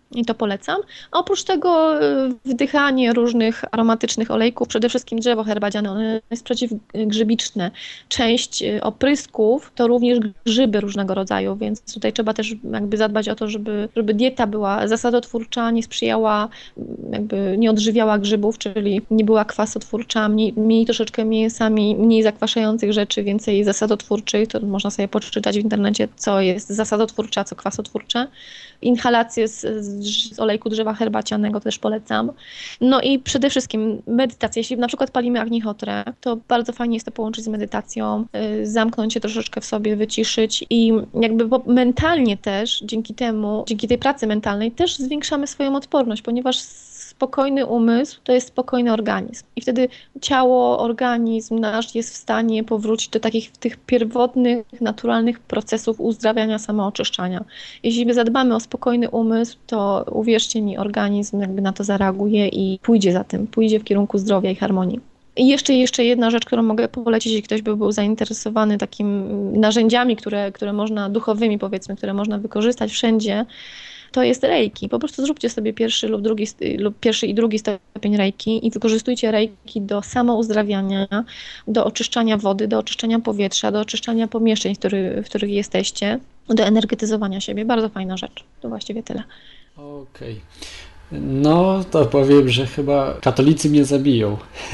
Speaker 7: I to polecam. A oprócz tego wdychanie różnych aromatycznych olejków, przede wszystkim drzewo herbaciane, ono jest przeciwgrzybiczne. Część oprysków to również grzyby różnego rodzaju, więc tutaj trzeba też jakby zadbać o to, żeby dieta była zasadotwórcza, nie sprzyjała, jakby nie odżywiała grzybów, czyli nie była kwasotwórcza, mniej troszeczkę mięsami, mniej zakwaszających rzeczy, więcej zasadotwórczych. To można sobie poczytać w internecie, co jest zasadotwórcze, a co kwasotwórcze. Inhalacje z olejku drzewa herbacianego też polecam. No i przede wszystkim medytacja. Jeśli na przykład palimy agnichotrę, to bardzo fajnie jest to połączyć z medytacją, zamknąć się troszeczkę w sobie, wyciszyć i jakby mentalnie też dzięki tej pracy mentalnej też zwiększamy swoją odporność, ponieważ spokojny umysł to jest spokojny organizm. I wtedy ciało, organizm nasz jest w stanie powrócić do tych pierwotnych, naturalnych procesów uzdrawiania, samooczyszczania. Jeśli my zadbamy o spokojny umysł, to uwierzcie mi, organizm jakby na to zareaguje i pójdzie za tym, pójdzie w kierunku zdrowia i harmonii. I jeszcze jedna rzecz, którą mogę polecić, jeśli ktoś by był zainteresowany takimi narzędziami, które można, duchowymi powiedzmy, które można wykorzystać wszędzie, to jest reiki. Po prostu zróbcie sobie pierwszy i drugi stopień reiki i wykorzystujcie reiki do samouzdrawiania, do oczyszczania wody, do oczyszczania powietrza, do oczyszczania pomieszczeń, w których jesteście, do energetyzowania siebie. Bardzo fajna rzecz. To właściwie tyle.
Speaker 8: Okej. No, to powiem, że chyba katolicy mnie zabiją.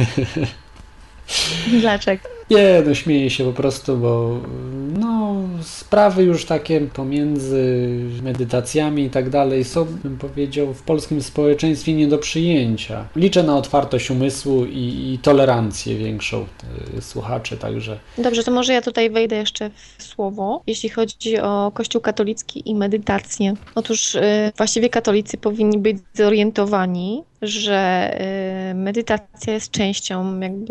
Speaker 7: Dlaczego?
Speaker 8: Nie, no śmieję się po prostu, bo sprawy już takie pomiędzy medytacjami i tak dalej są, bym powiedział, w polskim społeczeństwie nie do przyjęcia. Liczę na otwartość umysłu i tolerancję większą słuchaczy, także...
Speaker 7: Dobrze, to może ja tutaj wejdę jeszcze w słowo, jeśli chodzi o Kościół katolicki i medytację. Otóż właściwie katolicy powinni być zorientowani, że medytacja jest częścią jakby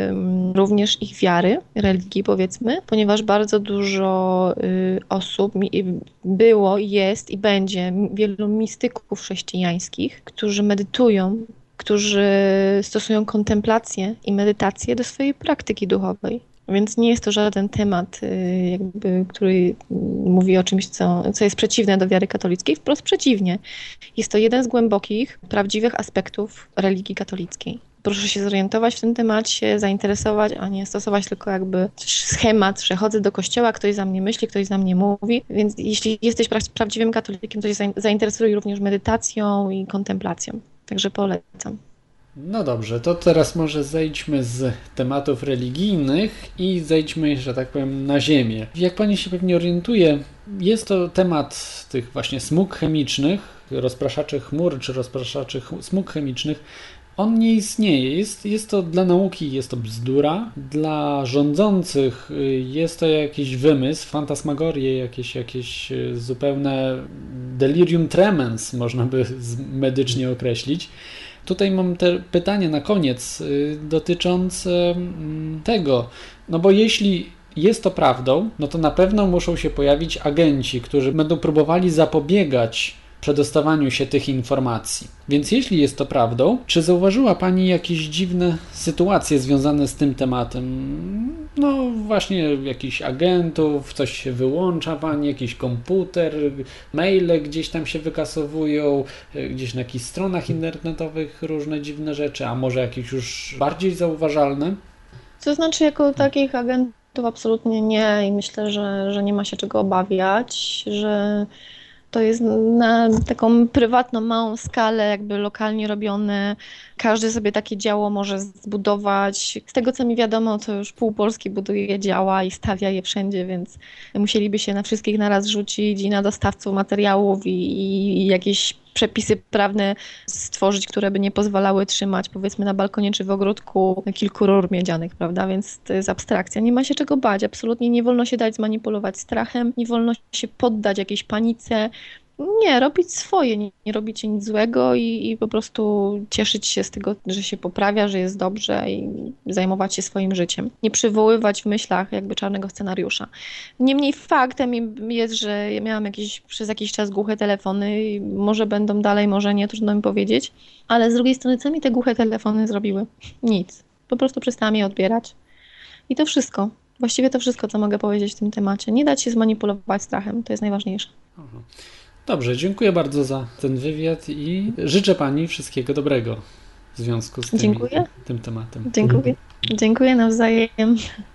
Speaker 7: również ich wiary, religii powiedzmy, ponieważ bardzo dużo osób było, jest i będzie wielu mistyków chrześcijańskich, którzy medytują, którzy stosują kontemplację i medytację do swojej praktyki duchowej. Więc nie jest to żaden temat, jakby, który mówi o czymś, co jest przeciwne do wiary katolickiej. Wprost przeciwnie. Jest to jeden z głębokich, prawdziwych aspektów religii katolickiej. Proszę się zorientować w tym temacie, zainteresować, a nie stosować tylko jakby schemat, że chodzę do kościoła, ktoś za mnie myśli, ktoś za mnie mówi. Więc jeśli jesteś prawdziwym katolikiem, to się zainteresuj również medytacją i kontemplacją. Także polecam.
Speaker 8: No dobrze, to teraz może zejdźmy z tematów religijnych i zejdźmy, że tak powiem, na ziemię. Jak pani się pewnie orientuje, jest to temat tych właśnie smug chemicznych, rozpraszaczy chmur czy rozpraszaczy smug chemicznych. On nie istnieje. Jest to dla nauki, jest to bzdura. Dla rządzących jest to jakiś wymysł, fantasmagorie, jakieś zupełne delirium tremens, można by medycznie określić. Tutaj mam pytanie na koniec dotyczące tego, no bo jeśli jest to prawdą, no to na pewno muszą się pojawić agenci, którzy będą próbowali zapobiegać przedostawaniu się tych informacji. Więc jeśli jest to prawdą, czy zauważyła Pani jakieś dziwne sytuacje związane z tym tematem? No właśnie jakichś agentów, coś się wyłącza Pani, jakiś komputer, maile gdzieś tam się wykasowują, gdzieś na jakichś stronach internetowych różne dziwne rzeczy, a może jakieś już bardziej zauważalne?
Speaker 7: To znaczy jako takich agentów absolutnie nie i myślę, że nie ma się czego obawiać, że to jest na taką prywatną, małą skalę, jakby lokalnie robione. Każdy sobie takie działo może zbudować. Z tego, co mi wiadomo, to już pół Polski buduje działa i stawia je wszędzie, więc musieliby się na wszystkich naraz rzucić i na dostawców materiałów i jakieś przepisy prawne stworzyć, które by nie pozwalały trzymać, powiedzmy, na balkonie czy w ogródku kilku rur miedzianych, prawda? Więc to jest abstrakcja. Nie ma się czego bać. Absolutnie nie wolno się dać zmanipulować strachem, nie wolno się poddać jakiejś panice. Nie, robić swoje, nie robicie nic złego i po prostu cieszyć się z tego, że się poprawia, że jest dobrze i zajmować się swoim życiem. Nie przywoływać w myślach jakby czarnego scenariusza. Niemniej faktem jest, że ja miałam przez jakiś czas głuche telefony i może będą dalej, może nie, trudno mi powiedzieć, ale z drugiej strony co mi te głuche telefony zrobiły? Nic. Po prostu przestałam je odbierać. I to wszystko. Właściwie to wszystko, co mogę powiedzieć w tym temacie. Nie dać się zmanipulować strachem, to jest najważniejsze.
Speaker 8: Aha. Dobrze, dziękuję bardzo za ten wywiad i życzę Pani wszystkiego dobrego w związku z tym tematem.
Speaker 7: Dziękuję nawzajem.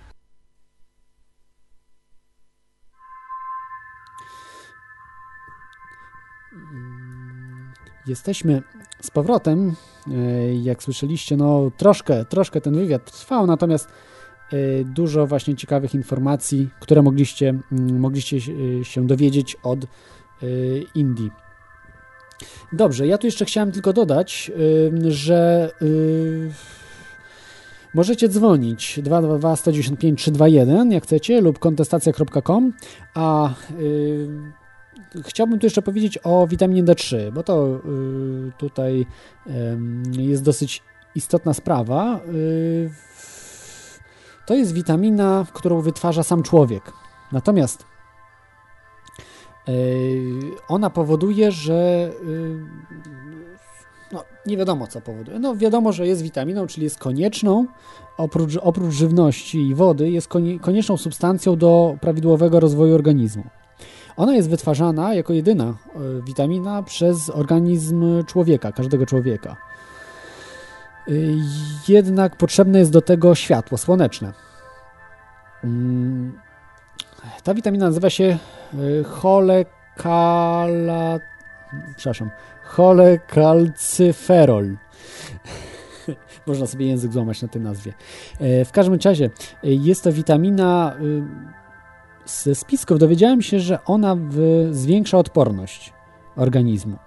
Speaker 5: Jesteśmy z powrotem. Jak słyszeliście, no troszkę ten wywiad trwał, natomiast dużo właśnie ciekawych informacji, które mogliście się dowiedzieć od Indii. Dobrze, ja tu jeszcze chciałem tylko dodać, że możecie dzwonić 222 195 321, jak chcecie, lub kontestacja.com, a chciałbym tu jeszcze powiedzieć o witaminie D3, bo to tutaj jest dosyć istotna sprawa. To jest witamina, którą wytwarza sam człowiek. Natomiast ona powoduje, że no, nie wiadomo co powoduje. No wiadomo, że jest witaminą, czyli jest konieczną, oprócz żywności i wody, jest konieczną substancją do prawidłowego rozwoju organizmu. Ona jest wytwarzana jako jedyna witamina przez organizm człowieka, każdego człowieka. Jednak potrzebne jest do tego światło słoneczne. Ta witamina nazywa się cholecalcyferol. Można sobie język złamać na tej nazwie. W każdym razie jest to witamina. Ze spisków dowiedziałem się, że ona zwiększa odporność organizmu.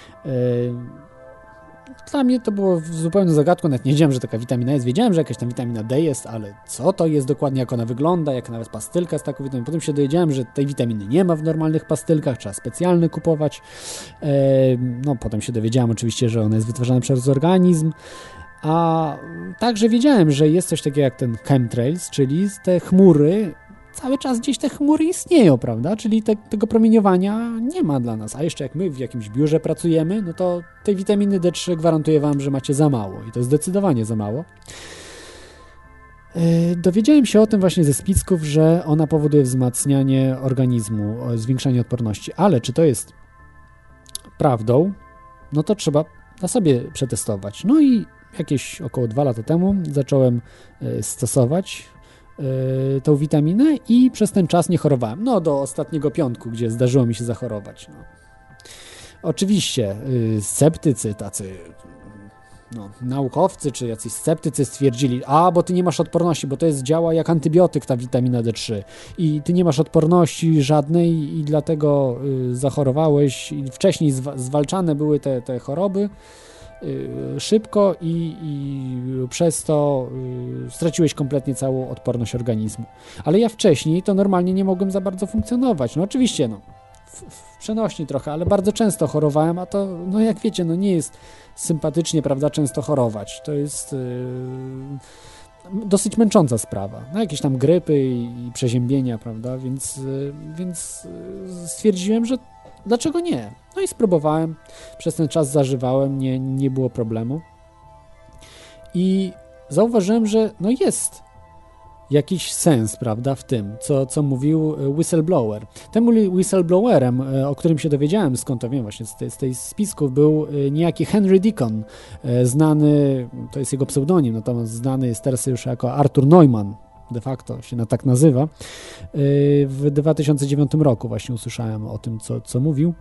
Speaker 5: Dla mnie to było zupełnie zagadką, nawet nie wiedziałem, że taka witamina jest. Wiedziałem, że jakaś tam witamina D jest, ale co to jest dokładnie, jak ona wygląda, jak nawet pastylka z taką witaminą. Potem się dowiedziałem, że tej witaminy nie ma w normalnych pastylkach, trzeba specjalne kupować. No, potem się dowiedziałem oczywiście, że ona jest wytwarzana przez organizm. A także wiedziałem, że jest coś takiego jak ten chemtrails, czyli te chmury. Cały czas gdzieś te chmury istnieją, prawda? Czyli tego promieniowania nie ma dla nas. A jeszcze jak my w jakimś biurze pracujemy, no to tej witaminy D3 gwarantuję wam, że macie za mało. I to zdecydowanie za mało. Dowiedziałem się o tym właśnie ze spisków, że ona powoduje wzmacnianie organizmu, zwiększanie odporności. Ale czy to jest prawdą? No to trzeba na sobie przetestować. No i jakieś około 2 lata temu zacząłem stosować tą witaminę i przez ten czas nie chorowałem. No do ostatniego piątku, gdzie zdarzyło mi się zachorować. No. Oczywiście sceptycy tacy, no, naukowcy czy jacyś sceptycy stwierdzili, bo ty nie masz odporności, bo to działa jak antybiotyk ta witamina D3 i ty nie masz odporności żadnej i dlatego zachorowałeś i wcześniej zwalczane były te choroby szybko i przez to straciłeś kompletnie całą odporność organizmu. Ale ja wcześniej to normalnie nie mogłem za bardzo funkcjonować. No oczywiście, no w przenośni trochę, ale bardzo często chorowałem, a to, no jak wiecie, no nie jest sympatycznie, prawda, często chorować. To jest dosyć męcząca sprawa. No jakieś tam grypy i przeziębienia, prawda, więc stwierdziłem, że dlaczego nie? No i spróbowałem, przez ten czas zażywałem, nie było problemu. I zauważyłem, że no jest jakiś sens, prawda, w tym, co mówił whistleblower. Tym whistleblowerem, o którym się dowiedziałem, skąd to wiem właśnie z tej spisków, był niejaki Henry Deacon, znany, to jest jego pseudonim, natomiast znany jest teraz już jako Arthur Neumann, de facto się tak nazywa. W 2009 roku właśnie usłyszałem o tym, co mówił.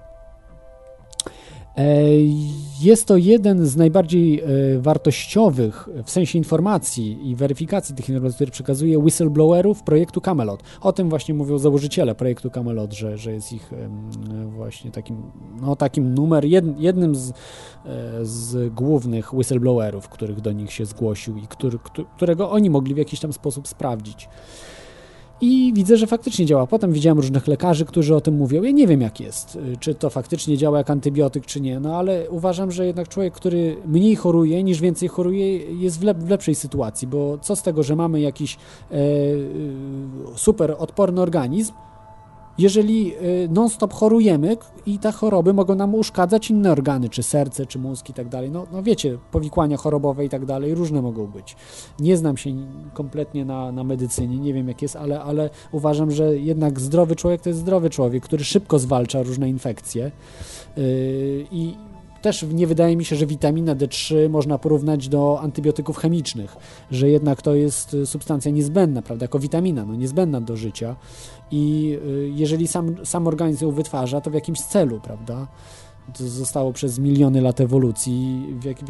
Speaker 5: Jest to jeden z najbardziej wartościowych w sensie informacji i weryfikacji tych informacji, które przekazuje whistleblowerów projektu Camelot. O tym właśnie mówią założyciele projektu Camelot, że jest ich właśnie takim jednym z głównych whistleblowerów, których do nich się zgłosił i którego oni mogli w jakiś tam sposób sprawdzić. I widzę, że faktycznie działa. Potem widziałem różnych lekarzy, którzy o tym mówią. Ja nie wiem, jak jest, czy to faktycznie działa jak antybiotyk, czy nie, no ale uważam, że jednak człowiek, który mniej choruje, niż więcej choruje, jest w lepszej sytuacji, bo co z tego, że mamy jakiś super odporny organizm, jeżeli non-stop chorujemy i te choroby mogą nam uszkadzać inne organy, czy serce, czy mózg i tak dalej. No wiecie, powikłania chorobowe i tak dalej, różne mogą być. Nie znam się kompletnie na medycynie, nie wiem jak jest, ale uważam, że jednak zdrowy człowiek to jest zdrowy człowiek, który szybko zwalcza różne infekcje i też nie wydaje mi się, że witaminę D3 można porównać do antybiotyków chemicznych, że jednak to jest substancja niezbędna, prawda, jako witamina, niezbędna do życia i jeżeli sam organizm ją wytwarza, to w jakimś celu, prawda, to zostało przez miliony lat ewolucji,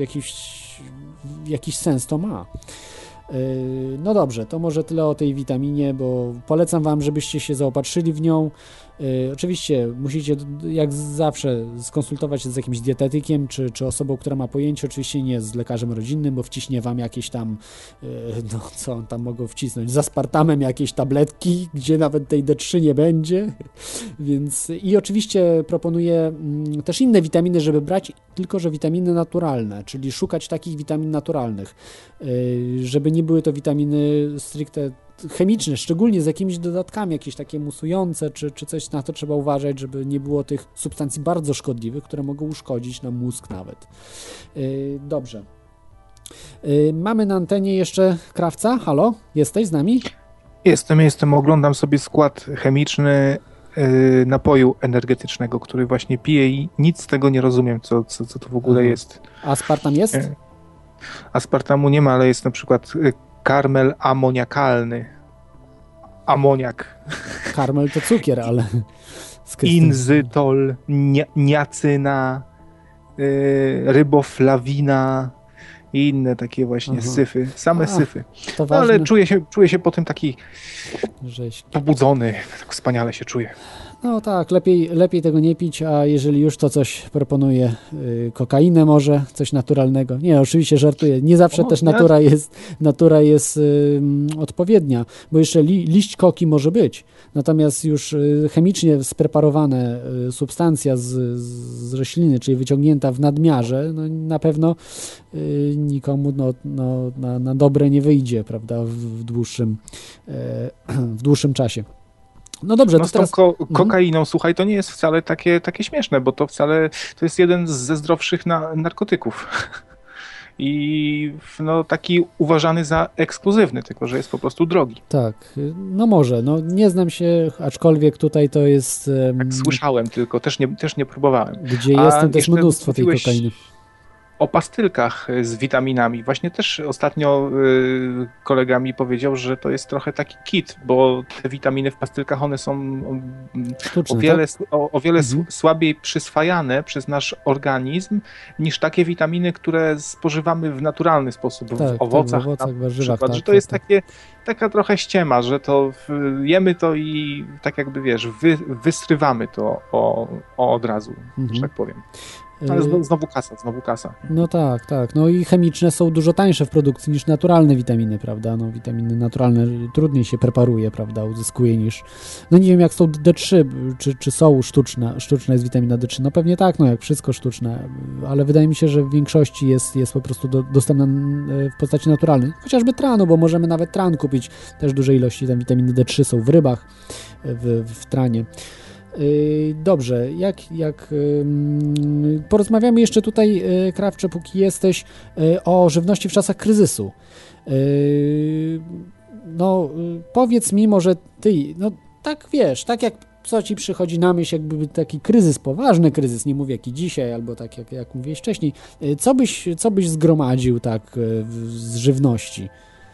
Speaker 5: w jakiś sens to ma. No dobrze, to może tyle o tej witaminie, bo polecam Wam, żebyście się zaopatrzyli w nią. Oczywiście musicie jak zawsze skonsultować się z jakimś dietetykiem, czy osobą, która ma pojęcie, oczywiście nie z lekarzem rodzinnym, bo wciśnie Wam jakieś tam, co tam mogą wcisnąć, z aspartamem jakieś tabletki, gdzie nawet tej D3 nie będzie, więc i oczywiście proponuję też inne witaminy, żeby brać, tylko że witaminy naturalne, czyli szukać takich witamin naturalnych, żeby nie były to witaminy stricte chemiczne, szczególnie z jakimiś dodatkami, jakieś takie musujące, czy coś, na to trzeba uważać, żeby nie było tych substancji bardzo szkodliwych, które mogą uszkodzić nam mózg nawet. Dobrze. Mamy na antenie jeszcze Krawca. Halo? Jesteś z nami?
Speaker 6: Jestem. Oglądam sobie skład chemiczny napoju energetycznego, który właśnie piję i nic z tego nie rozumiem, co to w ogóle jest.
Speaker 5: Aspartam jest?
Speaker 6: Aspartamu nie ma, ale jest na przykład karmel amoniakalny. Amoniak.
Speaker 5: Karmel to cukier, ale...
Speaker 6: Inzytol, niacyna, ryboflawina i inne takie właśnie syfy. Same syfy. No, ale czuję się po tym taki pobudzony. Tak wspaniale się czuję.
Speaker 5: No tak, lepiej tego nie pić, a jeżeli już to coś proponuję, kokainę może, coś naturalnego. Nie, oczywiście żartuję. Nie zawsze też natura jest odpowiednia, bo jeszcze liść koki może być. Natomiast już chemicznie spreparowane substancja z rośliny, czyli wyciągnięta w nadmiarze, no na pewno nikomu na dobre nie wyjdzie, prawda, w dłuższym czasie. No dobrze,
Speaker 6: no
Speaker 5: to teraz...
Speaker 6: z tą kokainą, słuchaj, to nie jest wcale takie śmieszne, bo to jest jeden ze zdrowszych narkotyków. I taki uważany za ekskluzywny, tylko że jest po prostu drogi.
Speaker 5: Tak, no może, nie znam się, aczkolwiek tutaj to jest...
Speaker 6: Tak słyszałem tylko, też nie próbowałem.
Speaker 5: Gdzie jestem, też mnóstwo tej kokainy.
Speaker 6: O pastylkach z witaminami. Właśnie też ostatnio kolega mi powiedział, że to jest trochę taki kit, bo te witaminy w pastylkach, one są
Speaker 5: sztuczne,
Speaker 6: o wiele słabiej przyswajane przez nasz organizm niż takie witaminy, które spożywamy w naturalny sposób, w owocach, warzywach. Że to jest taka trochę ściema, że to jemy to i tak jakby wysrywamy to od razu, że tak powiem. Ale znowu kasa.
Speaker 5: No tak. No i chemiczne są dużo tańsze w produkcji niż naturalne witaminy, prawda? No witaminy naturalne trudniej się preparuje, prawda? Uzyskuje niż... No nie wiem jak są D3, czy są sztuczna jest witamina D3. No pewnie tak, jak wszystko sztuczne, ale wydaje mi się, że w większości jest po prostu dostępna w postaci naturalnej. Chociażby tranu, bo możemy nawet tran kupić. Też duże ilości tam witaminy D3 są w rybach, w tranie. Dobrze, porozmawiamy jeszcze tutaj, Krawcze, póki jesteś, o żywności w czasach kryzysu. Powiedz mi może ty, tak jak co ci przychodzi na myśl, jakby taki kryzys, poważny kryzys, nie mówię jaki dzisiaj, albo tak jak mówiłeś wcześniej, co byś zgromadził tak z żywności?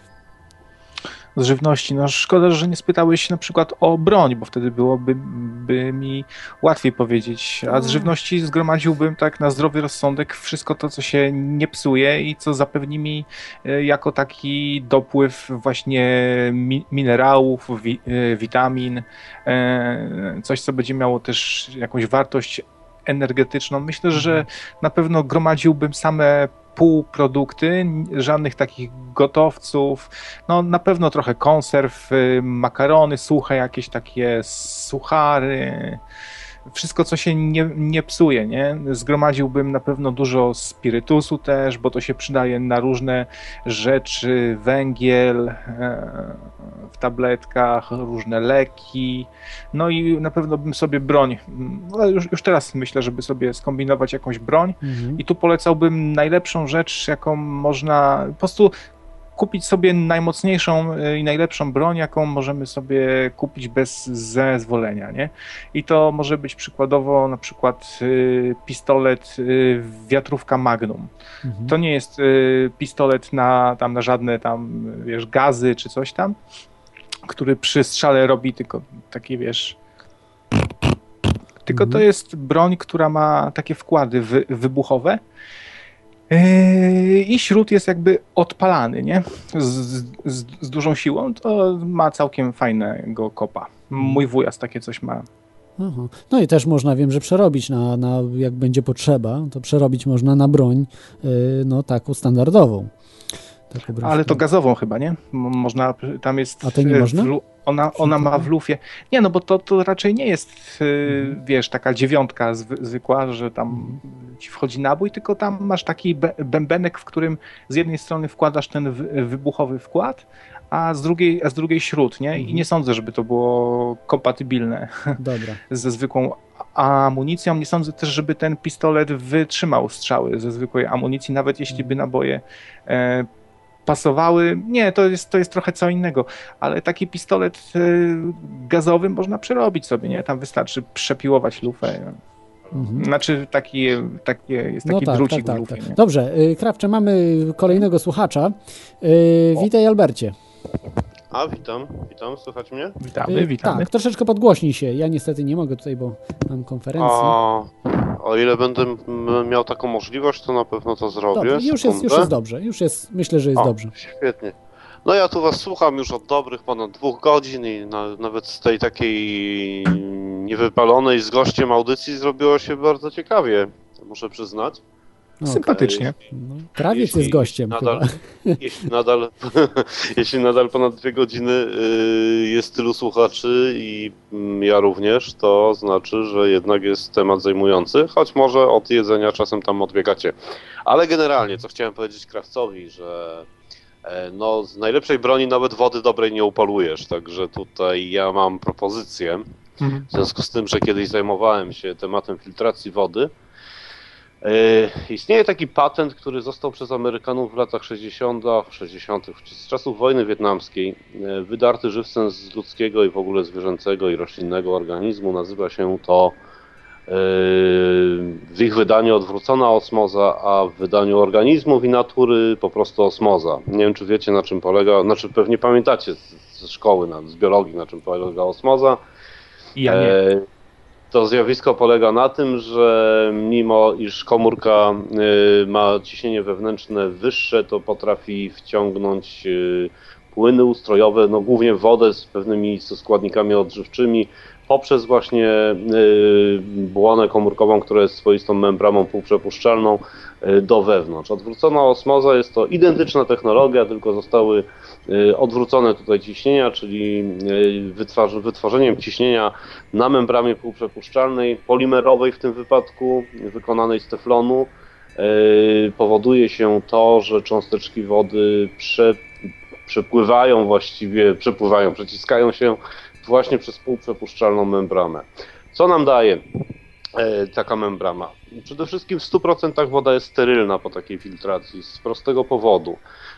Speaker 6: Z żywności. No szkoda, że nie spytałeś na przykład o broń, bo wtedy byłoby mi łatwiej powiedzieć. A z żywności zgromadziłbym tak na zdrowy rozsądek wszystko to, co się nie psuje i co zapewni mi jako taki dopływ właśnie minerałów, witamin, coś, co będzie miało też jakąś wartość energetyczną. Myślę, że na pewno gromadziłbym same półprodukty, żadnych takich gotowców, na pewno trochę konserw, makarony suche, jakieś takie suchary, wszystko, co się nie psuje, nie? Zgromadziłbym na pewno dużo spirytusu też, bo to się przydaje na różne rzeczy, węgiel w tabletkach, różne leki, no i na pewno bym sobie broń, już teraz myślę, żeby sobie skombinować jakąś broń i tu polecałbym najlepszą rzecz, jaką można, po prostu kupić sobie najmocniejszą i najlepszą broń, jaką możemy sobie kupić bez zezwolenia, nie? I to może być przykładowo na przykład pistolet wiatrówka Magnum. To nie jest pistolet na żadne tam, wiesz, gazy czy coś tam, który przy strzale robi tylko takie, wiesz... Tylko to jest broń, która ma takie wkłady wybuchowe, i śród jest jakby odpalany, nie? Z dużą siłą, to ma całkiem fajnego kopa. Mój wujas takie coś ma.
Speaker 5: Aha. No i też można, wiem, że przerobić na jak będzie potrzeba, to przerobić można na broń, no taką standardową.
Speaker 6: Ale to gazową chyba, nie? Można, tam jest...
Speaker 5: A to nie można?
Speaker 6: Ona ma w lufie... Nie, no bo to raczej nie jest, wiesz, taka 9 zwykła, że tam ci wchodzi nabój, tylko tam masz taki bębenek, w którym z jednej strony wkładasz ten wybuchowy wkład, a z drugiej śrut, nie? I nie sądzę, żeby to było kompatybilne ze zwykłą amunicją. Nie sądzę też, żeby ten pistolet wytrzymał strzały ze zwykłej amunicji, nawet jeśli by naboje pasowały. Nie, to jest trochę co innego, ale taki pistolet gazowy można przerobić sobie, nie? Tam wystarczy przepiłować lufę. Znaczy jest taki drucik w lufie. Nie?
Speaker 5: Dobrze, Krawcze, mamy kolejnego słuchacza. Witaj, Albercie.
Speaker 9: A, witam, słychać mnie?
Speaker 6: Witamy.
Speaker 5: Tak, troszeczkę podgłośnij się. Ja niestety nie mogę tutaj, bo mam konferencję.
Speaker 9: O ile będę miał taką możliwość, to na pewno to zrobię.
Speaker 5: Dobrze, już jest dobrze. Myślę, że jest dobrze.
Speaker 9: Świetnie. No ja tu was słucham już od dobrych ponad 2 godzin i nawet z tej takiej niewypalonej z gościem audycji zrobiło się bardzo ciekawie, muszę przyznać.
Speaker 5: No,
Speaker 6: sympatycznie.
Speaker 5: No, krawiec jest gościem.
Speaker 9: Jeśli nadal ponad 2 godziny jest tylu słuchaczy i ja również, to znaczy, że jednak jest temat zajmujący, choć może od jedzenia czasem tam odbiegacie. Ale generalnie, co chciałem powiedzieć krawcowi, że no, z najlepszej broni nawet wody dobrej nie upalujesz, także tutaj ja mam propozycję, w związku z tym, że kiedyś zajmowałem się tematem filtracji wody. Istnieje taki patent, który został przez Amerykanów w latach 60. z czasów wojny wietnamskiej, wydarty żywcem z ludzkiego i w ogóle zwierzęcego i roślinnego organizmu. Nazywa się to w ich wydaniu odwrócona osmoza, a w wydaniu organizmów i natury po prostu osmoza. Nie wiem, czy wiecie, na czym polega, znaczy pewnie pamiętacie ze szkoły, z biologii, na czym polega osmoza.
Speaker 6: Ja nie.
Speaker 9: To zjawisko polega na tym, że mimo iż komórka ma ciśnienie wewnętrzne wyższe, to potrafi wciągnąć płyny ustrojowe, no głównie wodę z pewnymi składnikami odżywczymi, poprzez właśnie błonę komórkową, która jest swoistą membraną półprzepuszczalną do wewnątrz. Odwrócona osmoza jest to identyczna technologia, tylko zostały odwrócone tutaj ciśnienia, czyli wytworzeniem ciśnienia na membramie półprzepuszczalnej, polimerowej w tym wypadku, wykonanej z teflonu, powoduje się to, że cząsteczki wody przeciskają się właśnie przez półprzepuszczalną membranę. Co nam daje taka membrana? Przede wszystkim w 100% woda jest sterylna po takiej filtracji z prostego powodu.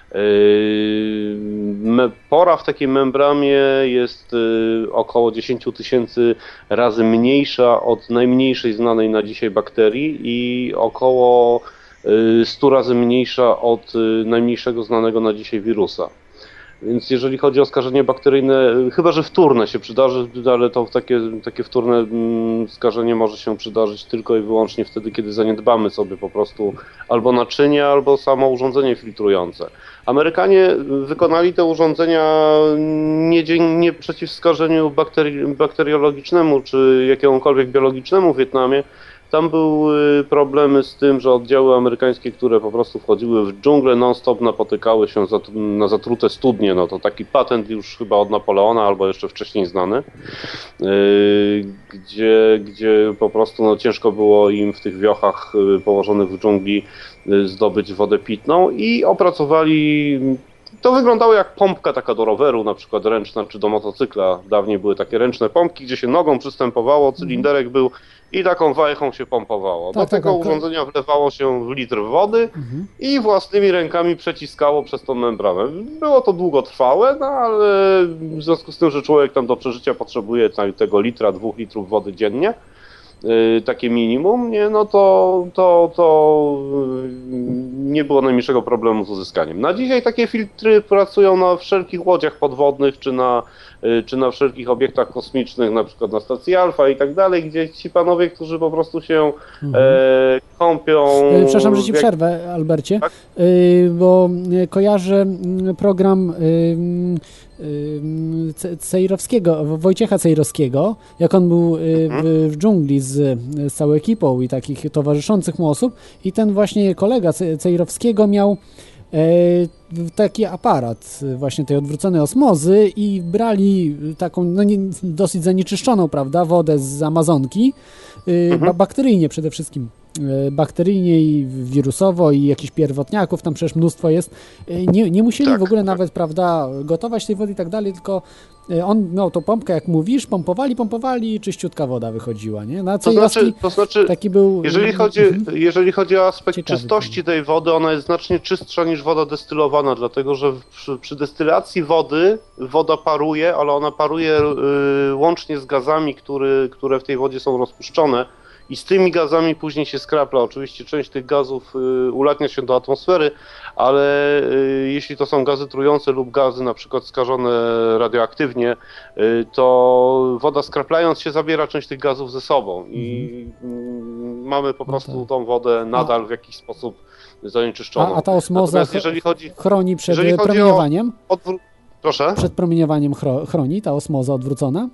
Speaker 9: Pora w takiej membramie jest około 10 000 razy mniejsza od najmniejszej znanej na dzisiaj bakterii i około 100 razy mniejsza od najmniejszego znanego na dzisiaj wirusa. Więc jeżeli chodzi o skażenie bakteryjne, chyba że wtórne się przydarzy, ale to takie wtórne skażenie może się przydarzyć tylko i wyłącznie wtedy, kiedy zaniedbamy sobie po prostu albo naczynie, albo samo urządzenie filtrujące. Amerykanie wykonali te urządzenia nie przeciw skażeniu bakteriologicznemu czy jakiemukolwiek biologicznemu w Wietnamie, Tam były problemy z tym, że oddziały amerykańskie, które po prostu wchodziły w dżunglę non-stop, napotykały się na zatrute studnie. No to taki patent już chyba od Napoleona albo jeszcze wcześniej znany, gdzie po prostu no, ciężko było im w tych wiochach położonych w dżungli zdobyć wodę pitną i opracowali. To wyglądało jak pompka taka do roweru, na przykład ręczna, czy do motocykla. Dawniej były takie ręczne pompki, gdzie się nogą przystępowało, cylinderek był i taką wajchą się pompowało. Do tego urządzenia wlewało się w litr wody i własnymi rękami przeciskało przez tą membranę. Było to długotrwałe, no ale w związku z tym, że człowiek tam do przeżycia potrzebuje tego litra, 2 litrów wody dziennie, takie minimum, nie, no to nie było najmniejszego problemu z uzyskaniem. Na dzisiaj takie filtry pracują na wszelkich łodziach podwodnych, czy na wszelkich obiektach kosmicznych, na przykład na stacji Alfa i tak dalej, gdzie ci panowie, którzy po prostu się kąpią...
Speaker 5: Przepraszam, że ci przerwę, Albercie, tak? Bo kojarzę program Cejrowskiego, Wojciecha Cejrowskiego, jak on był w dżungli z całą ekipą i takich towarzyszących mu osób i ten właśnie kolega Cejrowskiego miał taki aparat właśnie tej odwróconej osmozy i brali taką no dosyć zanieczyszczoną, prawda, wodę z Amazonki, bakteryjnie przede wszystkim. Bakteryjnie i wirusowo i jakichś pierwotniaków, tam przecież mnóstwo jest. Nie musieli w ogóle nawet, prawda, gotować tej wody i tak dalej, tylko on miał tą pompkę, jak mówisz, pompowali i czyściutka woda wychodziła, nie? No,
Speaker 9: to znaczy taki był... Jeżeli chodzi o aspekt czystości tej wody, ona jest znacznie czystsza niż woda destylowana, dlatego że przy destylacji wody woda paruje, ale ona paruje łącznie z gazami, które w tej wodzie są rozpuszczone. I z tymi gazami później się skrapla. Oczywiście część tych gazów ulatnia się do atmosfery, ale jeśli to są gazy trujące lub gazy na przykład skażone radioaktywnie, to woda skraplając się zabiera część tych gazów ze sobą i mamy po prostu tą wodę nadal w jakiś sposób zanieczyszczoną.
Speaker 5: A ta osmoza chroni przed promieniowaniem?
Speaker 9: Proszę?
Speaker 5: Przed promieniowaniem chroni ta osmoza odwrócona?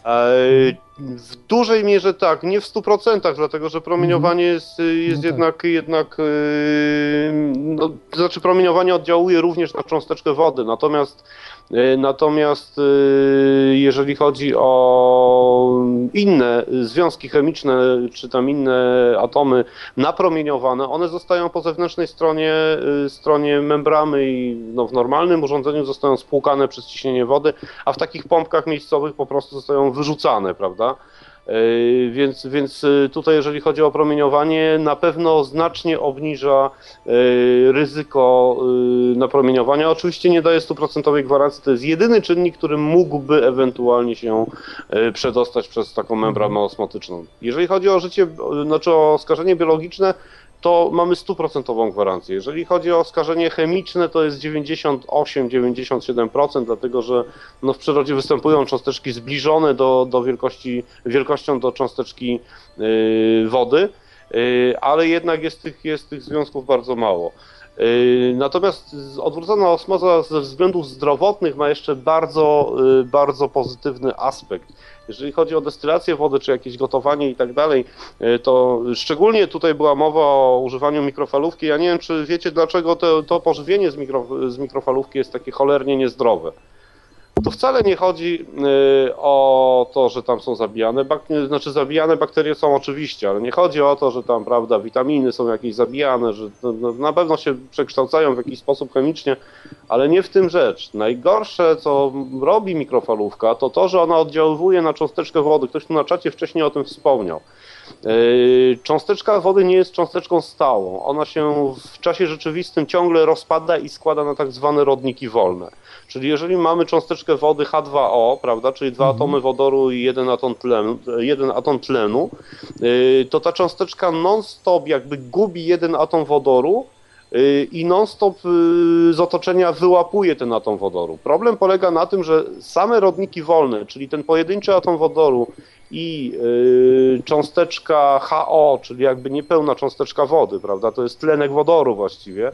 Speaker 9: W dużej mierze tak, nie w 100%, dlatego że promieniowanie jest jednak no, to znaczy promieniowanie oddziałuje również na cząsteczkę wody, natomiast jeżeli chodzi o inne związki chemiczne, czy tam inne atomy napromieniowane, one zostają po zewnętrznej stronie membrany i no, w normalnym urządzeniu zostają spłukane przez ciśnienie wody, a w takich pompkach miejscowych po prostu zostają wyrzucane, prawda? Więc tutaj jeżeli chodzi o promieniowanie, na pewno znacznie obniża ryzyko napromieniowania. Oczywiście nie daje 100% gwarancji, to jest jedyny czynnik, który mógłby ewentualnie się przedostać przez taką membranę osmotyczną. Jeżeli chodzi o o skażenie biologiczne, to mamy 100% gwarancję. Jeżeli chodzi o skażenie chemiczne, to jest 98-97%, dlatego że no, w przyrodzie występują cząsteczki zbliżone wielkością do cząsteczki wody, ale jednak jest tych związków bardzo mało. Natomiast odwrócona osmoza ze względów zdrowotnych ma jeszcze bardzo pozytywny aspekt. Jeżeli chodzi o destylację wody, czy jakieś gotowanie i tak dalej, to szczególnie tutaj była mowa o używaniu mikrofalówki. Ja nie wiem, czy wiecie, dlaczego to pożywienie z mikrofalówki jest takie cholernie niezdrowe. To wcale nie chodzi o to, że tam są zabijane bakterie są oczywiście, ale nie chodzi o to, że tam, prawda, witaminy są jakieś zabijane, że na pewno się przekształcają w jakiś sposób chemicznie, ale nie w tym rzecz. Najgorsze, co robi mikrofalówka, to, że ona oddziaływuje na cząsteczkę wody. Ktoś tu na czacie wcześniej o tym wspomniał. Cząsteczka wody nie jest cząsteczką stałą. Ona się w czasie rzeczywistym ciągle rozpada i składa na tak zwane rodniki wolne. Czyli jeżeli mamy cząsteczkę wody H2O, prawda, czyli 2 atomy wodoru i 1 atom tlenu, to ta cząsteczka non-stop jakby gubi 1 atom wodoru i non-stop z otoczenia wyłapuje ten atom wodoru. Problem polega na tym, że same rodniki wolne, czyli ten pojedynczy atom wodoru i cząsteczka HO, czyli jakby niepełna cząsteczka wody, prawda, to jest tlenek wodoru właściwie,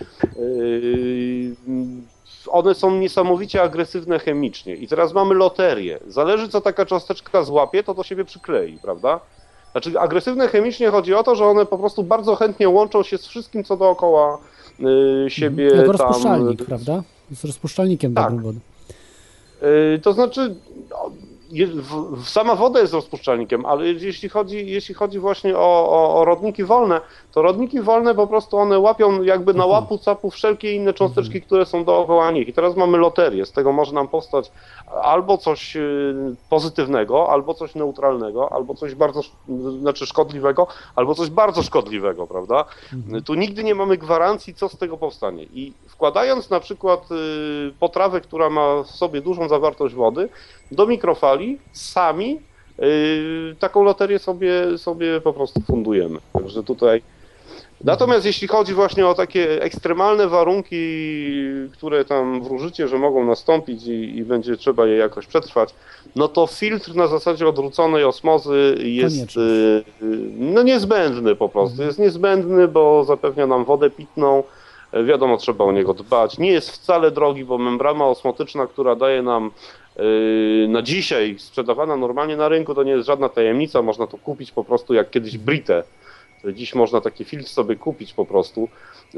Speaker 9: one są niesamowicie agresywne chemicznie i teraz mamy loterię. Zależy, co taka cząsteczka złapie, to do siebie przyklei, prawda? Znaczy agresywne chemicznie chodzi o to, że one po prostu bardzo chętnie łączą się z wszystkim, co dookoła siebie.
Speaker 5: Jak
Speaker 9: tam...
Speaker 5: rozpuszczalnik, prawda? Z rozpuszczalnikiem
Speaker 9: Tak.
Speaker 5: dobrym wody.
Speaker 9: To znaczy, sama woda jest rozpuszczalnikiem, ale jeśli chodzi właśnie o rodniki wolne, to rodniki wolne po prostu one łapią jakby na łapu capu wszelkie inne cząsteczki, które są dookoła nich. I teraz mamy loterię, z tego może nam powstać albo coś pozytywnego, albo coś neutralnego, albo coś szkodliwego, albo coś bardzo szkodliwego, prawda? Tu nigdy nie mamy gwarancji, co z tego powstanie. I wkładając na przykład potrawę, która ma w sobie dużą zawartość wody, do mikrofali sami taką loterię sobie po prostu fundujemy. Także tutaj. Natomiast jeśli chodzi właśnie o takie ekstremalne warunki, które tam wróżycie, że mogą nastąpić i będzie trzeba je jakoś przetrwać, no to filtr na zasadzie odwróconej osmozy jest niezbędny po prostu. Jest niezbędny, bo zapewnia nam wodę pitną. Wiadomo, trzeba o niego dbać. Nie jest wcale drogi, bo membrana osmotyczna, która daje nam na dzisiaj sprzedawana normalnie na rynku, to nie jest żadna tajemnica, można to kupić po prostu jak kiedyś Britę. Dziś można taki filtr sobie kupić po prostu.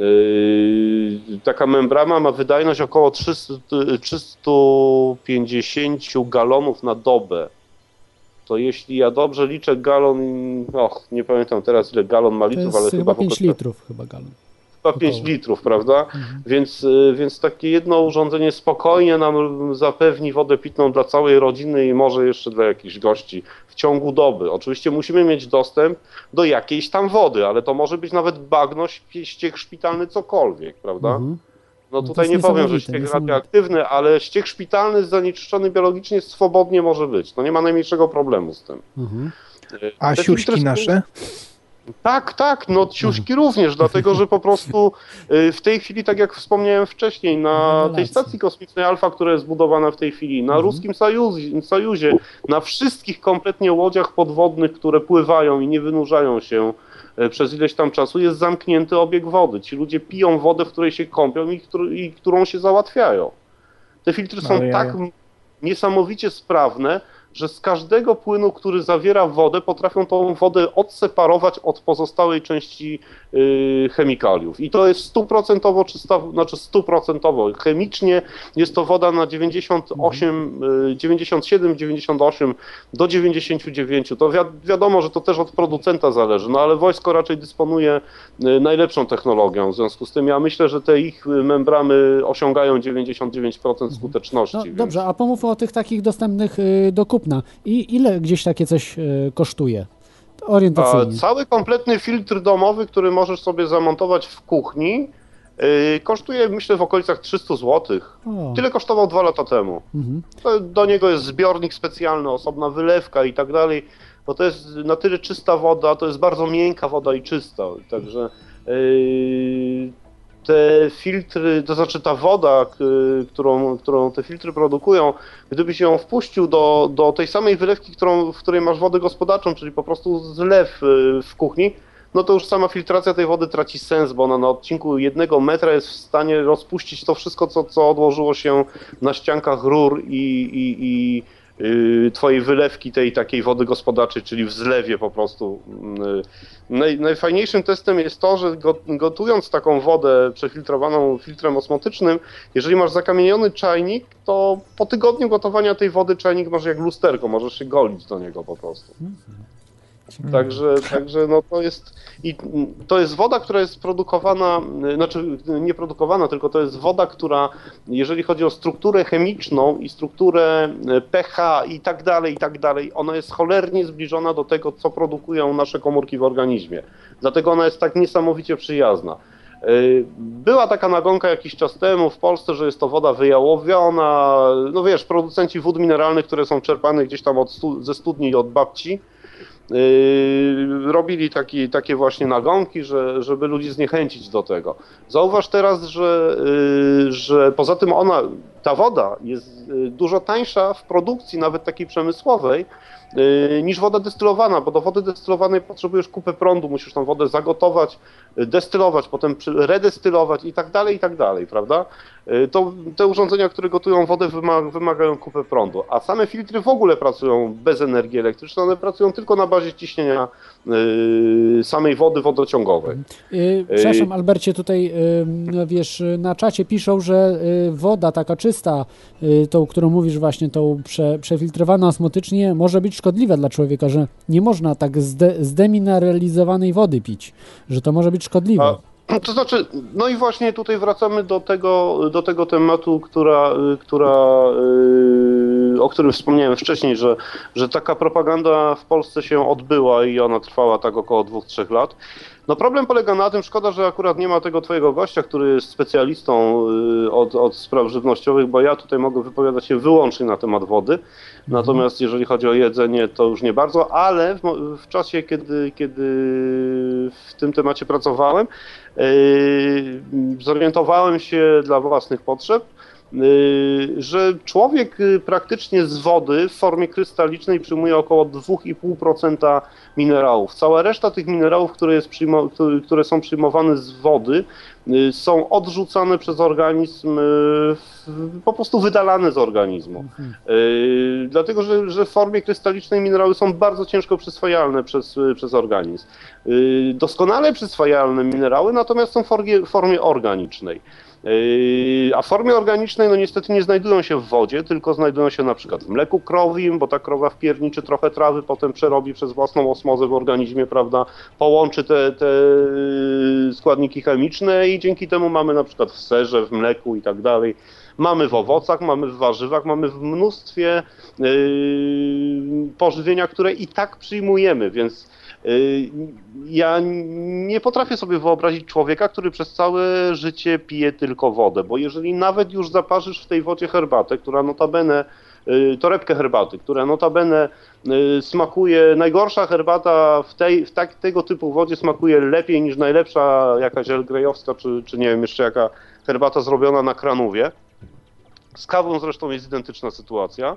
Speaker 9: Taka membrana ma wydajność około 350 galonów na dobę. To jeśli ja dobrze liczę galon, nie pamiętam teraz ile galon ma litrów, ale
Speaker 5: chyba 5 litrów chyba galon.
Speaker 9: Chyba 5 litrów, prawda? Więc takie jedno urządzenie spokojnie nam zapewni wodę pitną dla całej rodziny i może jeszcze dla jakichś gości w ciągu doby. Oczywiście musimy mieć dostęp do jakiejś tam wody, ale to może być nawet bagno, ściek szpitalny, cokolwiek, prawda? No tutaj nie powiem, że ściek radioaktywny, ale ściek szpitalny zanieczyszczony biologicznie swobodnie może być. No nie ma najmniejszego problemu z tym.
Speaker 6: A siuśki nasze?
Speaker 9: Tak, no siuśki również, dlatego że po prostu w tej chwili, tak jak wspomniałem wcześniej, na tej stacji kosmicznej Alfa, która jest zbudowana w tej chwili, na ruskim Sojuzie, na wszystkich kompletnie łodziach podwodnych, które pływają i nie wynurzają się przez ileś tam czasu, jest zamknięty obieg wody. Ci ludzie piją wodę, w której się kąpią i którą się załatwiają. Te filtry są tak niesamowicie sprawne, że z każdego płynu, który zawiera wodę, potrafią tą wodę odseparować od pozostałej części chemikaliów. I to jest 100% czysta, znaczy 100%. Chemicznie jest to woda na 97, 98 do 99. To wiadomo, że to też od producenta zależy, no ale wojsko raczej dysponuje najlepszą technologią. W związku z tym ja myślę, że te ich membrany osiągają 99% skuteczności.
Speaker 5: No, dobrze, a pomówmy o tych takich dostępnych do kupna. I ile gdzieś takie coś kosztuje? Orientacyjnie.
Speaker 9: Cały kompletny filtr domowy, który możesz sobie zamontować w kuchni, kosztuje, myślę, w okolicach 300 zł. Tyle kosztował 2 lata temu. Do niego jest zbiornik specjalny, osobna wylewka i tak dalej, bo to jest na tyle czysta woda, to jest bardzo miękka woda i czysta. Także te filtry, to znaczy ta woda, którą te filtry produkują, gdybyś ją wpuścił do tej samej wylewki, w której masz wodę gospodarczą, czyli po prostu zlew w kuchni, no to już sama filtracja tej wody traci sens, bo ona na odcinku 1 metra jest w stanie rozpuścić to wszystko, co odłożyło się na ściankach rur i twojej wylewki tej takiej wody gospodarczej, czyli w zlewie po prostu. Najfajniejszym testem jest to, że gotując taką wodę przefiltrowaną filtrem osmotycznym, jeżeli masz zakamieniony czajnik, to po tygodniu gotowania tej wody czajnik masz jak lusterko, możesz się golić do niego po prostu. Także no to jest woda, która jest produkowana, znaczy nie produkowana, tylko to jest woda, która jeżeli chodzi o strukturę chemiczną i strukturę pH i tak dalej, ona jest cholernie zbliżona do tego, co produkują nasze komórki w organizmie. Dlatego ona jest tak niesamowicie przyjazna. Była taka nagonka jakiś czas temu w Polsce, że jest to woda wyjałowiona, no wiesz, producenci wód mineralnych, które są czerpane gdzieś tam ze studni i od babci, robili takie właśnie nagonki, żeby ludzi zniechęcić do tego. Zauważ teraz, że poza tym ta woda jest dużo tańsza w produkcji, nawet takiej przemysłowej, niż woda destylowana, bo do wody destylowanej potrzebujesz kupę prądu, musisz tą wodę zagotować, destylować, potem redestylować i tak dalej, prawda? To te urządzenia, które gotują wodę, wymagają kupę prądu, a same filtry w ogóle pracują bez energii elektrycznej, one pracują tylko na bazie ciśnienia samej wody wodociągowej.
Speaker 5: Przepraszam, Albercie, tutaj wiesz, na czacie piszą, że woda taka czysta, tą, którą mówisz właśnie, tą przefiltrowana osmotycznie, może być szkodliwa dla człowieka, że nie można tak zdemineralizowanej wody pić, że to może być szkodliwe.
Speaker 9: To znaczy, no i właśnie tutaj wracamy do tego tematu, o którym wspomniałem wcześniej, że taka propaganda w Polsce się odbyła i ona trwała tak około 2-3 lat. No problem polega na tym, szkoda, że akurat nie ma tego twojego gościa, który jest specjalistą od spraw żywnościowych, bo ja tutaj mogę wypowiadać się wyłącznie na temat wody. Natomiast jeżeli chodzi o jedzenie, to już nie bardzo, ale w czasie, kiedy w tym temacie pracowałem, zorientowałem się dla własnych potrzeb, że człowiek praktycznie z wody w formie krystalicznej przyjmuje około 2,5% minerałów. Cała reszta tych minerałów, które są przyjmowane z wody, są odrzucane przez organizm, po prostu wydalane z organizmu. Dlatego, że w formie krystalicznej minerały są bardzo ciężko przyswajalne przez organizm. Doskonale przyswajalne minerały natomiast są w formie organicznej. A w formie organicznej no niestety nie znajdują się w wodzie, tylko znajdują się na przykład w mleku krowim, bo ta krowa wpierniczy trochę trawy, potem przerobi przez własną osmozę w organizmie, prawda, połączy te składniki chemiczne i dzięki temu mamy na przykład w serze, w mleku i tak dalej. Mamy w owocach, mamy w warzywach, mamy w mnóstwie pożywienia, które i tak przyjmujemy, więc ja nie potrafię sobie wyobrazić człowieka, który przez całe życie pije tylko wodę, bo jeżeli nawet już zaparzysz w tej wodzie herbatę, która notabene, torebkę herbaty, która notabene smakuje, najgorsza herbata w tego typu wodzie smakuje lepiej niż najlepsza jakaś Earl Greyowska, czy nie wiem jeszcze jaka herbata zrobiona na kranówie. Z kawą zresztą jest identyczna sytuacja.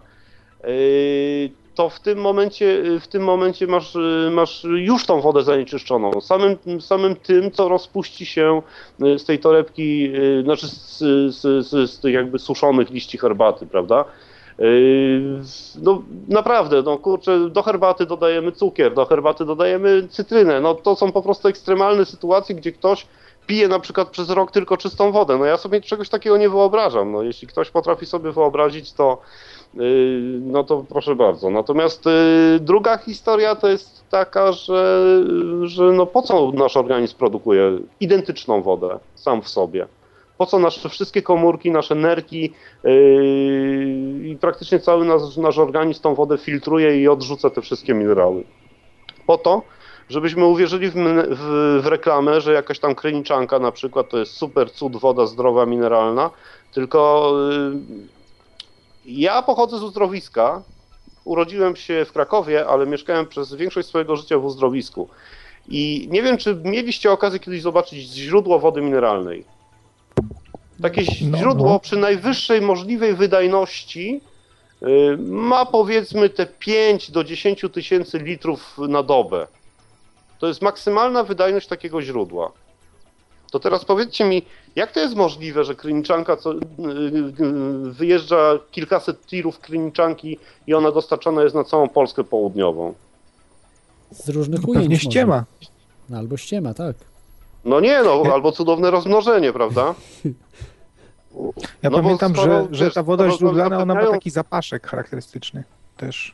Speaker 9: To w tym momencie masz już tą wodę zanieczyszczoną. Samym tym, co rozpuści się z tej torebki, znaczy z tych jakby suszonych liści herbaty, prawda? No naprawdę, no kurczę, do herbaty dodajemy cukier, do herbaty dodajemy cytrynę. No to są po prostu ekstremalne sytuacje, gdzie ktoś pije na przykład przez rok tylko czystą wodę. No ja sobie czegoś takiego nie wyobrażam. No jeśli ktoś potrafi sobie wyobrazić, to no to proszę bardzo. Natomiast druga historia to jest taka, że no po co nasz organizm produkuje identyczną wodę sam w sobie? Po co nasze wszystkie komórki, nasze nerki i praktycznie cały nasz organizm tą wodę filtruje i odrzuca te wszystkie minerały? Po to, żebyśmy uwierzyli w reklamę, że jakaś tam Kryniczanka na przykład to jest super cud, woda zdrowa, mineralna, tylko ja pochodzę z uzdrowiska, urodziłem się w Krakowie, ale mieszkałem przez większość swojego życia w uzdrowisku i nie wiem, czy mieliście okazję kiedyś zobaczyć źródło wody mineralnej. Takie źródło przy najwyższej możliwej wydajności ma powiedzmy te 5 do 10 tysięcy litrów na dobę. To jest maksymalna wydajność takiego źródła. To teraz powiedzcie mi, jak to jest możliwe, że Kryniczanka wyjeżdża kilkaset tirów Kryniczanki i ona dostarczana jest na całą Polskę południową?
Speaker 5: Z różnych ujęć.
Speaker 10: Pewnie ściema.
Speaker 5: No, albo ściema, tak.
Speaker 9: No nie, no albo cudowne rozmnożenie, prawda?
Speaker 10: Ja pamiętam, że ta woda źródlana, ona ma taki zapaszek charakterystyczny też,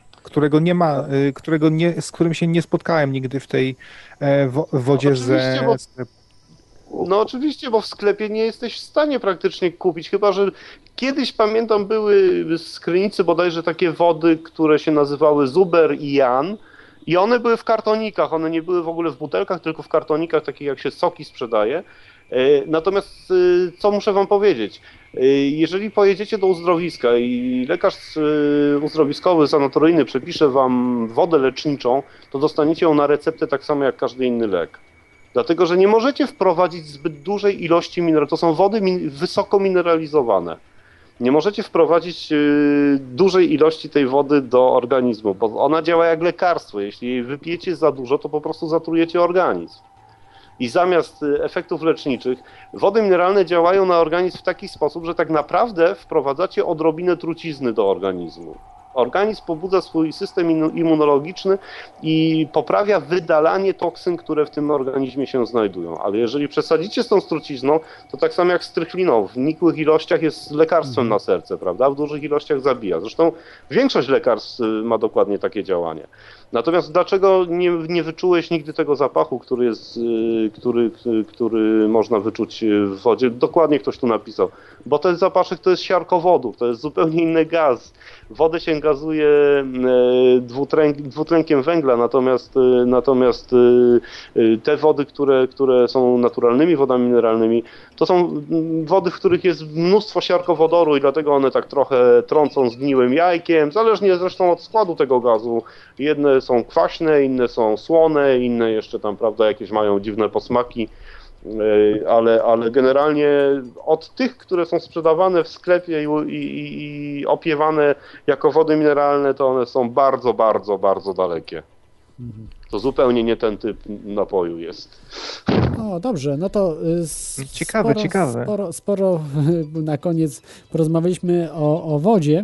Speaker 10: z którym się nie spotkałem nigdy w tej wodzie ze...
Speaker 9: No oczywiście, bo w sklepie nie jesteś w stanie praktycznie kupić, chyba że kiedyś, pamiętam, były z Krynicy bodajże takie wody, które się nazywały Zuber i Jan i one były w kartonikach, one nie były w ogóle w butelkach, tylko w kartonikach, takich jak się soki sprzedaje. Natomiast co muszę wam powiedzieć, jeżeli pojedziecie do uzdrowiska i lekarz uzdrowiskowy, sanatoryjny przepisze wam wodę leczniczą, to dostaniecie ją na receptę tak samo jak każdy inny lek. Dlatego, że nie możecie wprowadzić zbyt dużej ilości minerałów. To są wody wysoko mineralizowane. nie możecie wprowadzić dużej ilości tej wody do organizmu, bo ona działa jak lekarstwo. Jeśli jej wypijecie za dużo, to po prostu zatrujecie organizm. I zamiast efektów leczniczych, wody mineralne działają na organizm w taki sposób, że tak naprawdę wprowadzacie odrobinę trucizny do organizmu. Organizm pobudza swój system immunologiczny i poprawia wydalanie toksyn, które w tym organizmie się znajdują. Ale jeżeli przesadzicie z tą trucizną, to tak samo jak z trychliną, w nikłych ilościach jest lekarstwem na serce, prawda? W dużych ilościach zabija. Zresztą większość lekarstw ma dokładnie takie działanie. Natomiast dlaczego nie wyczułeś nigdy tego zapachu, który można wyczuć w wodzie? Dokładnie ktoś tu napisał. Bo ten zapaszek to jest siarkowodór, to jest zupełnie inny gaz. Wodę się gazuje dwutlenkiem węgla, natomiast te wody, które są naturalnymi wodami mineralnymi, to są wody, w których jest mnóstwo siarkowodoru i dlatego one tak trochę trącą zgniłym jajkiem, zależnie zresztą od składu tego gazu. Jedne są kwaśne, inne są słone, inne jeszcze tam, prawda, jakieś mają dziwne posmaki, ale generalnie od tych, które są sprzedawane w sklepie i opiewane jako wody mineralne, to one są bardzo, bardzo, bardzo dalekie. To zupełnie nie ten typ napoju jest.
Speaker 5: O, dobrze, no to
Speaker 10: ciekawe.
Speaker 5: Sporo na koniec porozmawialiśmy o wodzie.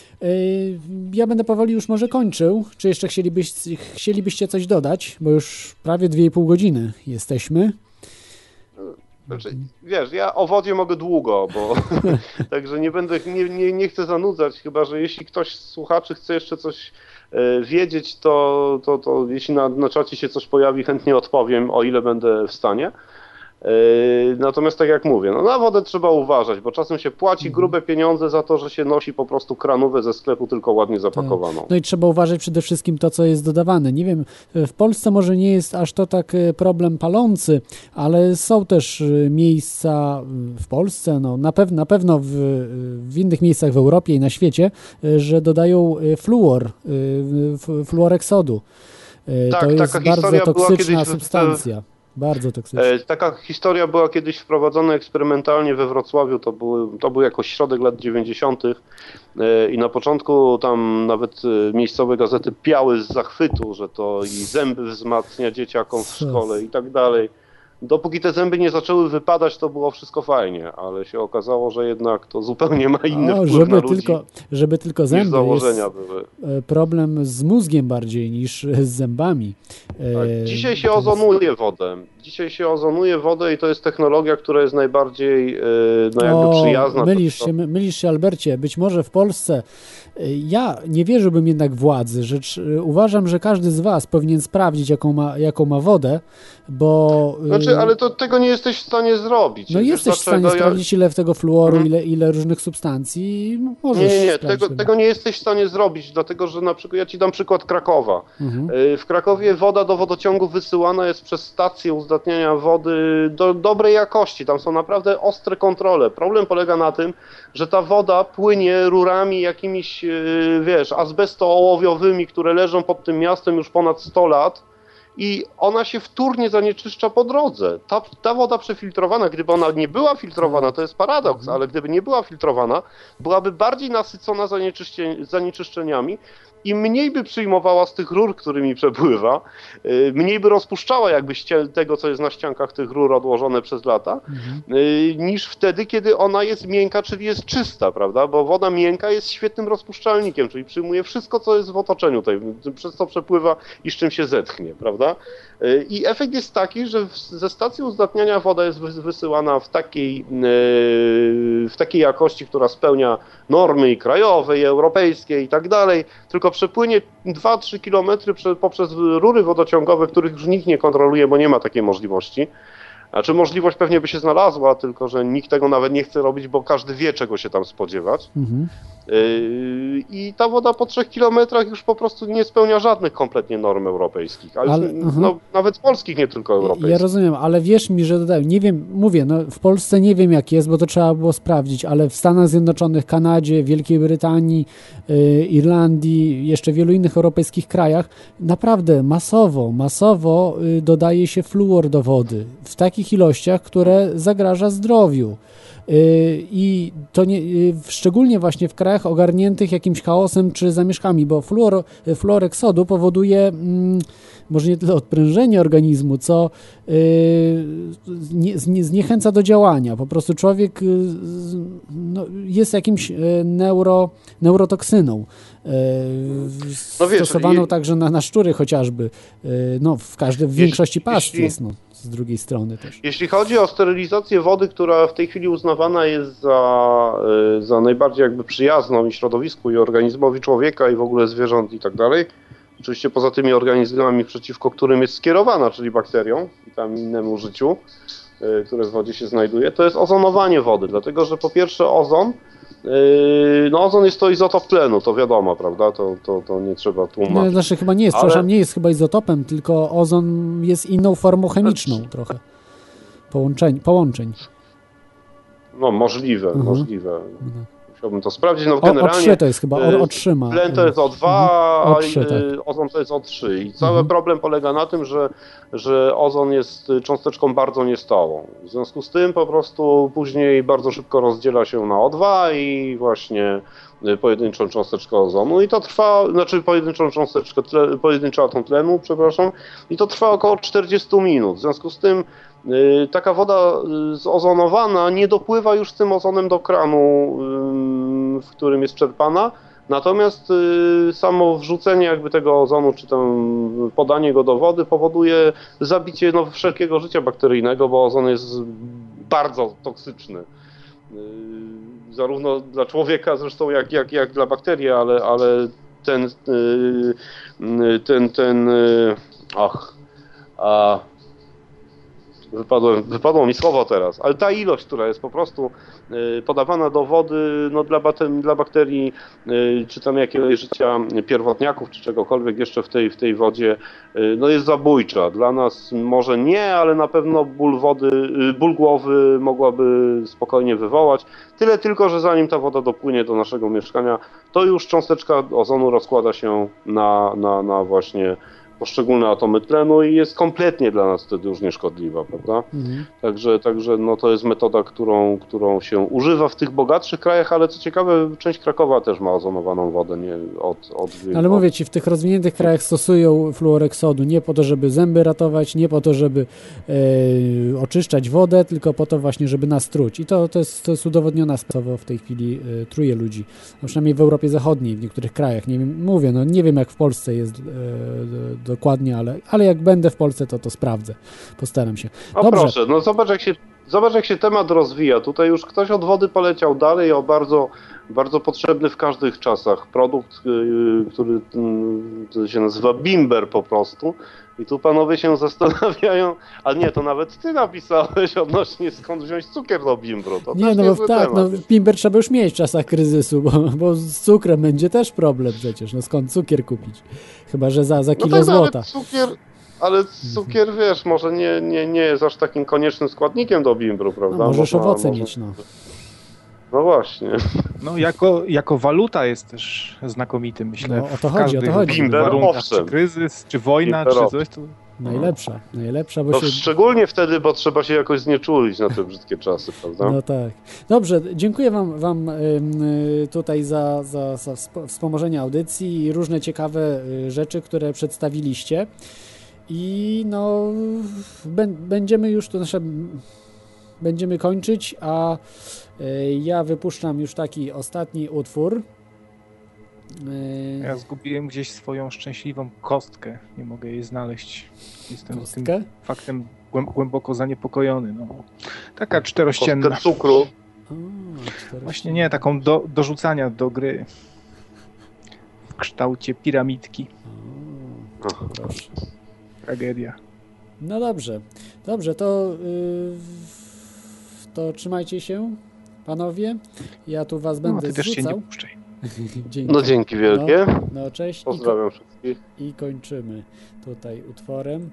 Speaker 5: Ja będę powoli już może kończył. Czy jeszcze chcielibyście coś dodać? Bo już prawie 2,5 godziny jesteśmy.
Speaker 9: Znaczy, wiesz, ja o wodzie mogę długo, bo także nie chcę zanudzać, chyba że jeśli ktoś z słuchaczy chce jeszcze coś wiedzieć, to jeśli na czacie się coś pojawi, chętnie odpowiem, o ile będę w stanie. Natomiast tak jak mówię, na wodę trzeba uważać, bo czasem się płaci grube pieniądze za to, że się nosi po prostu kranówę ze sklepu, tylko ładnie zapakowaną.
Speaker 5: No i trzeba uważać przede wszystkim to, co jest dodawane. Nie wiem, w Polsce może nie jest aż to tak problem palący, ale są też miejsca w Polsce, no na pewno w innych miejscach w Europie i na świecie, że dodają fluorek-sodu.
Speaker 9: Tak,
Speaker 5: to jest bardzo toksyczna substancja. Bardzo toksyczna.
Speaker 9: Taka historia była kiedyś wprowadzona eksperymentalnie we Wrocławiu, to był jakoś środek lat 90. I na początku tam nawet miejscowe gazety piały z zachwytu, że to i zęby wzmacnia dzieciakom w szkole i tak dalej. Dopóki te zęby nie zaczęły wypadać, to było wszystko fajnie, ale się okazało, że jednak to zupełnie ma inny wpływ na ludzi.
Speaker 5: Żeby tylko zęby,
Speaker 9: założenia
Speaker 5: jest
Speaker 9: były.
Speaker 5: Problem z mózgiem bardziej niż z zębami.
Speaker 9: Tak. Dzisiaj się ozonuje wodę i to jest technologia, która jest najbardziej przyjazna.
Speaker 5: Mylisz się, Albercie. Być może w Polsce ja nie wierzyłbym jednak władzy. Uważam, że każdy z was powinien sprawdzić, jaką ma wodę, bo...
Speaker 9: ale tego nie jesteś w stanie zrobić.
Speaker 5: No jesteś w stanie sprawdzić, ile w tego fluoru, ile różnych substancji.
Speaker 9: Nie, tego nie jesteś w stanie zrobić, dlatego że na przykład, ja ci dam przykład Krakowa. W Krakowie woda do wodociągu wysyłana jest przez stację uzdatniania wody do dobrej jakości. Tam są naprawdę ostre kontrole. Problem polega na tym, że ta woda płynie rurami jakimiś, azbesto-ołowiowymi, które leżą pod tym miastem już ponad 100 lat. I ona się wtórnie zanieczyszcza po drodze. Ta woda przefiltrowana, gdyby ona nie była filtrowana, to jest paradoks, ale gdyby nie była filtrowana, byłaby bardziej nasycona zanieczyszczeniami i mniej by przyjmowała z tych rur, którymi przepływa, mniej by rozpuszczała jakby tego, co jest na ściankach tych rur odłożone przez lata, niż wtedy, kiedy ona jest miękka, czyli jest czysta, prawda? Bo woda miękka jest świetnym rozpuszczalnikiem, czyli przyjmuje wszystko, co jest w otoczeniu, przez co przepływa i z czym się zetknie, prawda? I efekt jest taki, że ze stacji uzdatniania woda jest wysyłana w takiej jakości, która spełnia normy i krajowe, i europejskie i tak dalej, tylko przepłynie 2-3 kilometry poprzez rury wodociągowe, których już nikt nie kontroluje, bo nie ma takiej możliwości. Znaczy możliwość pewnie by się znalazła, tylko że nikt tego nawet nie chce robić, bo każdy wie, czego się tam spodziewać. I ta woda po 3 kilometrach już po prostu nie spełnia żadnych kompletnie norm europejskich, nawet polskich, nie tylko europejskich.
Speaker 5: Ja rozumiem, ale wierz mi, że nie wiem, mówię, no w Polsce nie wiem jak jest, bo to trzeba było sprawdzić, ale w Stanach Zjednoczonych, Kanadzie, Wielkiej Brytanii, Irlandii, jeszcze wielu innych europejskich krajach naprawdę masowo dodaje się fluor do wody w takich ilościach, które zagraża zdrowiu. I to szczególnie właśnie w krajach ogarniętych jakimś chaosem czy zamieszkami, bo fluorek sodu powoduje może nie tyle odprężenie organizmu, co zniechęca do działania. Po prostu człowiek jest jakimś neurotoksyną stosowaną także na szczury chociażby. W większości paszcz jest z drugiej strony też.
Speaker 9: Jeśli chodzi o sterylizację wody, która w tej chwili uznawana jest za najbardziej jakby przyjazną i środowisku, i organizmowi człowieka, i w ogóle zwierząt i tak dalej, oczywiście poza tymi organizmami, przeciwko którym jest skierowana, czyli bakteriom i tam innemu życiu, które w wodzie się znajduje, to jest ozonowanie wody, dlatego że po pierwsze ozon jest to izotop tlenu, to wiadomo, prawda, to nie trzeba tłumaczyć.
Speaker 5: Znaczy chyba nie jest, nie jest chyba izotopem, tylko ozon jest inną formą chemiczną trochę, połączeń.
Speaker 9: No możliwe. Musiałbym to sprawdzić, generalnie
Speaker 5: O3 to jest chyba, O3 ma.
Speaker 9: Tlen to jest O2,
Speaker 5: O3, tak.
Speaker 9: ozon to jest O3 i cały problem polega na tym, że ozon jest cząsteczką bardzo niestałą. W związku z tym po prostu później bardzo szybko rozdziela się na O2 i właśnie pojedynczą cząsteczkę ozonu i to trwa, pojedynczy atom tlenu, i to trwa około 40 minut. W związku z tym taka woda zozonowana nie dopływa już z tym ozonem do kranu, w którym jest czerpana, natomiast samo wrzucenie jakby tego ozonu, czy tam podanie go do wody powoduje zabicie wszelkiego życia bakteryjnego, bo ozon jest bardzo toksyczny. Zarówno dla człowieka zresztą jak dla bakterii, ale wypadło mi słowo teraz, ale ta ilość, która jest po prostu podawana do wody dla bakterii, czy tam jakiegoś życia pierwotniaków, czy czegokolwiek jeszcze w tej wodzie, jest zabójcza. Dla nas może nie, ale na pewno ból głowy mogłaby spokojnie wywołać. Tyle tylko, że zanim ta woda dopłynie do naszego mieszkania, to już cząsteczka ozonu rozkłada się na właśnie poszczególne atomy tlenu i jest kompletnie dla nas wtedy już nieszkodliwa, prawda? Także to jest metoda, którą się używa w tych bogatszych krajach, ale co ciekawe, część Krakowa też ma ozonowaną wodę, nie
Speaker 5: Ale mówię Ci, w tych rozwiniętych krajach stosują fluorek sodu nie po to, żeby zęby ratować, nie po to, żeby oczyszczać wodę, tylko po to właśnie, żeby nas truć. I to jest udowodniona sprawa, w tej chwili truje ludzi. A przynajmniej w Europie Zachodniej, w niektórych krajach. Nie wiem, nie wiem jak w Polsce jest dokładnie, ale jak będę w Polsce, to sprawdzę. Postaram się.
Speaker 9: Dobrze. Proszę, zobacz jak się temat rozwija. Tutaj już ktoś od wody poleciał dalej o bardzo, bardzo potrzebny w każdych czasach produkt, który się nazywa bimber po prostu. I tu panowie się zastanawiają, a nie, to nawet ty napisałeś odnośnie skąd wziąć cukier do bimbru. To
Speaker 5: nie, bimber trzeba już mieć w czasach kryzysu, bo z cukrem będzie też problem przecież. Skąd cukier kupić? Chyba, że za kilo złota.
Speaker 9: Ale cukier, wiesz, może nie jest aż takim koniecznym składnikiem do bimbru, prawda?
Speaker 5: Możesz owoce mieć,
Speaker 9: No właśnie.
Speaker 10: Jako waluta jest też znakomity, myślę.
Speaker 5: O to chodzi.
Speaker 9: Bimber,
Speaker 10: czy kryzys, czy wojna, czy coś. To...
Speaker 5: Najlepsza, bo
Speaker 9: szczególnie wtedy, bo trzeba się jakoś znieczulić na te brzydkie czasy, prawda?
Speaker 5: No tak. Dobrze, dziękuję wam tutaj za wspomożenie audycji i różne ciekawe rzeczy, które przedstawiliście. I będziemy już będziemy kończyć, a ja wypuszczam już taki ostatni utwór.
Speaker 10: Ja zgubiłem gdzieś swoją szczęśliwą kostkę. Nie mogę jej znaleźć. Jestem tym faktem głęboko zaniepokojony. Taka czterościenna.
Speaker 9: Kostkę cukru.
Speaker 10: Właśnie nie, taką do rzucania do gry. W kształcie piramidki.
Speaker 5: Proszę.
Speaker 10: Tragedia.
Speaker 5: No dobrze, to trzymajcie się, panowie. Ja tu was będę
Speaker 10: ty też
Speaker 5: zrzucał.
Speaker 10: się nie puszczaj.
Speaker 5: Dzięki.
Speaker 9: No dzięki wielkie.
Speaker 5: No cześć.
Speaker 9: Pozdrawiam wszystkich.
Speaker 5: I kończymy tutaj utworem.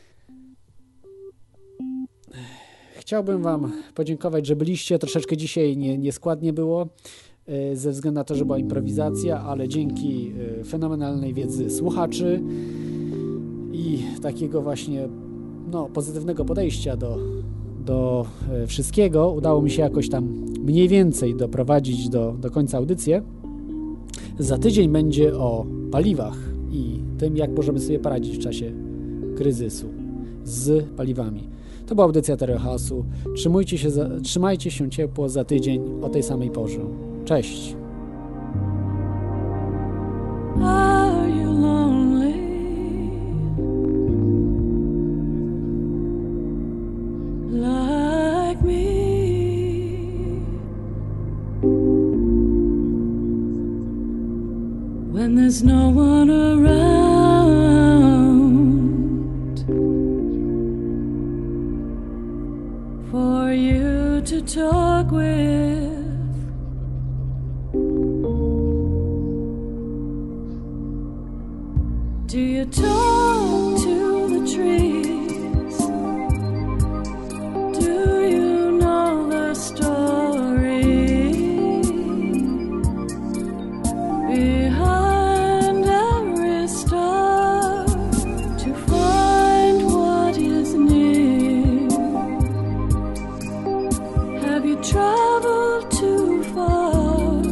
Speaker 5: Chciałbym wam podziękować, że byliście. Troszeczkę dzisiaj nieskładnie było, ze względu na to, że była improwizacja, ale dzięki fenomenalnej wiedzy słuchaczy i takiego właśnie pozytywnego podejścia do wszystkiego udało mi się jakoś tam mniej więcej doprowadzić do końca audycję. Za tydzień będzie o paliwach i tym, jak możemy sobie poradzić w czasie kryzysu z paliwami. To była audycja Tereochaosu. Trzymajcie się ciepło za tydzień o tej samej porze. Cześć!
Speaker 11: Are you lonely? Like me? When there's no one around for you to talk with, do you talk to the trees? Do you know the story behind every star to find what is near? Have you traveled too far?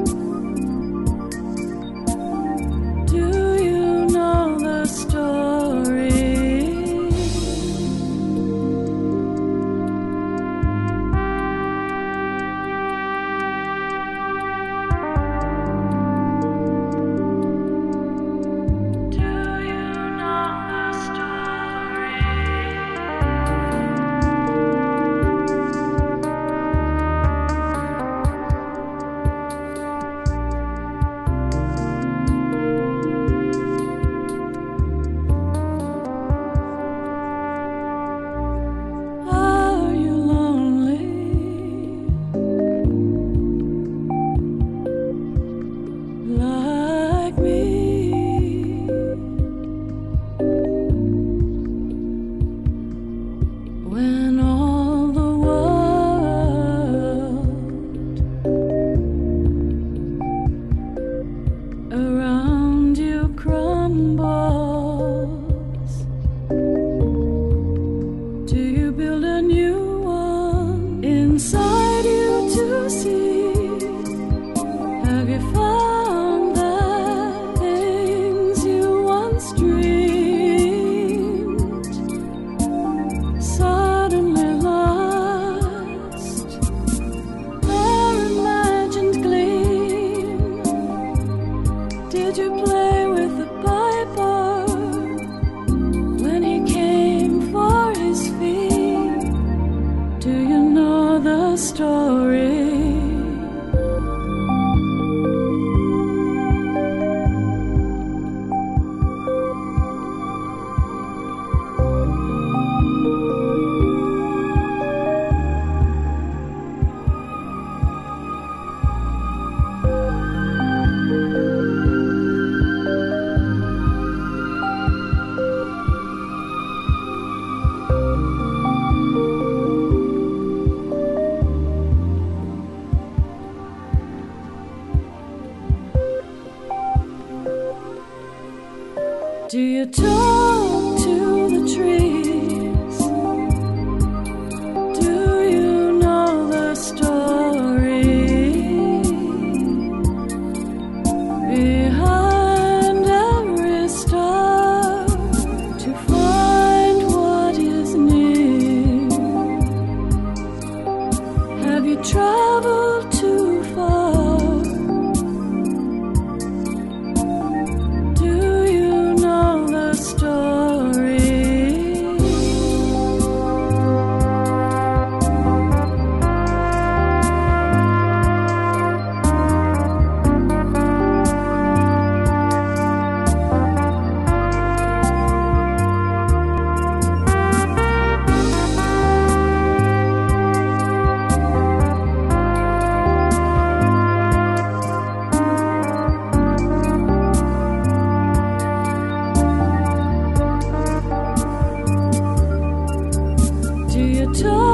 Speaker 11: Do you know the story? Are you lonely? Like me? When all the world around you crumbles, do you build a new one inside you to see? Have you found the things you once dreamed suddenly lost? Their imagined gleam. Did you play with the piper when he came for his fee? Do you know the story? talk.